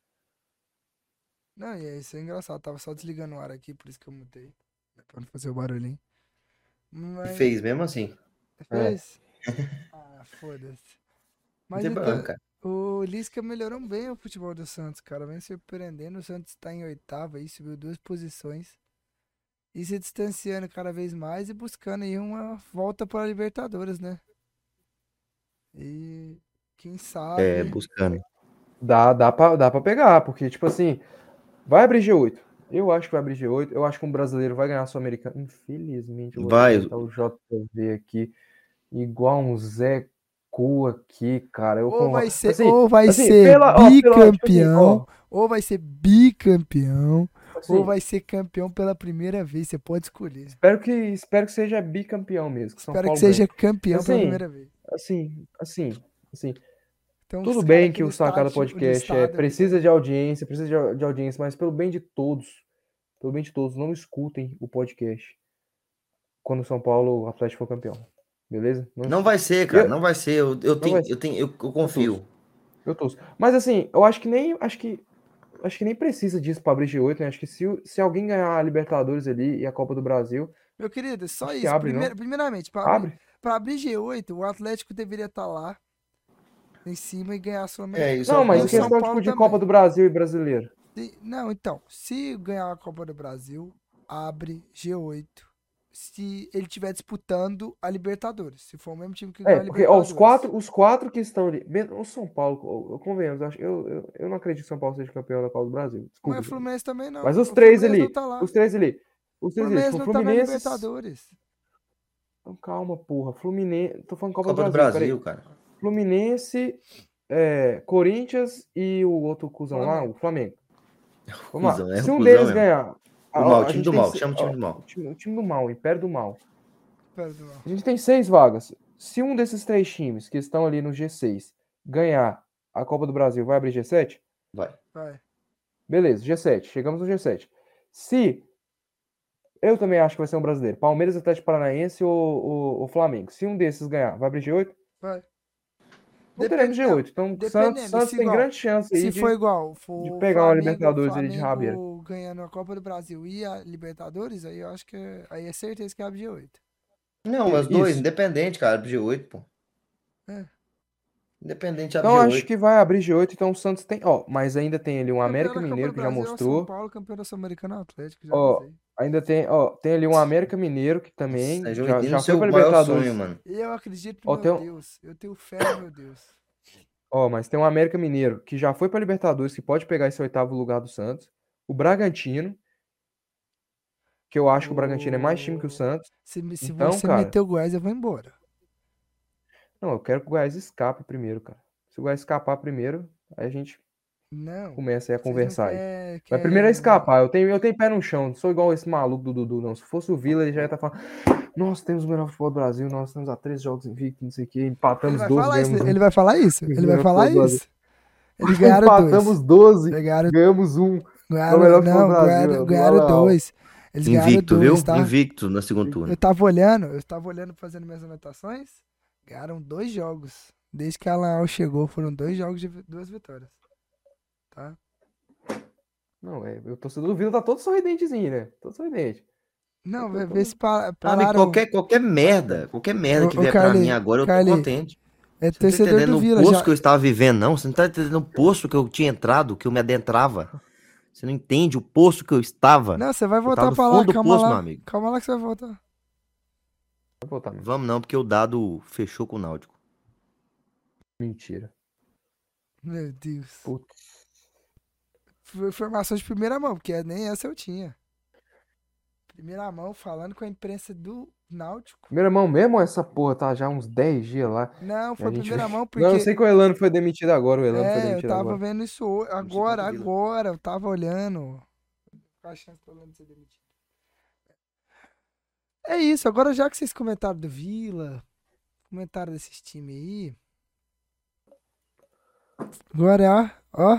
Não, e isso é engraçado. Tava só desligando o ar aqui, por isso que eu mutei. Pra não fazer o barulhinho. Mas. Fez mesmo assim. É. Fez? Ah, foda-se. Não Mas tem problema, então, cara. o Lisca melhorou bem o futebol do Santos, cara. Vem surpreendendo. O Santos tá em oitavo aí, subiu 2 posições. E se distanciando cada vez mais e buscando aí uma volta para a Libertadores, né? E quem É, sabe. buscando. Dá pra pegar, porque, tipo assim, vai abrir G8. Eu acho que vai abrir G8. Eu acho que um brasileiro vai ganhar a Sul-Americana. Infelizmente, eu vou ter que Vai. botar o JV aqui. Igual um Zé Cu aqui, cara. Eu Ou com... vai ser, Assim, ou vai assim, ser tipo assim, bicampeão, ou vai ser bicampeão, ou assim, vai ser campeão pela primeira vez. Você pode escolher. espero que seja bicampeão mesmo, que São Espero que Paulo ganhe. seja campeão pela Assim, primeira vez. assim, Então, tudo os caras bem que aqui no o Sacada estádio, no Podcast estado aqui precisa também. de audiência, de audiência, mas pelo bem de todos, não escutem o podcast quando o São Paulo Atlético for campeão. Beleza? Não Não escutem. vai ser, E cara. Não vai ser. Eu não vai tenho, ser. eu Eu torço. confio. Eu torço. Mas assim, eu acho que nem precisa disso para abrir G8, né? Acho que se alguém ganhar a Libertadores ali e a Copa do Brasil, Meu querido, só acho que isso. abre, não? Primeiramente, Abre. para abrir G8, o Atlético deveria estar lá em cima e ganhar a É, e o Sul-Americana. Não, São E mas o Paulo em São também. questão Paulo tipo de Copa também. do Brasil e brasileiro. Não, então, se ganhar a Copa do Brasil, abre G8. Se ele estiver disputando a Libertadores. Se for o mesmo time que ganhou a Porque ó, os Libertadores. quatro, os quatro que estão ali. O São Paulo, convenhamos, eu não acredito que o São Paulo seja campeão da Copa do Brasil. Mas Desculpa, o gente. Fluminense também não. Mas os O três Fluminense não ali, tá lá. os três ali, os O três ali, Fluminense tipo, não tá na Fluminense. Libertadores. Então, calma, porra. Fluminense. Tô falando Copa do Copa do Brasil, peraí. Brasil, cara. Fluminense, Corinthians e o outro cuzão lá, Flamengo. o Flamengo. Vamos lá. Cusão, é Se o um cuzão deles mesmo. ganhar. O mal, o A time gente do tem. mal. Chama o time do mal. O time do mal, o Império do Mal. Perdão. A gente tem 6 vagas. Se um desses 3 times que estão ali no G6 ganhar a Copa do Brasil, vai abrir G7? Vai. Vai. Beleza, G7. Chegamos no G7. Se. Eu também acho que vai ser um brasileiro. Palmeiras, Atlético Paranaense ou Flamengo. Se um desses ganhar, vai abrir G8? Vai. Não teremos Não, G8. Então, dependendo. Santos Se tem igual. grande chance aí Se for igual, de for o pegar uma Flamengo, Libertadores ali de rabeira. ganhando a Copa do Brasil e a Libertadores, aí eu acho que aí é certeza que abre G8. Não, mas dois, Isso. independente, cara. Abre G8, pô. É. Independente, abre Então, acho G8. que vai abrir G8. Então, o Santos tem. Ó, mas ainda tem ali um Campeão América da Copa Mineiro do que já Brasil é o São mostrou. Paulo, campeão da Sul-Americana é o Atlético, já Ó, avisei. ainda tem. Ó, tem ali um América Mineiro que Nossa, também G8 já no foi seu pra maior Libertadores. sonho, mano. Eu acredito Ó, no tem meu um- Deus. Eu tenho fé no meu Deus. Ó, mas tem um América Mineiro que já foi pra Libertadores, que pode pegar esse 8º lugar do Santos. O Bragantino, que eu acho que o Bragantino é mais time que o Santos. Se Então, você cara. meter o Goiás, eu vou embora. Não, eu quero que o Goiás escape primeiro, cara. Se o Goiás escapar primeiro, aí a gente Não. começa aí a Vocês não conversar aí. quer, Mas primeiro é quer... escapar. Eu tenho pé no chão. Não sou igual esse maluco do Dudu, não. Se fosse o Vila, ele já ia estar falando. Nós temos o melhor futebol do Brasil. Nós estamos a 13 jogos invictos, não sei o quê. Ele Empatamos vai 12, falar isso. ganhamos um. Ele vai falar isso. Temos Ele o vai melhor falar futebol do Brasil. isso. Eles ganharam 2. Empatamos 12, Ganharam, ganhamos 1. ganharam, melhor futebol não, do Brasil, ganharam, do ganharam Al-Ahly. 2. Eles ganharam Invicto, 2, viu? tá? Invicto no segundo turno. Eu tava olhando, fazendo minhas anotações. Ganharam 2 jogos. Desde que a Al chegou, foram 2 jogos de 2 vitórias. Tá? Não, o torcedor do Vila tá todo sorridentezinho, né? Todo sorridente. Não, Eu tô- vê se Amigo, pararam. qualquer merda que Ô, vier pra Carly, mim agora, eu tô Carly, contente. é Você não tá torcedor entendendo do o Vila poço já. que eu estava vivendo, não. Você não tá entendendo o poço que eu tinha entrado, que eu me adentrava. Você não entende o poço que eu estava. Não, você vai Eu tava voltar no pra lá, fundo do calma poço, meu lá. amigo. Calma lá que você vai voltar. Vou botar mesmo. Vamos não, porque o dado fechou com o Náutico. Mentira. Meu Deus. Putz. Foi informação de primeira mão, porque nem essa eu tinha. Primeira mão, falando com a imprensa do Náutico. Primeira mão mesmo ou essa porra tá já uns 10 dias lá? Não, E foi a gente primeira vê- mão Não, eu porque... sei que o Elano foi demitido agora. O Elano foi É, eu demitido tava agora. vendo isso Demitido contra o Vila. agora, eu tava olhando. Qual a chance do Orlando ser demitido? É isso, agora já que vocês comentaram do Vila, comentaram desses times aí. Agora, ó.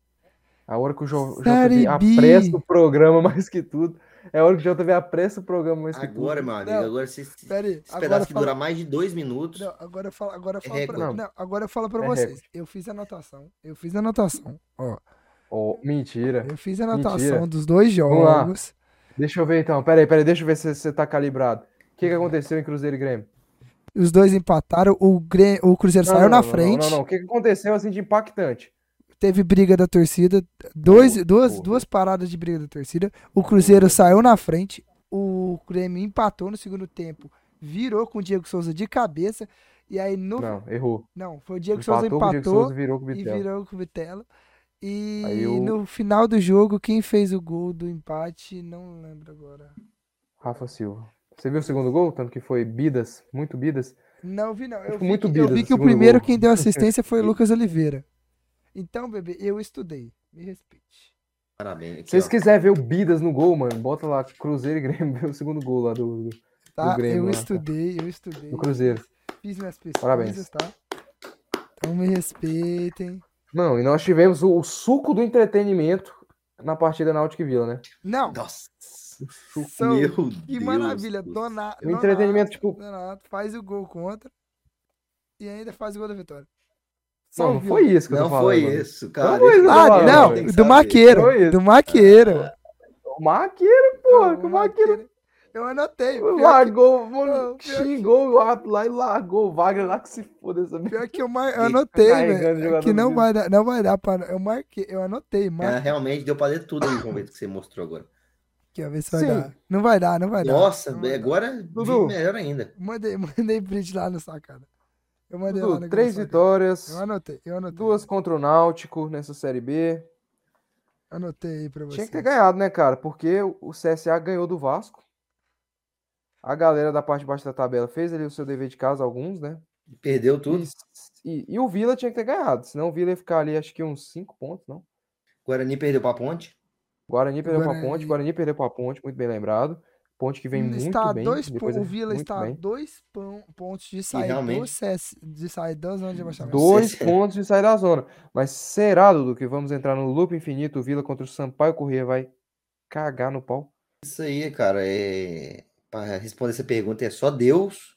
A hora que o Série JV B. apressa o programa mais que tudo. É a hora que o JV apressa o programa mais que Agora, tudo. meu amigo, Não, agora se Pera aí, esse agora pedaço que fala... durar mais de 2 minutos, Não, agora eu falo, agora eu falo pra, recorde. não, agora eu falo pra É vocês. recorde. Eu fiz anotação. Ó, Oh, mentira. eu fiz anotação Mentira. dos 2 Vamos lá. jogos. Deixa eu ver então. Pera aí, deixa eu ver se você tá calibrado. O que aconteceu em Cruzeiro e Grêmio? Os 2 empataram, o Cruzeiro saiu na frente. Não. O que aconteceu assim de impactante? Teve briga da torcida, Boa. duas paradas de briga da torcida. O Cruzeiro saiu na frente, o Grêmio empatou no segundo tempo, virou com o Diego Souza de cabeça, e aí no... Não, errou. Não, foi o Diego Souza Empatou com o Diego empatou Souza, virou com o e Vitelo. virou com o Vitelo. E Aí o- no final do jogo, quem fez o gol do empate, não lembro agora. Rafa Silva. Você viu o segundo gol? Tanto que foi Bidas, muito Bidas. Não vi não, Ficou muito eu Bidas vi o que o segundo primeiro gol. quem deu assistência foi o Lucas Oliveira. Então, bebê, eu estudei, me respeite. Parabéns. Aqui, Se vocês ó. quiserem ver o Bidas no gol, mano, bota lá Cruzeiro e Grêmio, vê o segundo gol lá do Tá? Grêmio Eu lá, tá? estudei. Do Cruzeiro. Fiz minhas pesquisas, Parabéns. tá? Então me respeitem. Não, e nós tivemos o suco do entretenimento na partida Náutico e Vila, né? Não, Nossa. São- Meu que Deus maravilha. do O entretenimento, tipo, Donato faz o gol contra e ainda faz o gol da vitória. não Salve. foi isso que eu tô Não falando. foi mano. isso, cara. Não foi isso que eu tô Ah, falando, não, tem que do saber. Maqueiro. Foi isso. Do Maqueiro. O Maqueiro, porra, Não, que o Maqueiro Eu anotei. Pior largou, Não, mano, pior que- xingou o árbitro lá e largou o Wagner lá que se foda essa Pior que eu Fica anotei, carregando o velho. jogador Que do não Vila. vai dar, não vai dar pra. Eu marquei, eu anotei, É, realmente deu pra ler tudo aí, João Vitor, que você mostrou agora. Aqui, ó, ver se vai Sim. dar. Não vai dar, não vai dar. Nossa, Não vai dar. agora Dudu. vi melhor ainda. Mandei print lá no sacada. Eu mandei lá Dudu, no 3 sacada. vitórias, Eu anotei. 2 contra o Náutico nessa Série B. Anotei aí pra você. Tinha que ter ganhado, né, cara? Porque o CSA ganhou do Vasco. A galera da parte de baixo da tabela fez ali o seu dever de casa, alguns, né? Perdeu tudo. E o Vila tinha que ter ganhado. Senão o Vila ia ficar ali, acho que uns 5 pontos, não? Guarani perdeu pra Ponte. Guarani perdeu pra Guarani. Ponte. Guarani perdeu pra Ponte, muito bem lembrado. Ponte que vem muito Está bem. o Vila muito está a bem. 2 pontos de sair realmente- do CS, de sair da zona de rebaixamento. 2 CSA. pontos de sair da zona. Mas será, Dudu, que vamos entrar no loop infinito? O Vila contra o Sampaio Corrêa vai cagar no pau? Isso aí, cara, para responder essa pergunta é só Deus.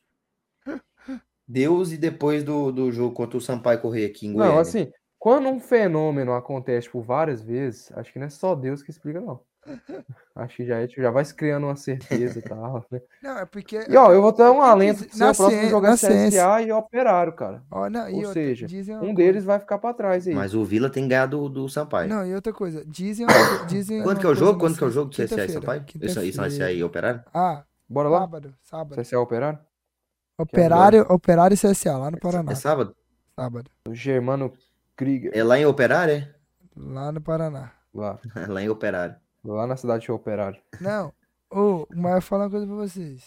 Deus e depois do jogo contra o Sampaio Corrêa aqui em Goiânia. Não, assim, quando um fenômeno acontece por várias vezes, acho que não é só Deus que explica, não. Acho que já vai se criando uma certeza e tal, né? Não, é porque. E ó, eu vou dar um alento pro Na seu próximo jogo é na ciência. CSA e Operário, cara. Ó, não, e Ou outra, seja, dizem uma um coisa. deles vai ficar pra trás aí. Mas o Vila tem ganhado do Sampaio. Não, e outra coisa. Dizem Quando que é o jogo? Quando que é o jogo do CSA e Sampaio? Quinta-feira. Isso, CSA e Operário? Ah, Bora lá? sábado. CSA Operário? Operário e CSA, lá no Paraná. É sábado? Sábado. O Germano Krieger. É lá em Operário, é? Lá no Paraná. Lá Lá em Operário. na cidade de Operário. Não. Mas eu vou falar uma coisa pra vocês.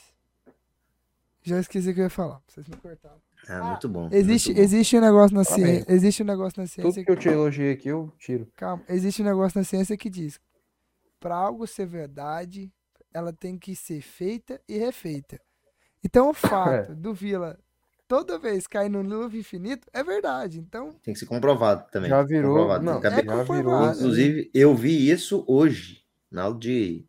Já esqueci o que eu ia falar. Vocês me cortaram. Muito bom. Existe, muito bom. existe um negócio na Parabéns. ciência. Existe um negócio na ciência. Tudo que eu te elogiei aqui, eu tiro. Calma. Existe um negócio na ciência que diz: pra algo ser verdade, ela tem que ser feita e refeita. Então o fato do Vila toda vez cai no loop infinito, é verdade. Então, Tem que ser comprovado também. Já virou. Comprovado. Não, Tem que é caber. comprovado. Inclusive, eu vi isso hoje, na aula de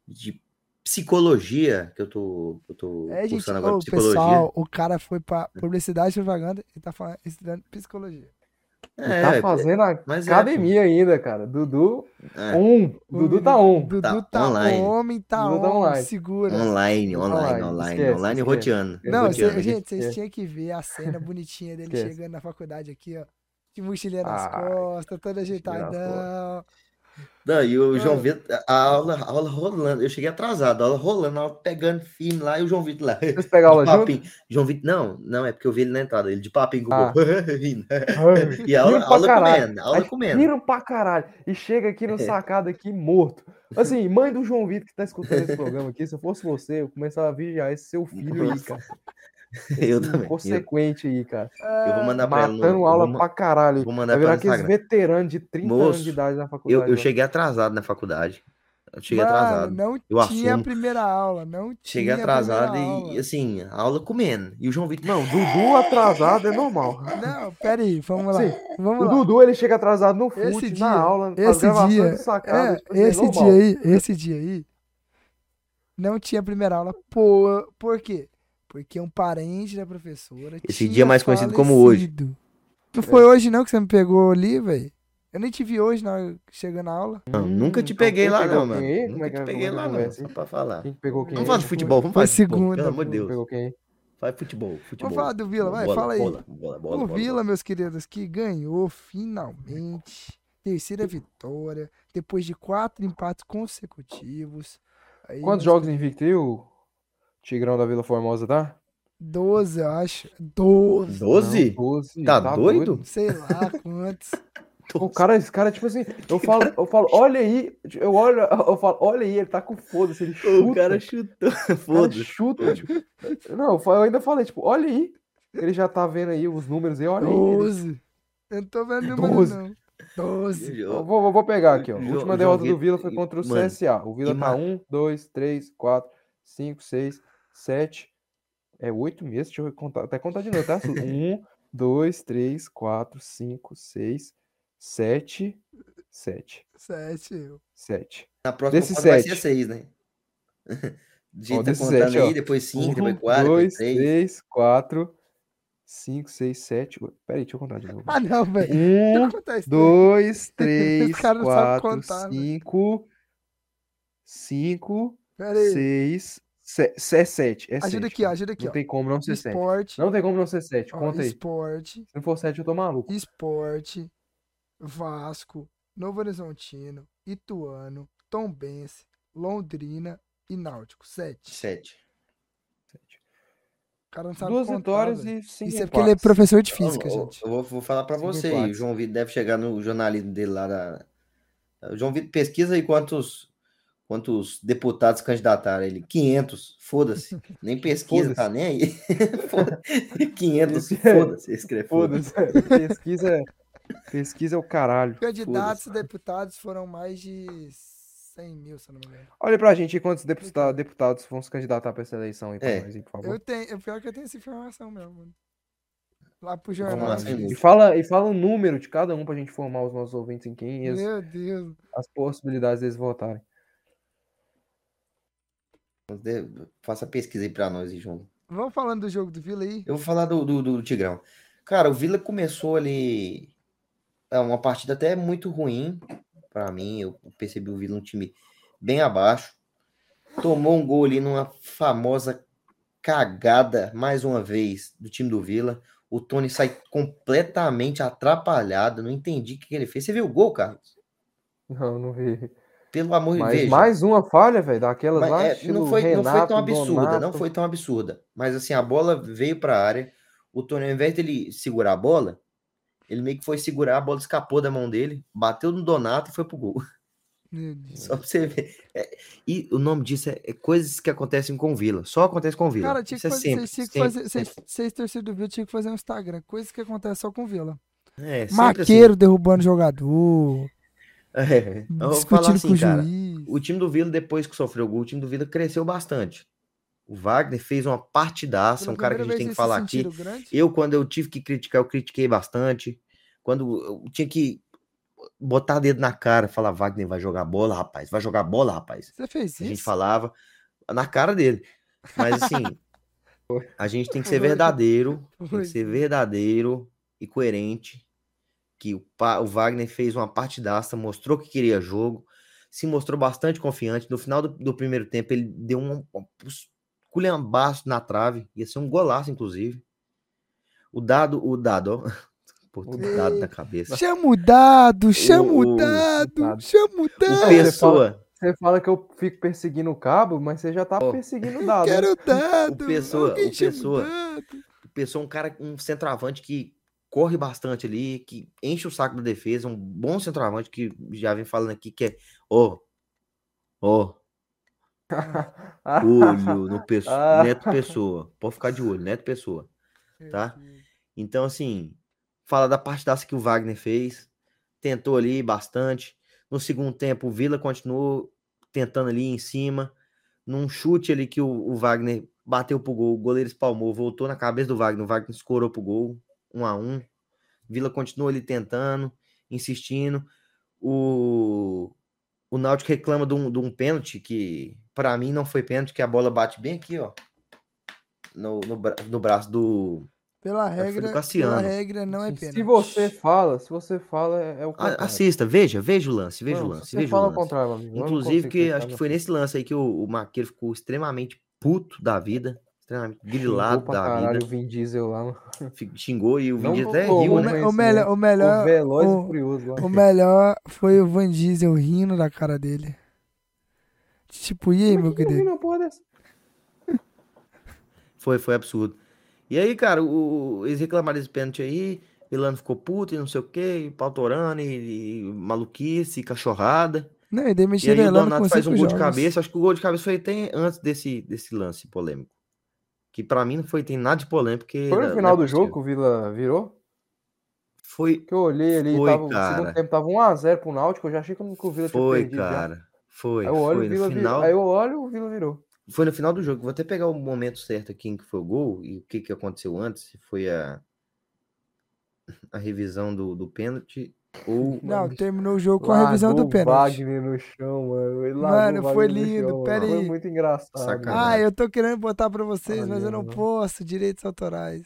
psicologia, que eu tô É, gente, cursando agora ô, psicologia. pessoal, o cara foi pra publicidade e propaganda e tá estudando psicologia. E tá fazendo mas academia ainda, cara. Dudu, É. Dudu tá on. Dudu Tá tá online. o homem, tá Dudu tá on, online. segura. Online, Dudu tá online, Esquece, online, esquece. roteando. Não, roteando. gente, vocês Esquece. tinham que ver a cena bonitinha dele Esquece. chegando na faculdade aqui, ó. De mochilinha nas Ah, costas, todo mochilinha nas ajeitadão. Não, e o João Mano. Vitor, a aula rolando. Eu cheguei atrasado, a aula rolando, a aula pegando firme lá, e o João Vitor lá. Vocês pegaram aula de papinho. junto? João Vitor, não, é porque eu vi ele na entrada, ele de papinho com o Ah. povo. rindo. E a Riram pra aula caralho. comendo, aula Aí, comendo. riram pra caralho. E chega aqui no sacado aqui morto. Assim, mãe do João Vitor que tá escutando esse programa aqui, se eu fosse você, eu começava a vigiar esse seu filho aí, cara. Eu Esse também. inconsequente aí, cara. Eu vou mandar pra ela Matando aula pra caralho. vou mandar Vai pra virar ela no aqueles Instagram. veteranos de 30 anos de Moço, idade na faculdade. eu ó. cheguei atrasado na faculdade. Eu cheguei Mano, atrasado. não Eu tinha a assumo. primeira aula, não Cheguei tinha a primeira atrasado aula. e assim, a aula comendo. E o João Vitor. Não, Dudu atrasado é normal. Não, pera aí, vamos lá. Sim, Vamos o lá. Dudu, ele chega atrasado no Esse fute, dia, na aula, nas esse gravações dia, do sacado. tipo assim, esse normal. dia aí, não tinha primeira aula. Por quê? Porque um parente da professora Esse tinha dia é mais conhecido como hoje. falecido. Não foi hoje não que você me pegou ali, velho? Eu nem te vi hoje na hora que chegou na aula. Não, nunca te então peguei quem lá, pegou não, quem mano. aí? Como Nunca é que te é? peguei Como é que lá, é a não. conversa Só aí? pra falar. Quem pegou quem Vamos aí? falar de futebol, vamos Foi falar de futebol, segunda, pelo amor de Quem Deus. pegou quem aí? Fala de futebol. Vamos falar do Vila, vai, Bola, fala aí. bola, O Vila, meus queridos, que ganhou finalmente. Terceira vitória. Depois de 4 empates consecutivos. Aí, Quantos meus jogos queridos, invicto aí o Tigrão da Vila Formosa, tá? 12, eu acho. 12. 12? Não, 12. Tá doido? Sei lá quantos. Esse cara, tipo assim, eu falo, olha aí, eu falo, olha aí, ele tá com foda-se, ele chuta. O cara chutou. O cara Foda-se. chuta, tipo, não, eu ainda falei, tipo, olha aí, ele já tá vendo aí os números aí, olha aí. 12. Eu não tô vendo número, 12. não. 12. Eu vou pegar aqui, ó. A última João derrota do Vitor- Vila foi contra o mano, CSA. O Vila tá ima- 1, 2, 3, 4, 5, 6, 7. É 8 meses, deixa eu contar, até contar de novo, tá? 1, 2, 3, 4, 5, 6, 7. 7. 7. Na próxima Desses fase vai ser 7. 6, né? A gente tá Desses contando 7, aí, ó. depois 5, 1, depois 4, 2, depois 3. 3, 4, 5, 6, 7. Peraí, deixa eu contar de novo. Ah, não, velho. Deixa 1, eu contar isso. 2, 3, Esse cara não sabe 4, contar, velho. 5, Pera aí. 6, 7. É Ajuda 7. aqui, ó. Ajuda aqui, Não ó. tem como não ser 7. Esporte. Não tem como não ser 7. Ó, Conta aí. Esporte. Se não for 7, eu tô maluco. Esporte. Vasco. Novo Horizontino. Ituano. Tombense. Londrina e Náutico. 7. 7. O cara não sabe 2 contar, vitórias velho. e 5 Isso é porque ele é professor de física, gente. Eu vou falar pra Cinco você. empates. O João Vitor deve chegar no jornalismo dele lá da. O João Vitor pesquisa aí quantos deputados candidataram ele. 500. Foda-se. Nem pesquisa, tá nem aí. 500. Foda-se. Escreve foda-se. Foda-se. Pesquisa é o caralho. Candidatos e deputados foram mais de 100 mil, se eu não me engano. Olha pra gente aí quantos deputados vão se candidatar pra essa eleição aí pra nós, aí, por favor. Pior que eu tenho essa informação mesmo, mano. Lá pro Vamos jornal. lá, diz. sem E fala um número de cada um pra gente formar os nossos ouvintes em quem e Meu Deus. as possibilidades deles votarem. Faça pesquisa aí pra nós, João. Vamos falando do jogo do Vila aí. Eu vou falar do Tigrão. Cara, o Vila começou ali. É uma partida até muito ruim pra mim. Eu percebi o Vila um time bem abaixo. Tomou um gol ali numa famosa cagada, mais uma vez, do time do Vila. O Tony sai completamente atrapalhado. Não entendi o que ele fez. Você viu o gol, Carlos? Não vi. Pelo amor de Mas Deus. mais uma falha, velho, daquelas lá, Não foi tão absurda, Donato. não foi tão absurda. Mas assim, a bola veio para a área. O Tony, ao invés dele segurar a bola, ele meio que foi segurar, a bola escapou da mão dele, bateu no Donato e foi pro gol. Meu Deus. Só pra você ver. E o nome disso é coisas que acontecem com o Vila. Só acontece com o Vila. Cara, tinha que Isso fazer, sempre, vocês tinham que sempre, fazer, sempre. vocês torcedores do Vila tinham que fazer um Instagram. Coisas que acontecem só com o Vila. É, sempre Maqueiro derrubando jogador. assim. Eu vou falar Discutindo assim, com o cara. juiz. O time do Vila, depois que sofreu o gol, o time do Vila cresceu bastante. O Wagner fez uma partidaça, Pela um cara que a primeira gente vez tem que vocês se falar aqui. sentiram grande? Quando eu tive que criticar, eu critiquei bastante. Quando eu tinha que botar dedo na cara, falar, Wagner vai jogar bola, rapaz, vai jogar bola, rapaz. Você fez A gente isso? falava na cara dele. Mas assim, a gente tem que ser Foi. verdadeiro, tem Foi que ser sim. verdadeiro e coerente. Que o Wagner fez uma partidaça, mostrou que queria jogo, se mostrou bastante confiante. No final do primeiro tempo, ele deu um culhambaço na trave, ia ser um golaço, inclusive. O dado, ó, pô, tô dado na cabeça. Chama o dado, chama o O- dado, dado. chama o O dado. Pessoa, Você fala que eu fico perseguindo o cabo, mas você já tá perseguindo o dado, Quero né? o dado. Pessoa, Alguém o chama Pessoa. o dado. um cara, um centroavante que corre bastante ali, que enche o saco da defesa, um bom centroavante que já vem falando aqui que é, ó, olho no Neto Pessoa. Pode ficar de olho, Neto Pessoa, tá? Então, assim, fala da partidaça que o Wagner fez, tentou ali bastante. No segundo tempo, o Vila continuou tentando ali em cima, num chute ali que o Wagner bateu pro gol, o goleiro espalmou, voltou na cabeça do Wagner, o Wagner escorou pro gol, 1-1. Vila continua ali tentando, insistindo. O Náutico reclama de um pênalti que, para mim, não foi pênalti, que a bola bate bem aqui, ó, no braço do Pela foi do regra, Cassiano. não é Se pênalti. você fala, é o contrário. Assista, veja o lance, Não, se você fala o contrário, meu amigo, eu não Inclusive, consigo que acreditar acho que nisso. foi nesse lance aí que o Maqueiro ficou extremamente puto da vida, extremamente Xingou grilado pra da caralho vida. o Vin Diesel lá. Xingou e o Vin Não Diesel do até riu, louvor, né? mas O melhor, o melhor, o Veloz e o, Furioso lá. o melhor foi o Van Diesel rindo da cara dele. Tipo, e aí, Como meu é que não viu querido? uma porra dessa? Foi absurdo. E aí, cara, eles reclamaram desse pênalti aí, Milano ficou puto e não sei o quê, pau torando, e maluquice, cachorrada. Não, e E aí o demitiram ele Donato com faz 5 um gol de jogos. cabeça, acho que o gol de cabeça foi até antes desse lance polêmico. Que pra mim não tem nada de polêmico, porque Foi no não é final do jogo possível. que o Vila virou? Foi, Que eu olhei ali, foi, o segundo cara. tempo tava 1-0 pro Náutico, eu já achei que o Vila tinha Foi, perdido já. cara. Aí Foi eu olho, o no Vila virou. final. Aí eu olho, o Vila virou. Foi no final do jogo. Vou até pegar o momento certo aqui em que foi o gol e o que aconteceu antes. Se foi a revisão do pênalti ou. Não, terminou o jogo com a revisão do Largou o pênalti. Wagner no chão, mano. Ele largou Mano, o foi Wagner no lindo, chão, pera mano. Foi aí. muito engraçado. Sacanagem. Ah, eu tô querendo botar pra vocês, mas eu não Valeu. posso. Direitos autorais.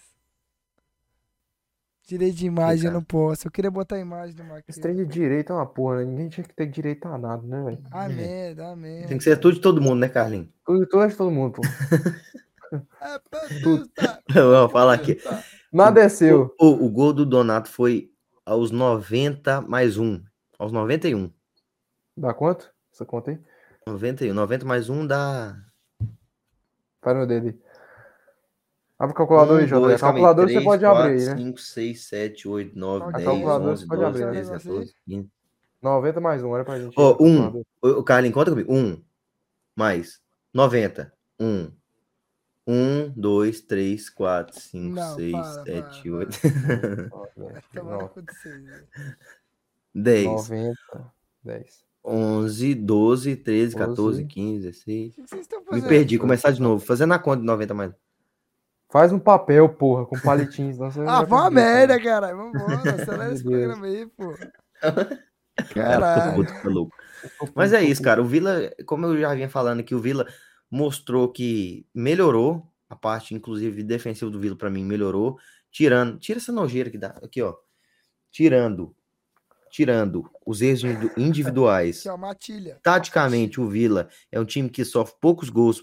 Direito de imagem eu não posso. Eu queria botar a imagem do Esse Marquinhos. trem de direito é uma porra, né? Ninguém tinha que ter direito a nada, né, velho? Ah, merda, ah, merda. Tem que ser tudo de todo mundo, né, Carlinhos? Tudo é de todo mundo, pô. É petista, Eu vou falar aqui. Nada é seu. O gol do Donato foi aos 90 mais 1. Aos 91. Dá quanto? Essa conta aí? 91. 90 mais 1 dá. Para no dedo aí. Abre o calculador aí, Jota. A calma aí, calculadora 3, você pode 4, abrir aí, né? 5, 6, 7, 8, 9, A 10, calculadora 11, você pode 12, abrir, 13, né? 14, 15. 90 mais 1, olha pra gente. Ó, aí, calculador. O Carlinhos, conta comigo. 1 mais 90. 1. 1, 2, 3, 4, 5, Não, 6, para, 7, para, 8, Vai tomar com vocês. 10, 90, 10. 11, 12, 13, 14, 12. 15, 16. O que vocês estão Me fazendo? perdi, começar de novo. Fazendo a conta de 90 mais. Faz um papel, porra, com palitinhos. Senão você não Ah, vai foi uma conseguir, merda, cara. caralho. Vambora, acelera esse Meu Deus. programa aí, pô. Cara, Caralho. puto, fica louco. Mas é isso, cara. O Vila, como eu já vinha falando aqui, o Vila mostrou que melhorou a parte, inclusive, defensiva do Vila, pra mim, melhorou. Tira essa nojeira que dá. Aqui, ó. Tirando os erros individuais. Aqui, ó, matilha. Taticamente, o Vila é um time que sofre poucos gols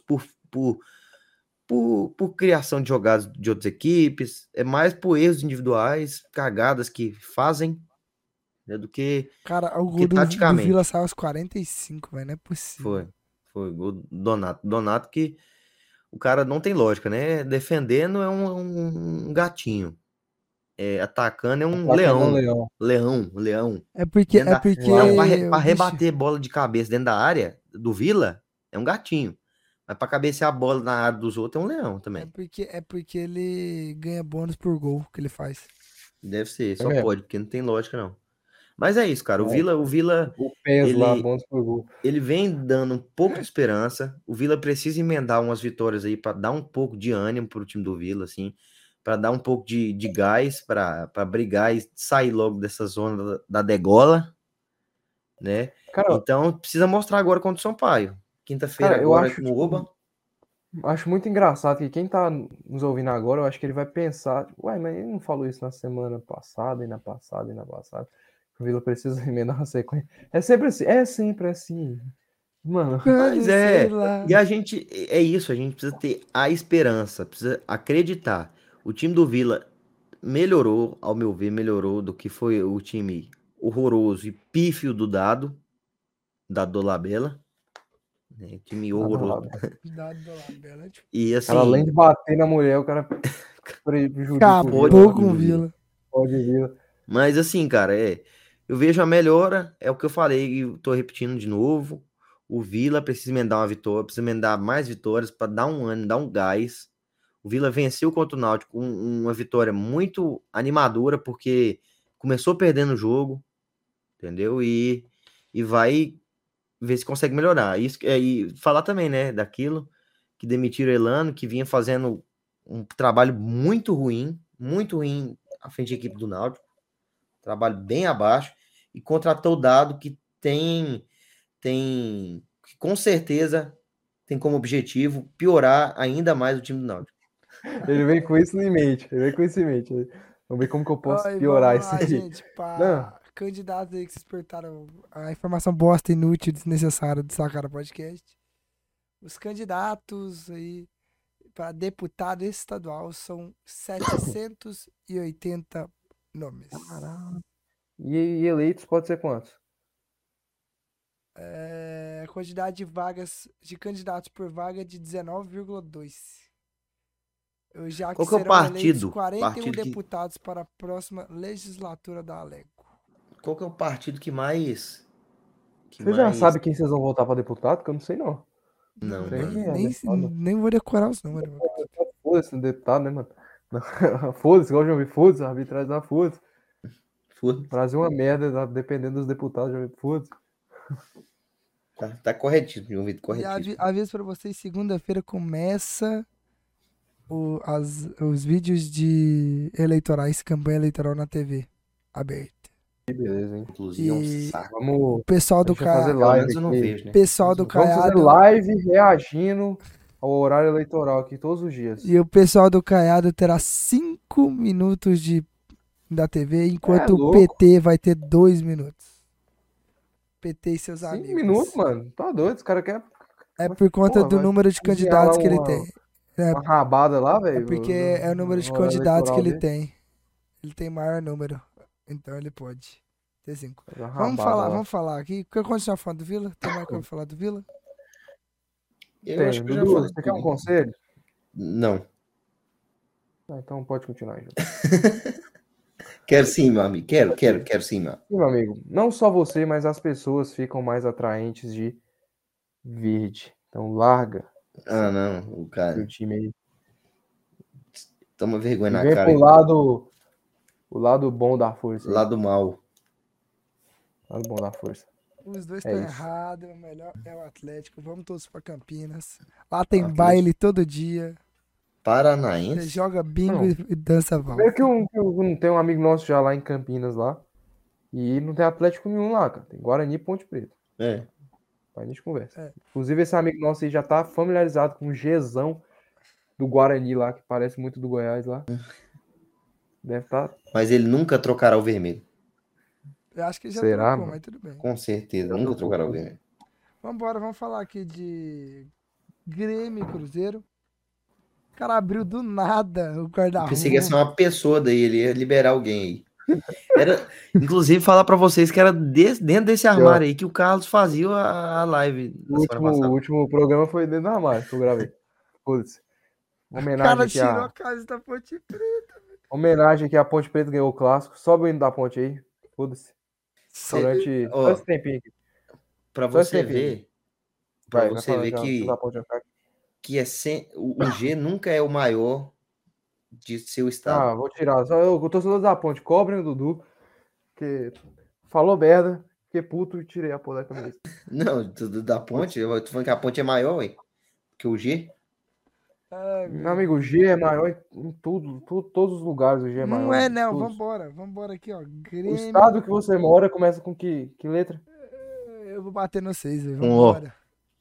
por criação de jogadas de outras equipes. É mais por erros individuais, cagadas que fazem, né, do que Cara, o que gol do taticamente. Vila saiu aos 45, velho. Não é possível. Foi gol do Donato. Donato que o cara não tem lógica, né? Defendendo é um gatinho. Atacando é um leão. É porque. Dentro É da- porque. Pra o rebater bola de cabeça dentro da área do Vila, é um gatinho. Mas pra cabecear a bola na área dos outros é um leão também. É porque ele ganha bônus por gol que ele faz. Deve ser, só mesmo. pode, porque não tem lógica, não. Mas é isso, cara. O Vila, O PES lá, ele, bônus por gol. ele vem dando um pouco de esperança. O Vila precisa emendar umas vitórias aí para dar um pouco de ânimo pro time do Vila, assim, para dar um pouco de gás para brigar e sair logo dessa zona da degola, né? Cara, Então precisa mostrar agora contra o Sampaio. Quinta-feira eu agora acho, no tipo, Oba. acho muito engraçado que quem tá nos ouvindo agora, eu acho que ele vai pensar, ué, mas ele não falou isso na semana passada, e na passada, e na passada. O Vila precisa emendar uma sequência. É sempre assim. Mano, Mas Sei lá. e a gente, é isso, a gente precisa ter a esperança, precisa acreditar. O time do Vila melhorou, ao meu ver, melhorou do que foi o time horroroso e pífio do Dado Dolabella, né? Time nada horroroso. lá. Dado do Labela, tipo, E Cara, além assim, de bater na mulher, o cara prejudica o Pode Vila. acabou com o do Vila. Vila. Pode Vila. Mas assim, cara, eu vejo a melhora, é o que eu falei e tô repetindo de novo. O Vila precisa emendar uma vitória, precisa emendar mais vitórias para dar um ânimo, dar um gás. O Vila venceu contra o Náutico uma vitória muito animadora, porque começou perdendo o jogo, entendeu? E vai ver se consegue melhorar. Isso, e falar também, né, daquilo que demitiram o Elano, que vinha fazendo um trabalho muito ruim à frente da equipe do Náutico, trabalho bem abaixo, e contratou o Dado, que que com certeza tem como objetivo piorar ainda mais o time do Náutico. Ele vem com isso em mente. Ele vem com isso em mente. Vamos ver como que eu posso Oi, piorar vamos isso lá, aí. gente, Não, para candidatos aí que vocês perguntaram a informação bosta, inútil, desnecessária do Sacara Podcast. Os candidatos aí para deputado estadual são 780 nomes. caralho. E eleitos pode ser quantos? A quantidade de vagas de candidatos por vaga é de 19,2. Já que Qual que é o serão eleitos partido? 41 deputados para a próxima legislatura da Alego. Qual que é o partido que mais Você já sabe quem vocês vão votar pra deputado? Que eu não sei, não. Não, Sei mano. quem é, Nem, né? Foda. nem vou decorar os números. Mano. Foda-se no deputado, né, mano? Foda-se, igual o João foda-se, a arbitragem da foda-se. Foda-se. Brasil é uma merda, dependendo dos deputados, João foda-se. Tá corretíssimo, João Vitor, E corretíssimo. aviso pra vocês, segunda-feira começa os vídeos de eleitorais, campanha eleitoral na TV aberta. Que beleza, hein? Inclusive, é um E saco. o Vamos. pessoal A do gente vai fazer Ca... Pelo live menos eu não aqui. vejo, né? pessoal do Vamos fazer Caiado live reagindo ao horário eleitoral aqui todos os dias. e o pessoal do Caiado terá 5 minutos da TV, enquanto o louco. PT vai ter 2 minutos. PT e seus 5 amigos. minutos, mano. Tá doido, os caras querem. É por conta Porra, do vai número de cozinhar candidatos lá que ele tem. É, Uma rabada lá, é velho. porque é o número de no horário candidatos que eleitoral ele dele. tem. Ele tem maior número. Então ele pode ter 5. Uma rabada lá. Vamos falar aqui. Quer continuar falando do Vila? Tem mais coisa pra falar do Vila? Eu acho Tem. que eu já Dudu, falei você quer um tudo. conselho? Não. Ah, então pode continuar, João. Quero sim, meu amigo. Quero sim, meu. Sim, meu amigo. Não só você, mas as pessoas ficam mais atraentes de verde. Então larga Ah, não. O o cara time aí. toma vergonha E na vem cara. pro lado bom da força. Aí. Lá do mal. Lado bom da força. Os dois É estão isso. errados. O melhor é o Atlético. Vamos todos pra Campinas. Lá tem Atlético. baile todo dia. Você Paranaense. joga bingo Não. e dança Primeiro valsa. que eu não tenho um amigo nosso já lá em Campinas lá. E não tem Atlético nenhum lá, cara. Tem Guarani e Ponte Preta. É. Aí a gente conversa. É. Inclusive, esse amigo nosso aí já tá familiarizado com o Gzão do Guarani lá, que parece muito do Goiás lá. Deve estar. Mas ele nunca trocará o vermelho. Eu acho que já Será, trocou, mano? mas tudo bem. Com certeza. Nunca trocará o vermelho. Vambora, vamos falar aqui de Grêmio e Cruzeiro. O cara abriu do nada o Eu guarda-roupa. pensei que ia ser uma pessoa daí, ele ia liberar alguém aí. Inclusive, falar pra vocês que era dentro desse armário aí que o Carlos fazia a live O da semana passada. último programa foi dentro da armário que eu gravei. Foda-se. O Homenagem cara aqui tirou a a. camisa da Ponte Preta. Homenagem aqui a Ponte Preta ganhou o clássico. Sobe o hino da ponte aí. Foda-se. Cê- Durante. ó, Só esse tempinho aqui. Pra Só esse você tempinho. ver, pra Vai, vai você falando ver já, que, da ponte já. que o G nunca é o maior de seu estado. Ah, vou tirar. Só o torcedor da ponte. Cobrem o Dudu. Que falou merda, fiquei puto e tirei a porra da camisa. Não, da ponte, eu tô falando que a ponte é maior, ué, que o G. Ai, Meu meu amigo, o Deus. G é maior em todos os lugares o G é Não maior, é, mano. não. Todos. Vambora aqui, ó. O Grêmio. estado que você mora começa com que letra? Eu vou bater no 6, velho. Com O. Vambora.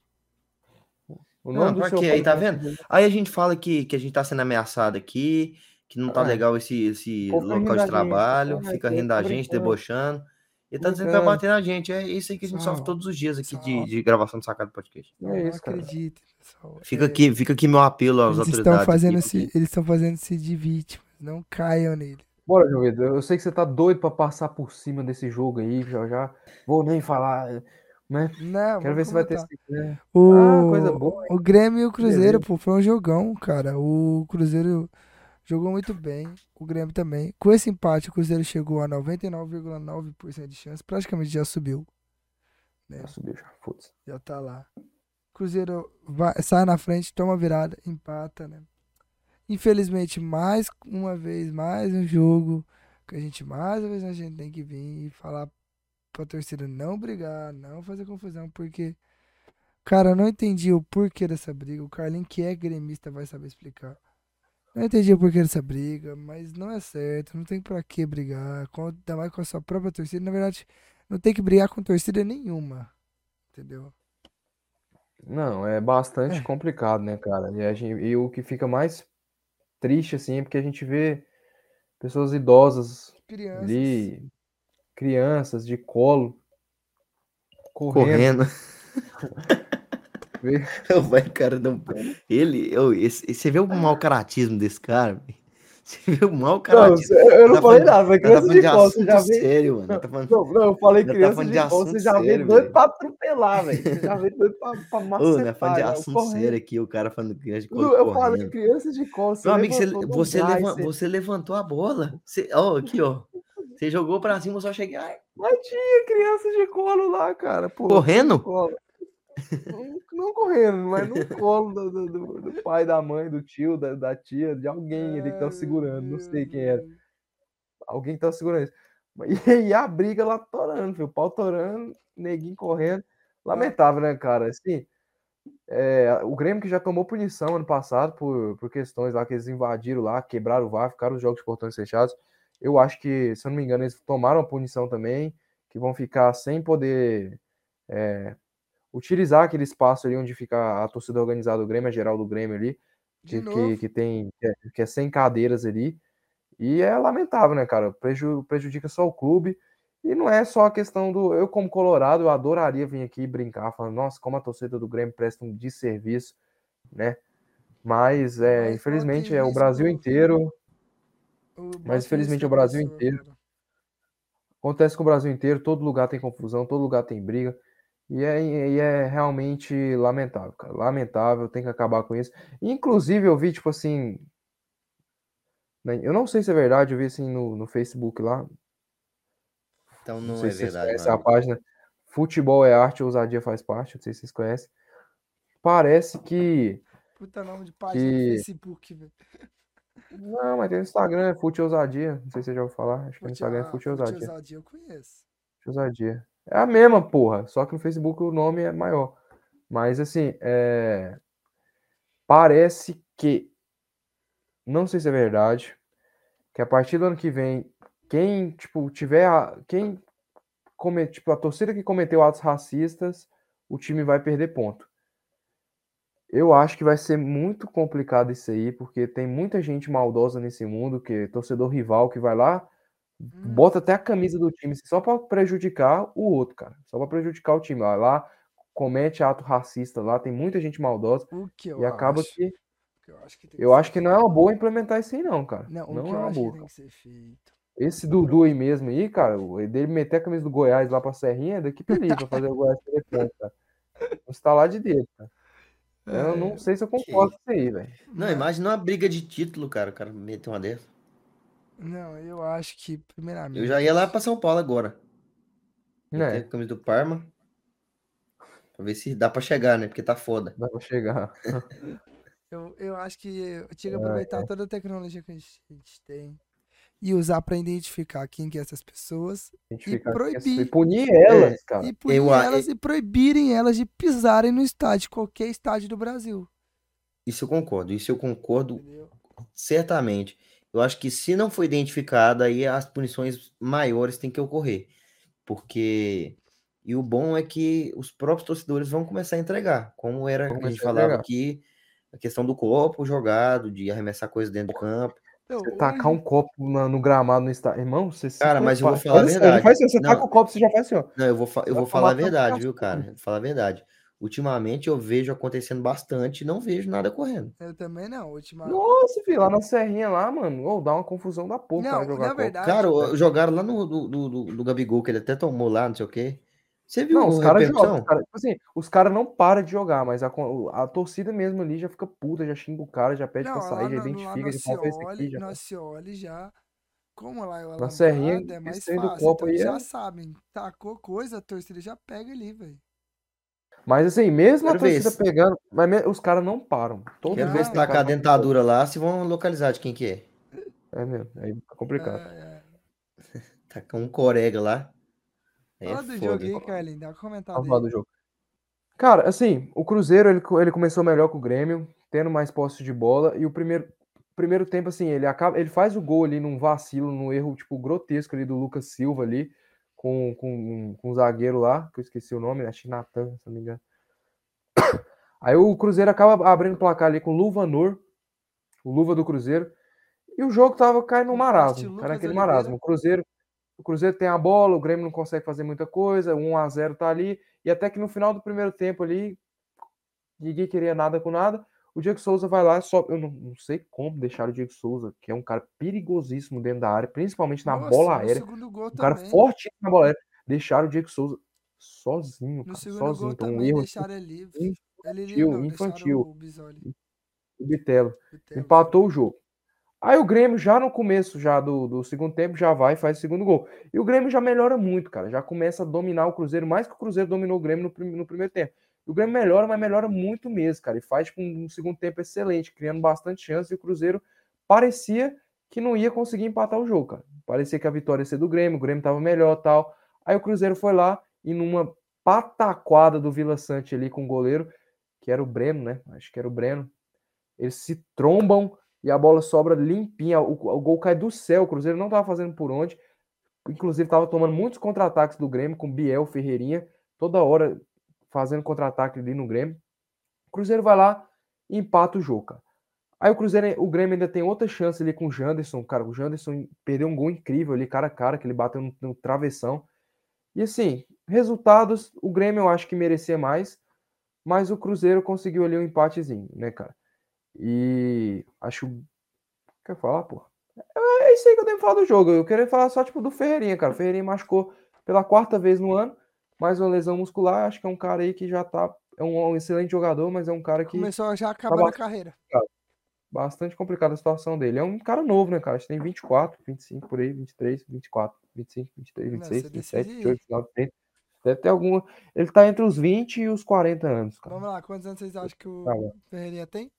O Não, nome do pra seu quê? pai Aí tá começa vendo? com... Aí a gente fala que a gente tá sendo ameaçado aqui, que não tá Ah, legal o esse povo tá rindo local de da gente. trabalho, fica rindo da Tá gente, brincando, debochando. E tá dizendo que vai brincando. bater na gente. É isso aí que a gente sofre Pessoal, todos os dias aqui pessoal, de gravação do Sacado Podcast. pessoal, É não isso, cara. acreditem, pessoal. Fica aqui meu apelo às autoridades aqui, porque Eles estão fazendo-se de vítimas. Não caiam nele. Bora, João Vitor. Eu sei que você tá doido pra passar por cima desse jogo aí, já. Vou nem falar, né? Não, Quero vamos ver se vai ter comentar. esse... né? Ah, coisa boa, hein? O Grêmio e o Que Cruzeiro, beleza. pô, foi um jogão, cara. O Cruzeiro jogou muito bem. O Grêmio também. Com esse empate, o Cruzeiro chegou a 99,9% de chance. Praticamente já subiu, Já né? subiu, já. Foda-se. Já tá lá. Cruzeiro sai na frente, toma virada, empata, né? Infelizmente, mais uma vez, mais um jogo que mais uma vez a gente tem que vir e falar pra torcida não brigar, não fazer confusão, porque, cara, eu não entendi o porquê dessa briga. O Carlinhos, que é gremista, vai saber explicar. Não entendi o porquê dessa briga, mas não é certo, não tem pra que brigar, ainda mais com a sua própria torcida. Na verdade, não tem que brigar com torcida nenhuma, entendeu? Não, é bastante É, complicado, né, cara? E o que fica mais triste, assim, é porque a gente vê pessoas idosas crianças. ali, crianças de colo, correndo. correndo. Vê- Vai, cara, não. Você vê o mau caratismo desse cara, velho? Você vê o mau Não, caratismo. eu não Tá falei falando, nada, foi nós tá criança falando de de colo, você assunto já vê. sério, mano. Não, eu falei Nós tá criança falando de de colo, você assunto já vê sério, doido velho. pra atropelar, velho. Você já vê doido pra Ô, nós falando de macetar, já, assunto sério correndo. aqui, o cara falando que de colo Eu falei correndo. criança de colo, você Meu amigo, levantou no gás, você... você levantou a bola. Ó, aqui, ó. Você jogou pra cima, eu só cheguei. Ai, Mas tinha criança de colo lá, cara, pô, criança de correndo? colo. Não correndo, mas no colo do pai, da mãe, do tio, da tia, de alguém ali que tava Ai, meu segurando, não sei Deus, quem era. velho. Alguém que tava segurando isso. E a briga lá torando, filho, o pau torando, neguinho correndo. Ah, Lamentável, né, cara? Assim, o Grêmio que já tomou punição ano passado por questões lá que eles invadiram lá, quebraram o VAR, ficaram os jogos de portões fechados. Eu acho que, se eu não me engano, eles tomaram a punição também, que vão ficar sem poder utilizar aquele espaço ali onde fica a torcida organizada do Grêmio, a geral do Grêmio ali, de novo. que é 100 cadeiras ali. E é lamentável, né, cara? Prejudica só o clube. E não é só a questão do. Eu, como Colorado, eu adoraria vir aqui brincar, falando, nossa, como a torcida do Grêmio presta um desserviço, né? Mas, Mas qual que infelizmente, é é o isso, Brasil pô? inteiro. Eu Mas, boto fé nesse infelizmente, é o tempo da Brasil sua, inteiro. cara. Acontece com o Brasil inteiro, todo lugar tem confusão, todo lugar tem briga. E é realmente lamentável, cara. Lamentável, tem que acabar com isso. Inclusive, eu vi, tipo assim. Né, eu não sei se é verdade, eu vi assim no Facebook lá. Então Não não sei é se vocês verdade, meu conhecem a amigo. página. Futebol é arte, ousadia faz parte. Não sei se vocês conhecem. Parece Puta nome de página de que... Facebook, velho. Não, mas tem no Instagram, é Fute Ousadia. Não sei se você já ouviu falar. Acho que no Instagram é Fute Fute Ousadia. ousadia eu conheço. Fute Ousadia. É a mesma, porra. Só que no Facebook o nome é maior. Mas, assim, parece que... Não sei se é verdade. Que a partir do ano que vem, quem, tipo, tiver... tipo, a torcida que cometeu atos racistas, o time vai perder ponto. Eu acho que vai ser muito complicado isso aí, porque tem muita gente maldosa nesse mundo, que é torcedor rival que vai lá, bota até a camisa do time só para prejudicar o outro, cara. Só para prejudicar o time. Vai lá, comete ato racista lá, tem muita gente maldosa O que eu e acaba acho? que O que eu acho que tem que eu ser acho que não é uma feito. boa implementar isso aí não, cara. Não, o que Não é eu uma acho que boa, tem cara. que ser feito. Esse Dudu aí mesmo aí, cara, dele meter a camisa do Goiás lá pra Serrinha, é daqui pra ali, pra fazer o Goiás perder ponto, cara. Um estalar de dedo, cara. Eu não É, sei se eu concordo Que... com isso aí, velho. Não, não, imagina uma briga de título, cara. O cara meteu uma dessa. não, eu acho que, Eu já ia lá primeiramente, pra São Paulo agora. Meter a Né? camisa do Parma. Pra ver se dá pra chegar, né? Porque tá foda. Dá pra chegar. eu acho que eu tinha que Ai, aproveitar toda a tecnologia que a gente tem e usar pra identificar quem que é essas pessoas Identificar proibir. e punir elas, cara. e punir elas e proibirem elas de pisarem no estádio, qualquer estádio do Brasil. Isso eu concordo Entendeu? certamente. Eu acho que se não for identificado, aí as punições maiores têm que ocorrer. Porque. E o bom é que os próprios torcedores vão começar a entregar. Como era Vamos que a gente começar a falava entregar. aqui, a questão do copo jogado, de arremessar coisas dentro do campo. Então, Você tacar hoje, um copo no gramado no estádio. Irmão, você se Cara, mas eu vou prepara. falar a Olha só, já faz verdade. assim, você taca Não, o copo, você já faz assim, ó. não, eu Vai vou falar tomar a tanto verdade, viu, castigo. cara? Eu vou falar a verdade. Ultimamente eu vejo acontecendo bastante e não vejo nada correndo. eu também não. Última... Nossa, filho, lá na Serrinha lá, mano. Ô, dá uma confusão da porra, o cara Não, jogar na copo. verdade, Cara, jogaram lá no Gabigol, que ele até tomou lá, não sei o quê. Você Não, os viu a caras jogam. repercussão? Tipo assim, os caras não param de jogar, mas a torcida mesmo ali já fica puta, já xinga o cara, já pede pra não, sair, já lá no identifica, já fala esse aqui, Cioli, já. no Cioli já, como lá é o Na Serrinha, alambrado, é esse mais trem do fácil. copo Então aí eles é. já sabem. Tacou coisa, a torcida já pega ali, velho. Mas assim, mesmo a Quero ver torcida se, pegando, os caras não param. Toda quero ver vez se que tem Não, tacar cara a pra fazer. dentadura lá, se vão localizar de quem que é. É mesmo, aí fica complicado. é. Tacar um corega lá, aí é Fala do jogo foda. aí, Carlinhos. Dá uma comentada Vamos falar aí. do jogo. Cara, assim, o Cruzeiro ele começou melhor com o Grêmio, tendo mais posse de bola, e o primeiro tempo, assim, ele faz o gol ali num vacilo, num erro, tipo, grotesco ali do Lucas Silva ali, com o zagueiro lá, que eu esqueci o nome, acho que Natan, se não me engano. Aí o Cruzeiro acaba abrindo o placar ali com o Luvanor, o Luva do Cruzeiro, e o jogo tava caindo no Um passe marasmo, caindo Lucas naquele Oliveira. marasmo. O Cruzeiro tem a bola, o Grêmio não consegue fazer muita coisa, 1-0 tá ali, e até que no final do primeiro tempo ali, ninguém queria nada com nada. O Diego Souza vai lá, só eu não sei como deixar o Diego Souza, que é um cara perigosíssimo dentro da área, principalmente na Nossa, bola no aérea, segundo gol um cara também. fortíssimo na bola aérea, deixaram o Diego Souza sozinho, No cara, segundo sozinho. gol Então, um também erro assim, deixaram ele livre. Ele livre infantil, não, deixaram infantil. o Bisoli. O Bitelo O Telo, empatou o jogo. Aí o Grêmio, já no começo já do segundo tempo, já vai e faz o segundo gol. E o Grêmio já melhora muito, cara. Já começa a dominar o Cruzeiro, mais que o Cruzeiro dominou o Grêmio no primeiro tempo. O Grêmio melhora, mas melhora muito mesmo, cara. E faz tipo, um segundo tempo excelente, criando bastante chance. E o Cruzeiro parecia que não ia conseguir empatar o jogo, cara. Parecia que a vitória ia ser do Grêmio, o Grêmio tava melhor e tal. Aí o Cruzeiro foi lá e numa pataquada do Vila Sante ali com o goleiro, que era o Breno, né? Acho que era o Breno. Eles se trombam e a bola sobra limpinha. O gol cai do céu. O Cruzeiro não estava fazendo por onde. Inclusive, estava tomando muitos contra-ataques do Grêmio, com Biel, Ferreirinha, toda hora fazendo contra-ataque ali no Grêmio. O Cruzeiro vai lá e empata o jogo, cara. Aí o Grêmio ainda tem outra chance ali com o Janderson, cara. O Janderson perdeu um gol incrível ali, cara a cara, que ele bateu no travessão. E assim, resultados, o Grêmio eu acho que merecia mais, mas o Cruzeiro conseguiu ali um empatezinho, né, cara? E acho. Quer falar, pô? É isso aí que eu tenho que falar do jogo. Eu queria falar só, tipo, do Ferreirinha, cara. O Ferreirinha machucou pela quarta vez no ano, mais uma lesão muscular. Acho que é um cara aí que já tá. É um excelente jogador, mas é um cara que Começou já tá acabando a carreira. bastante complicada a situação dele. É um cara novo, né, cara? Acho que tem 24, 25 por aí, 23, 24, 25, 23, Não, você 26, decide 27, aí. 28, 29, 30. Deve ter alguma. Ele tá entre os 20 e os 40 anos, cara. Vamos lá, quantos anos vocês acham que Tá o bom. Ferreirinha tem?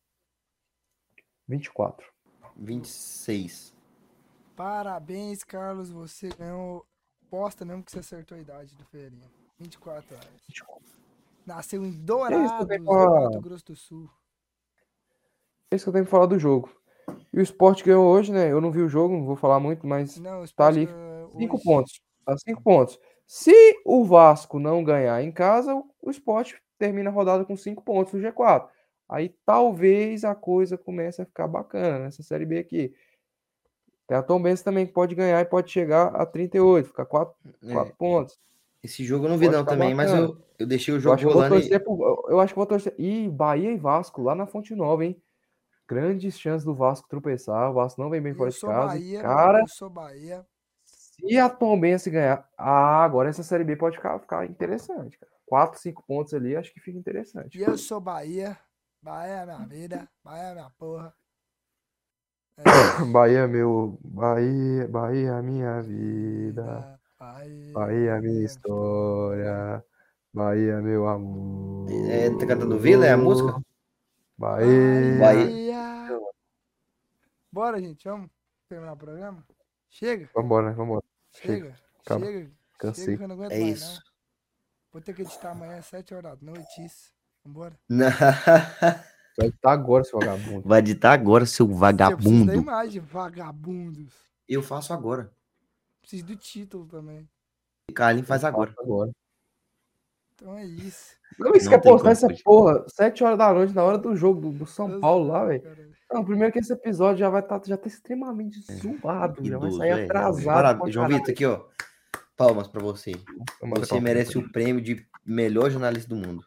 24. 26. Parabéns, Carlos. Você ganhou. Posta mesmo que você acertou a idade do Ferreirinha. 24 anos. Nasceu em É isso que eu tenho Dourados, que no falar. Mato Grosso do Sul. É isso que eu tenho que falar do jogo. E o Sport ganhou hoje, né? Eu não vi o jogo, não vou falar muito, mas Não, o tá Sport ali. ganhou 5 hoje. pontos. Tá 5 pontos. Se o Vasco não ganhar em casa, o Sport termina a rodada com 5 pontos no G4. Aí talvez a coisa comece a ficar bacana nessa Série B aqui. Tem a Tombense também que pode ganhar e pode chegar a 38, ficar 4 É, pontos. esse jogo eu não vi Pode não ficar também, mas bacana. eu deixei o Eu jogo acho que eu vou rolando torcer e eu acho que vou torcer. Ih, Bahia e Vasco lá na Fonte Nova, hein? Grandes chances do Vasco tropeçar. O Vasco não vem bem Eu fora de sou casa. E, Bahia. cara, Eu sou Bahia. se a Tombense ganhar, agora essa Série B pode ficar interessante, cara. 4, 5 pontos ali, acho que fica interessante. E eu sou Bahia. Bahia é minha vida. Bahia é minha porra. É Bahia, meu. Bahia, minha vida. vida. Bahia Bahia, é minha minha história. história. Bahia, meu tá cantando Vila, é a amor. música? Bahia. Bahia. Bahia. Bora, gente. Vamos terminar o programa? Chega, Vambora, né? Vambora. chega, Calma. chega. Cansei. Chega que eu não aguento É mais, isso. não. Vou ter que editar amanhã às 7 horas da noite, isso. Vambora. Vai editar agora, seu vagabundo. Vai editar agora, seu Eu preciso da vagabundo. imagem, vagabundos. Eu faço agora. Preciso do título também. O Carlinhos faz agora. Então é isso. Não, isso Não quer tem postar como essa fugir. porra 7 horas da noite, na hora do jogo do São Eu Paulo sei, lá, velho. cara. Não, primeiro que esse episódio já vai já tá extremamente zoado, já vai Idoso, sair é. atrasado. Parabéns, pra João caralho. Vitor, aqui, ó. Palmas pra você. Manda Você palma, merece manda o prêmio de melhor jornalista do mundo.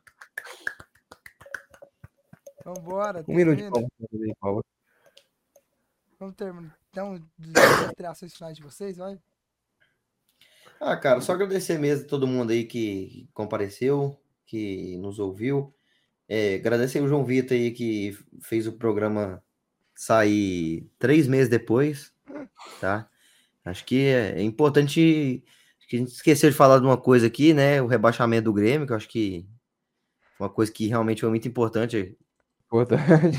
Vambora, palma. Um minuto de termina. palma. Vamos terminar. Então, considerações finais de vocês, vai? Ah, cara, só agradecer mesmo a todo mundo aí que compareceu, que nos ouviu. Agradecer o João Vitor aí que fez o programa sair 3 meses depois, tá? Acho que é importante. Acho que a gente esqueceu de falar de uma coisa aqui, né? O rebaixamento do Grêmio, que eu acho que uma coisa que realmente foi muito importante. Importante.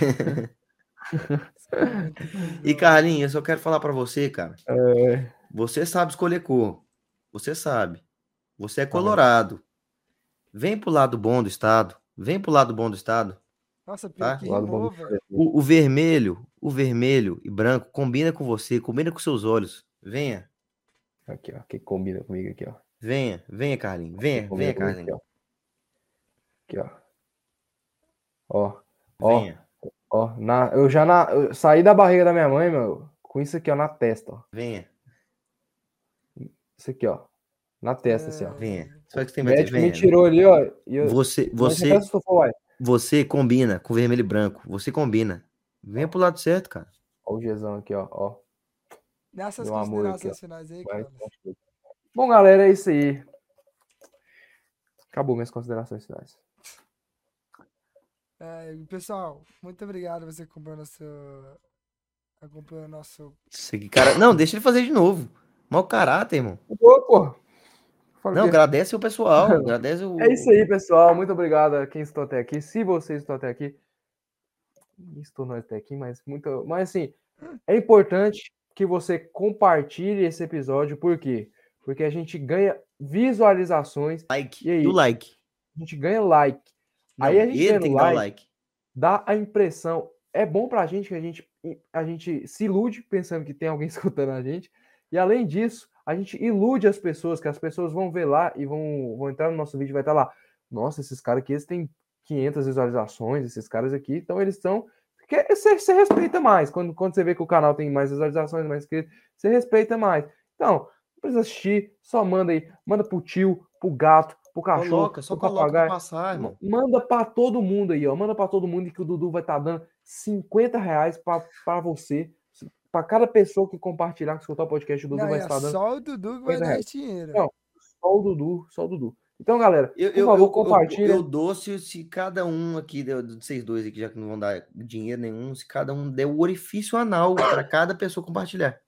E, Carlinhos, eu só quero falar pra você, cara. Você sabe escolher cor. Você sabe. Você é colorado. Vem pro lado bom do estado. Vem pro lado bom do estado. Nossa, pior que rimou, velho. O vermelho e branco combina com você, combina com seus olhos. Venha. Aqui, ó. Que combina comigo aqui, ó. Venha, Carlinhos. Venha, Carlinhos. Aqui, ó. Ó. Venha. Ó. Eu saí da barriga da minha mãe, meu, com isso aqui, ó, na testa, ó. Venha. Isso aqui, ó. Na testa, assim, ó. Venha. Só que você tem O mais médico me venha. tirou ali, ó. E eu... Você combina com vermelho e branco. Você combina. Venha pro lado certo, cara. Ó o Gzão aqui, ó. Nessas Meu amor considerações aqui, finais aí, Vai, cara. Bom, galera, é isso aí. Acabou minhas considerações finais. Pessoal, muito obrigado você acompanhando nosso. Isso aqui, cara. Não, deixa ele fazer de novo. Mau caráter, irmão. Pô. Não, agradece o pessoal. Agradece o. É isso aí, pessoal. Muito obrigado a quem estou até aqui. Se vocês estão até aqui. Estou nós até aqui, mas assim, é importante que você compartilhe esse episódio. Por quê? Porque a gente ganha visualizações. Like. E aí, E o like. a gente ganha like. Não, aí a gente ele tem que dar o like. Dá a impressão. É bom pra gente que a gente se ilude pensando que tem alguém escutando a gente. E além disso, a gente ilude as pessoas, que as pessoas vão ver lá e vão entrar no nosso vídeo e vai estar lá. Nossa, esses caras aqui, eles têm 500 visualizações, esses caras aqui, então eles estão... Você respeita mais. Quando você vê que o canal tem mais visualizações, mais inscritos, você respeita mais. Então, não precisa assistir, só manda aí. Manda pro tio, pro gato, pro cachorro, pro papagaio. Passar, irmão. Manda pra todo mundo aí, ó. Manda pra todo mundo que o Dudu vai estar dando R$50 pra você. Pra cada pessoa que compartilhar, que escutar o podcast, o Dudu vai estar dando. Só o Dudu que vai dar esse dinheiro. Não, só o Dudu. Então, galera, por favor, compartilha. Eu dou se cada um aqui, de vocês dois aqui, já que não vão dar dinheiro nenhum, se cada um der o orifício anal para cada pessoa compartilhar.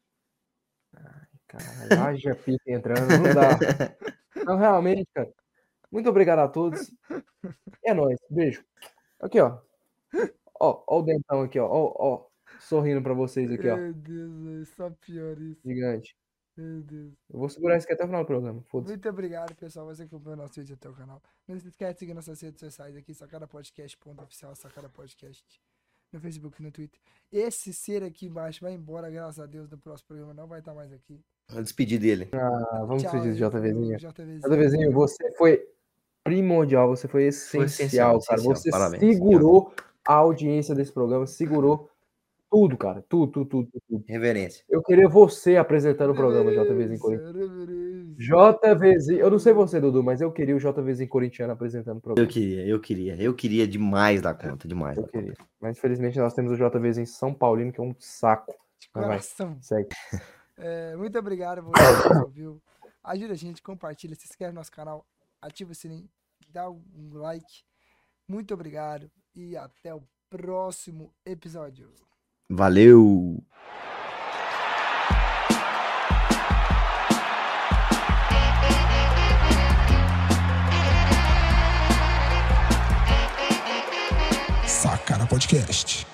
Ai, caralho, haja pica entrando, não dá. Não, realmente, cara. Muito obrigado a todos. É nóis, beijo. Aqui, ó. Ó o dentão aqui, ó. Sorrindo pra vocês aqui, ó. Meu Deus, só pior isso. Gigante. Meu Deus. Eu vou segurar isso aqui até o final do programa. Foda-se. Muito obrigado, pessoal. Você que acompanhou nosso vídeo até o canal. Não se esquece de seguir nossas redes sociais aqui, sacarapodcast.oficial, sacarapodcast no Facebook e no Twitter. Esse ser aqui embaixo vai embora, graças a Deus, no próximo programa. Não vai estar mais aqui. Vou despedir dele. Vamos Tchau, despedir do JVzinho. JVzinho. JVzinho, você foi primordial, você foi essencial, cara. essencial. Você Parabéns. segurou a audiência desse programa, segurou tudo, cara. Tudo. Reverência. Eu queria você apresentando o programa, JVzinho Corinthians. JVzinho, eu não sei você, Dudu, mas eu queria o JVzinho corintiano apresentando o programa. Eu queria demais da conta, demais. Eu queria. Mas infelizmente nós temos o JVzinho São Paulino, que é um saco. Coração. Segue. Muito obrigado por você que ouviu. Ajuda a gente, compartilha, se inscreve no nosso canal, ativa o sininho, dá um like. Muito obrigado e até o próximo episódio. Valeu! Sacana Podcast.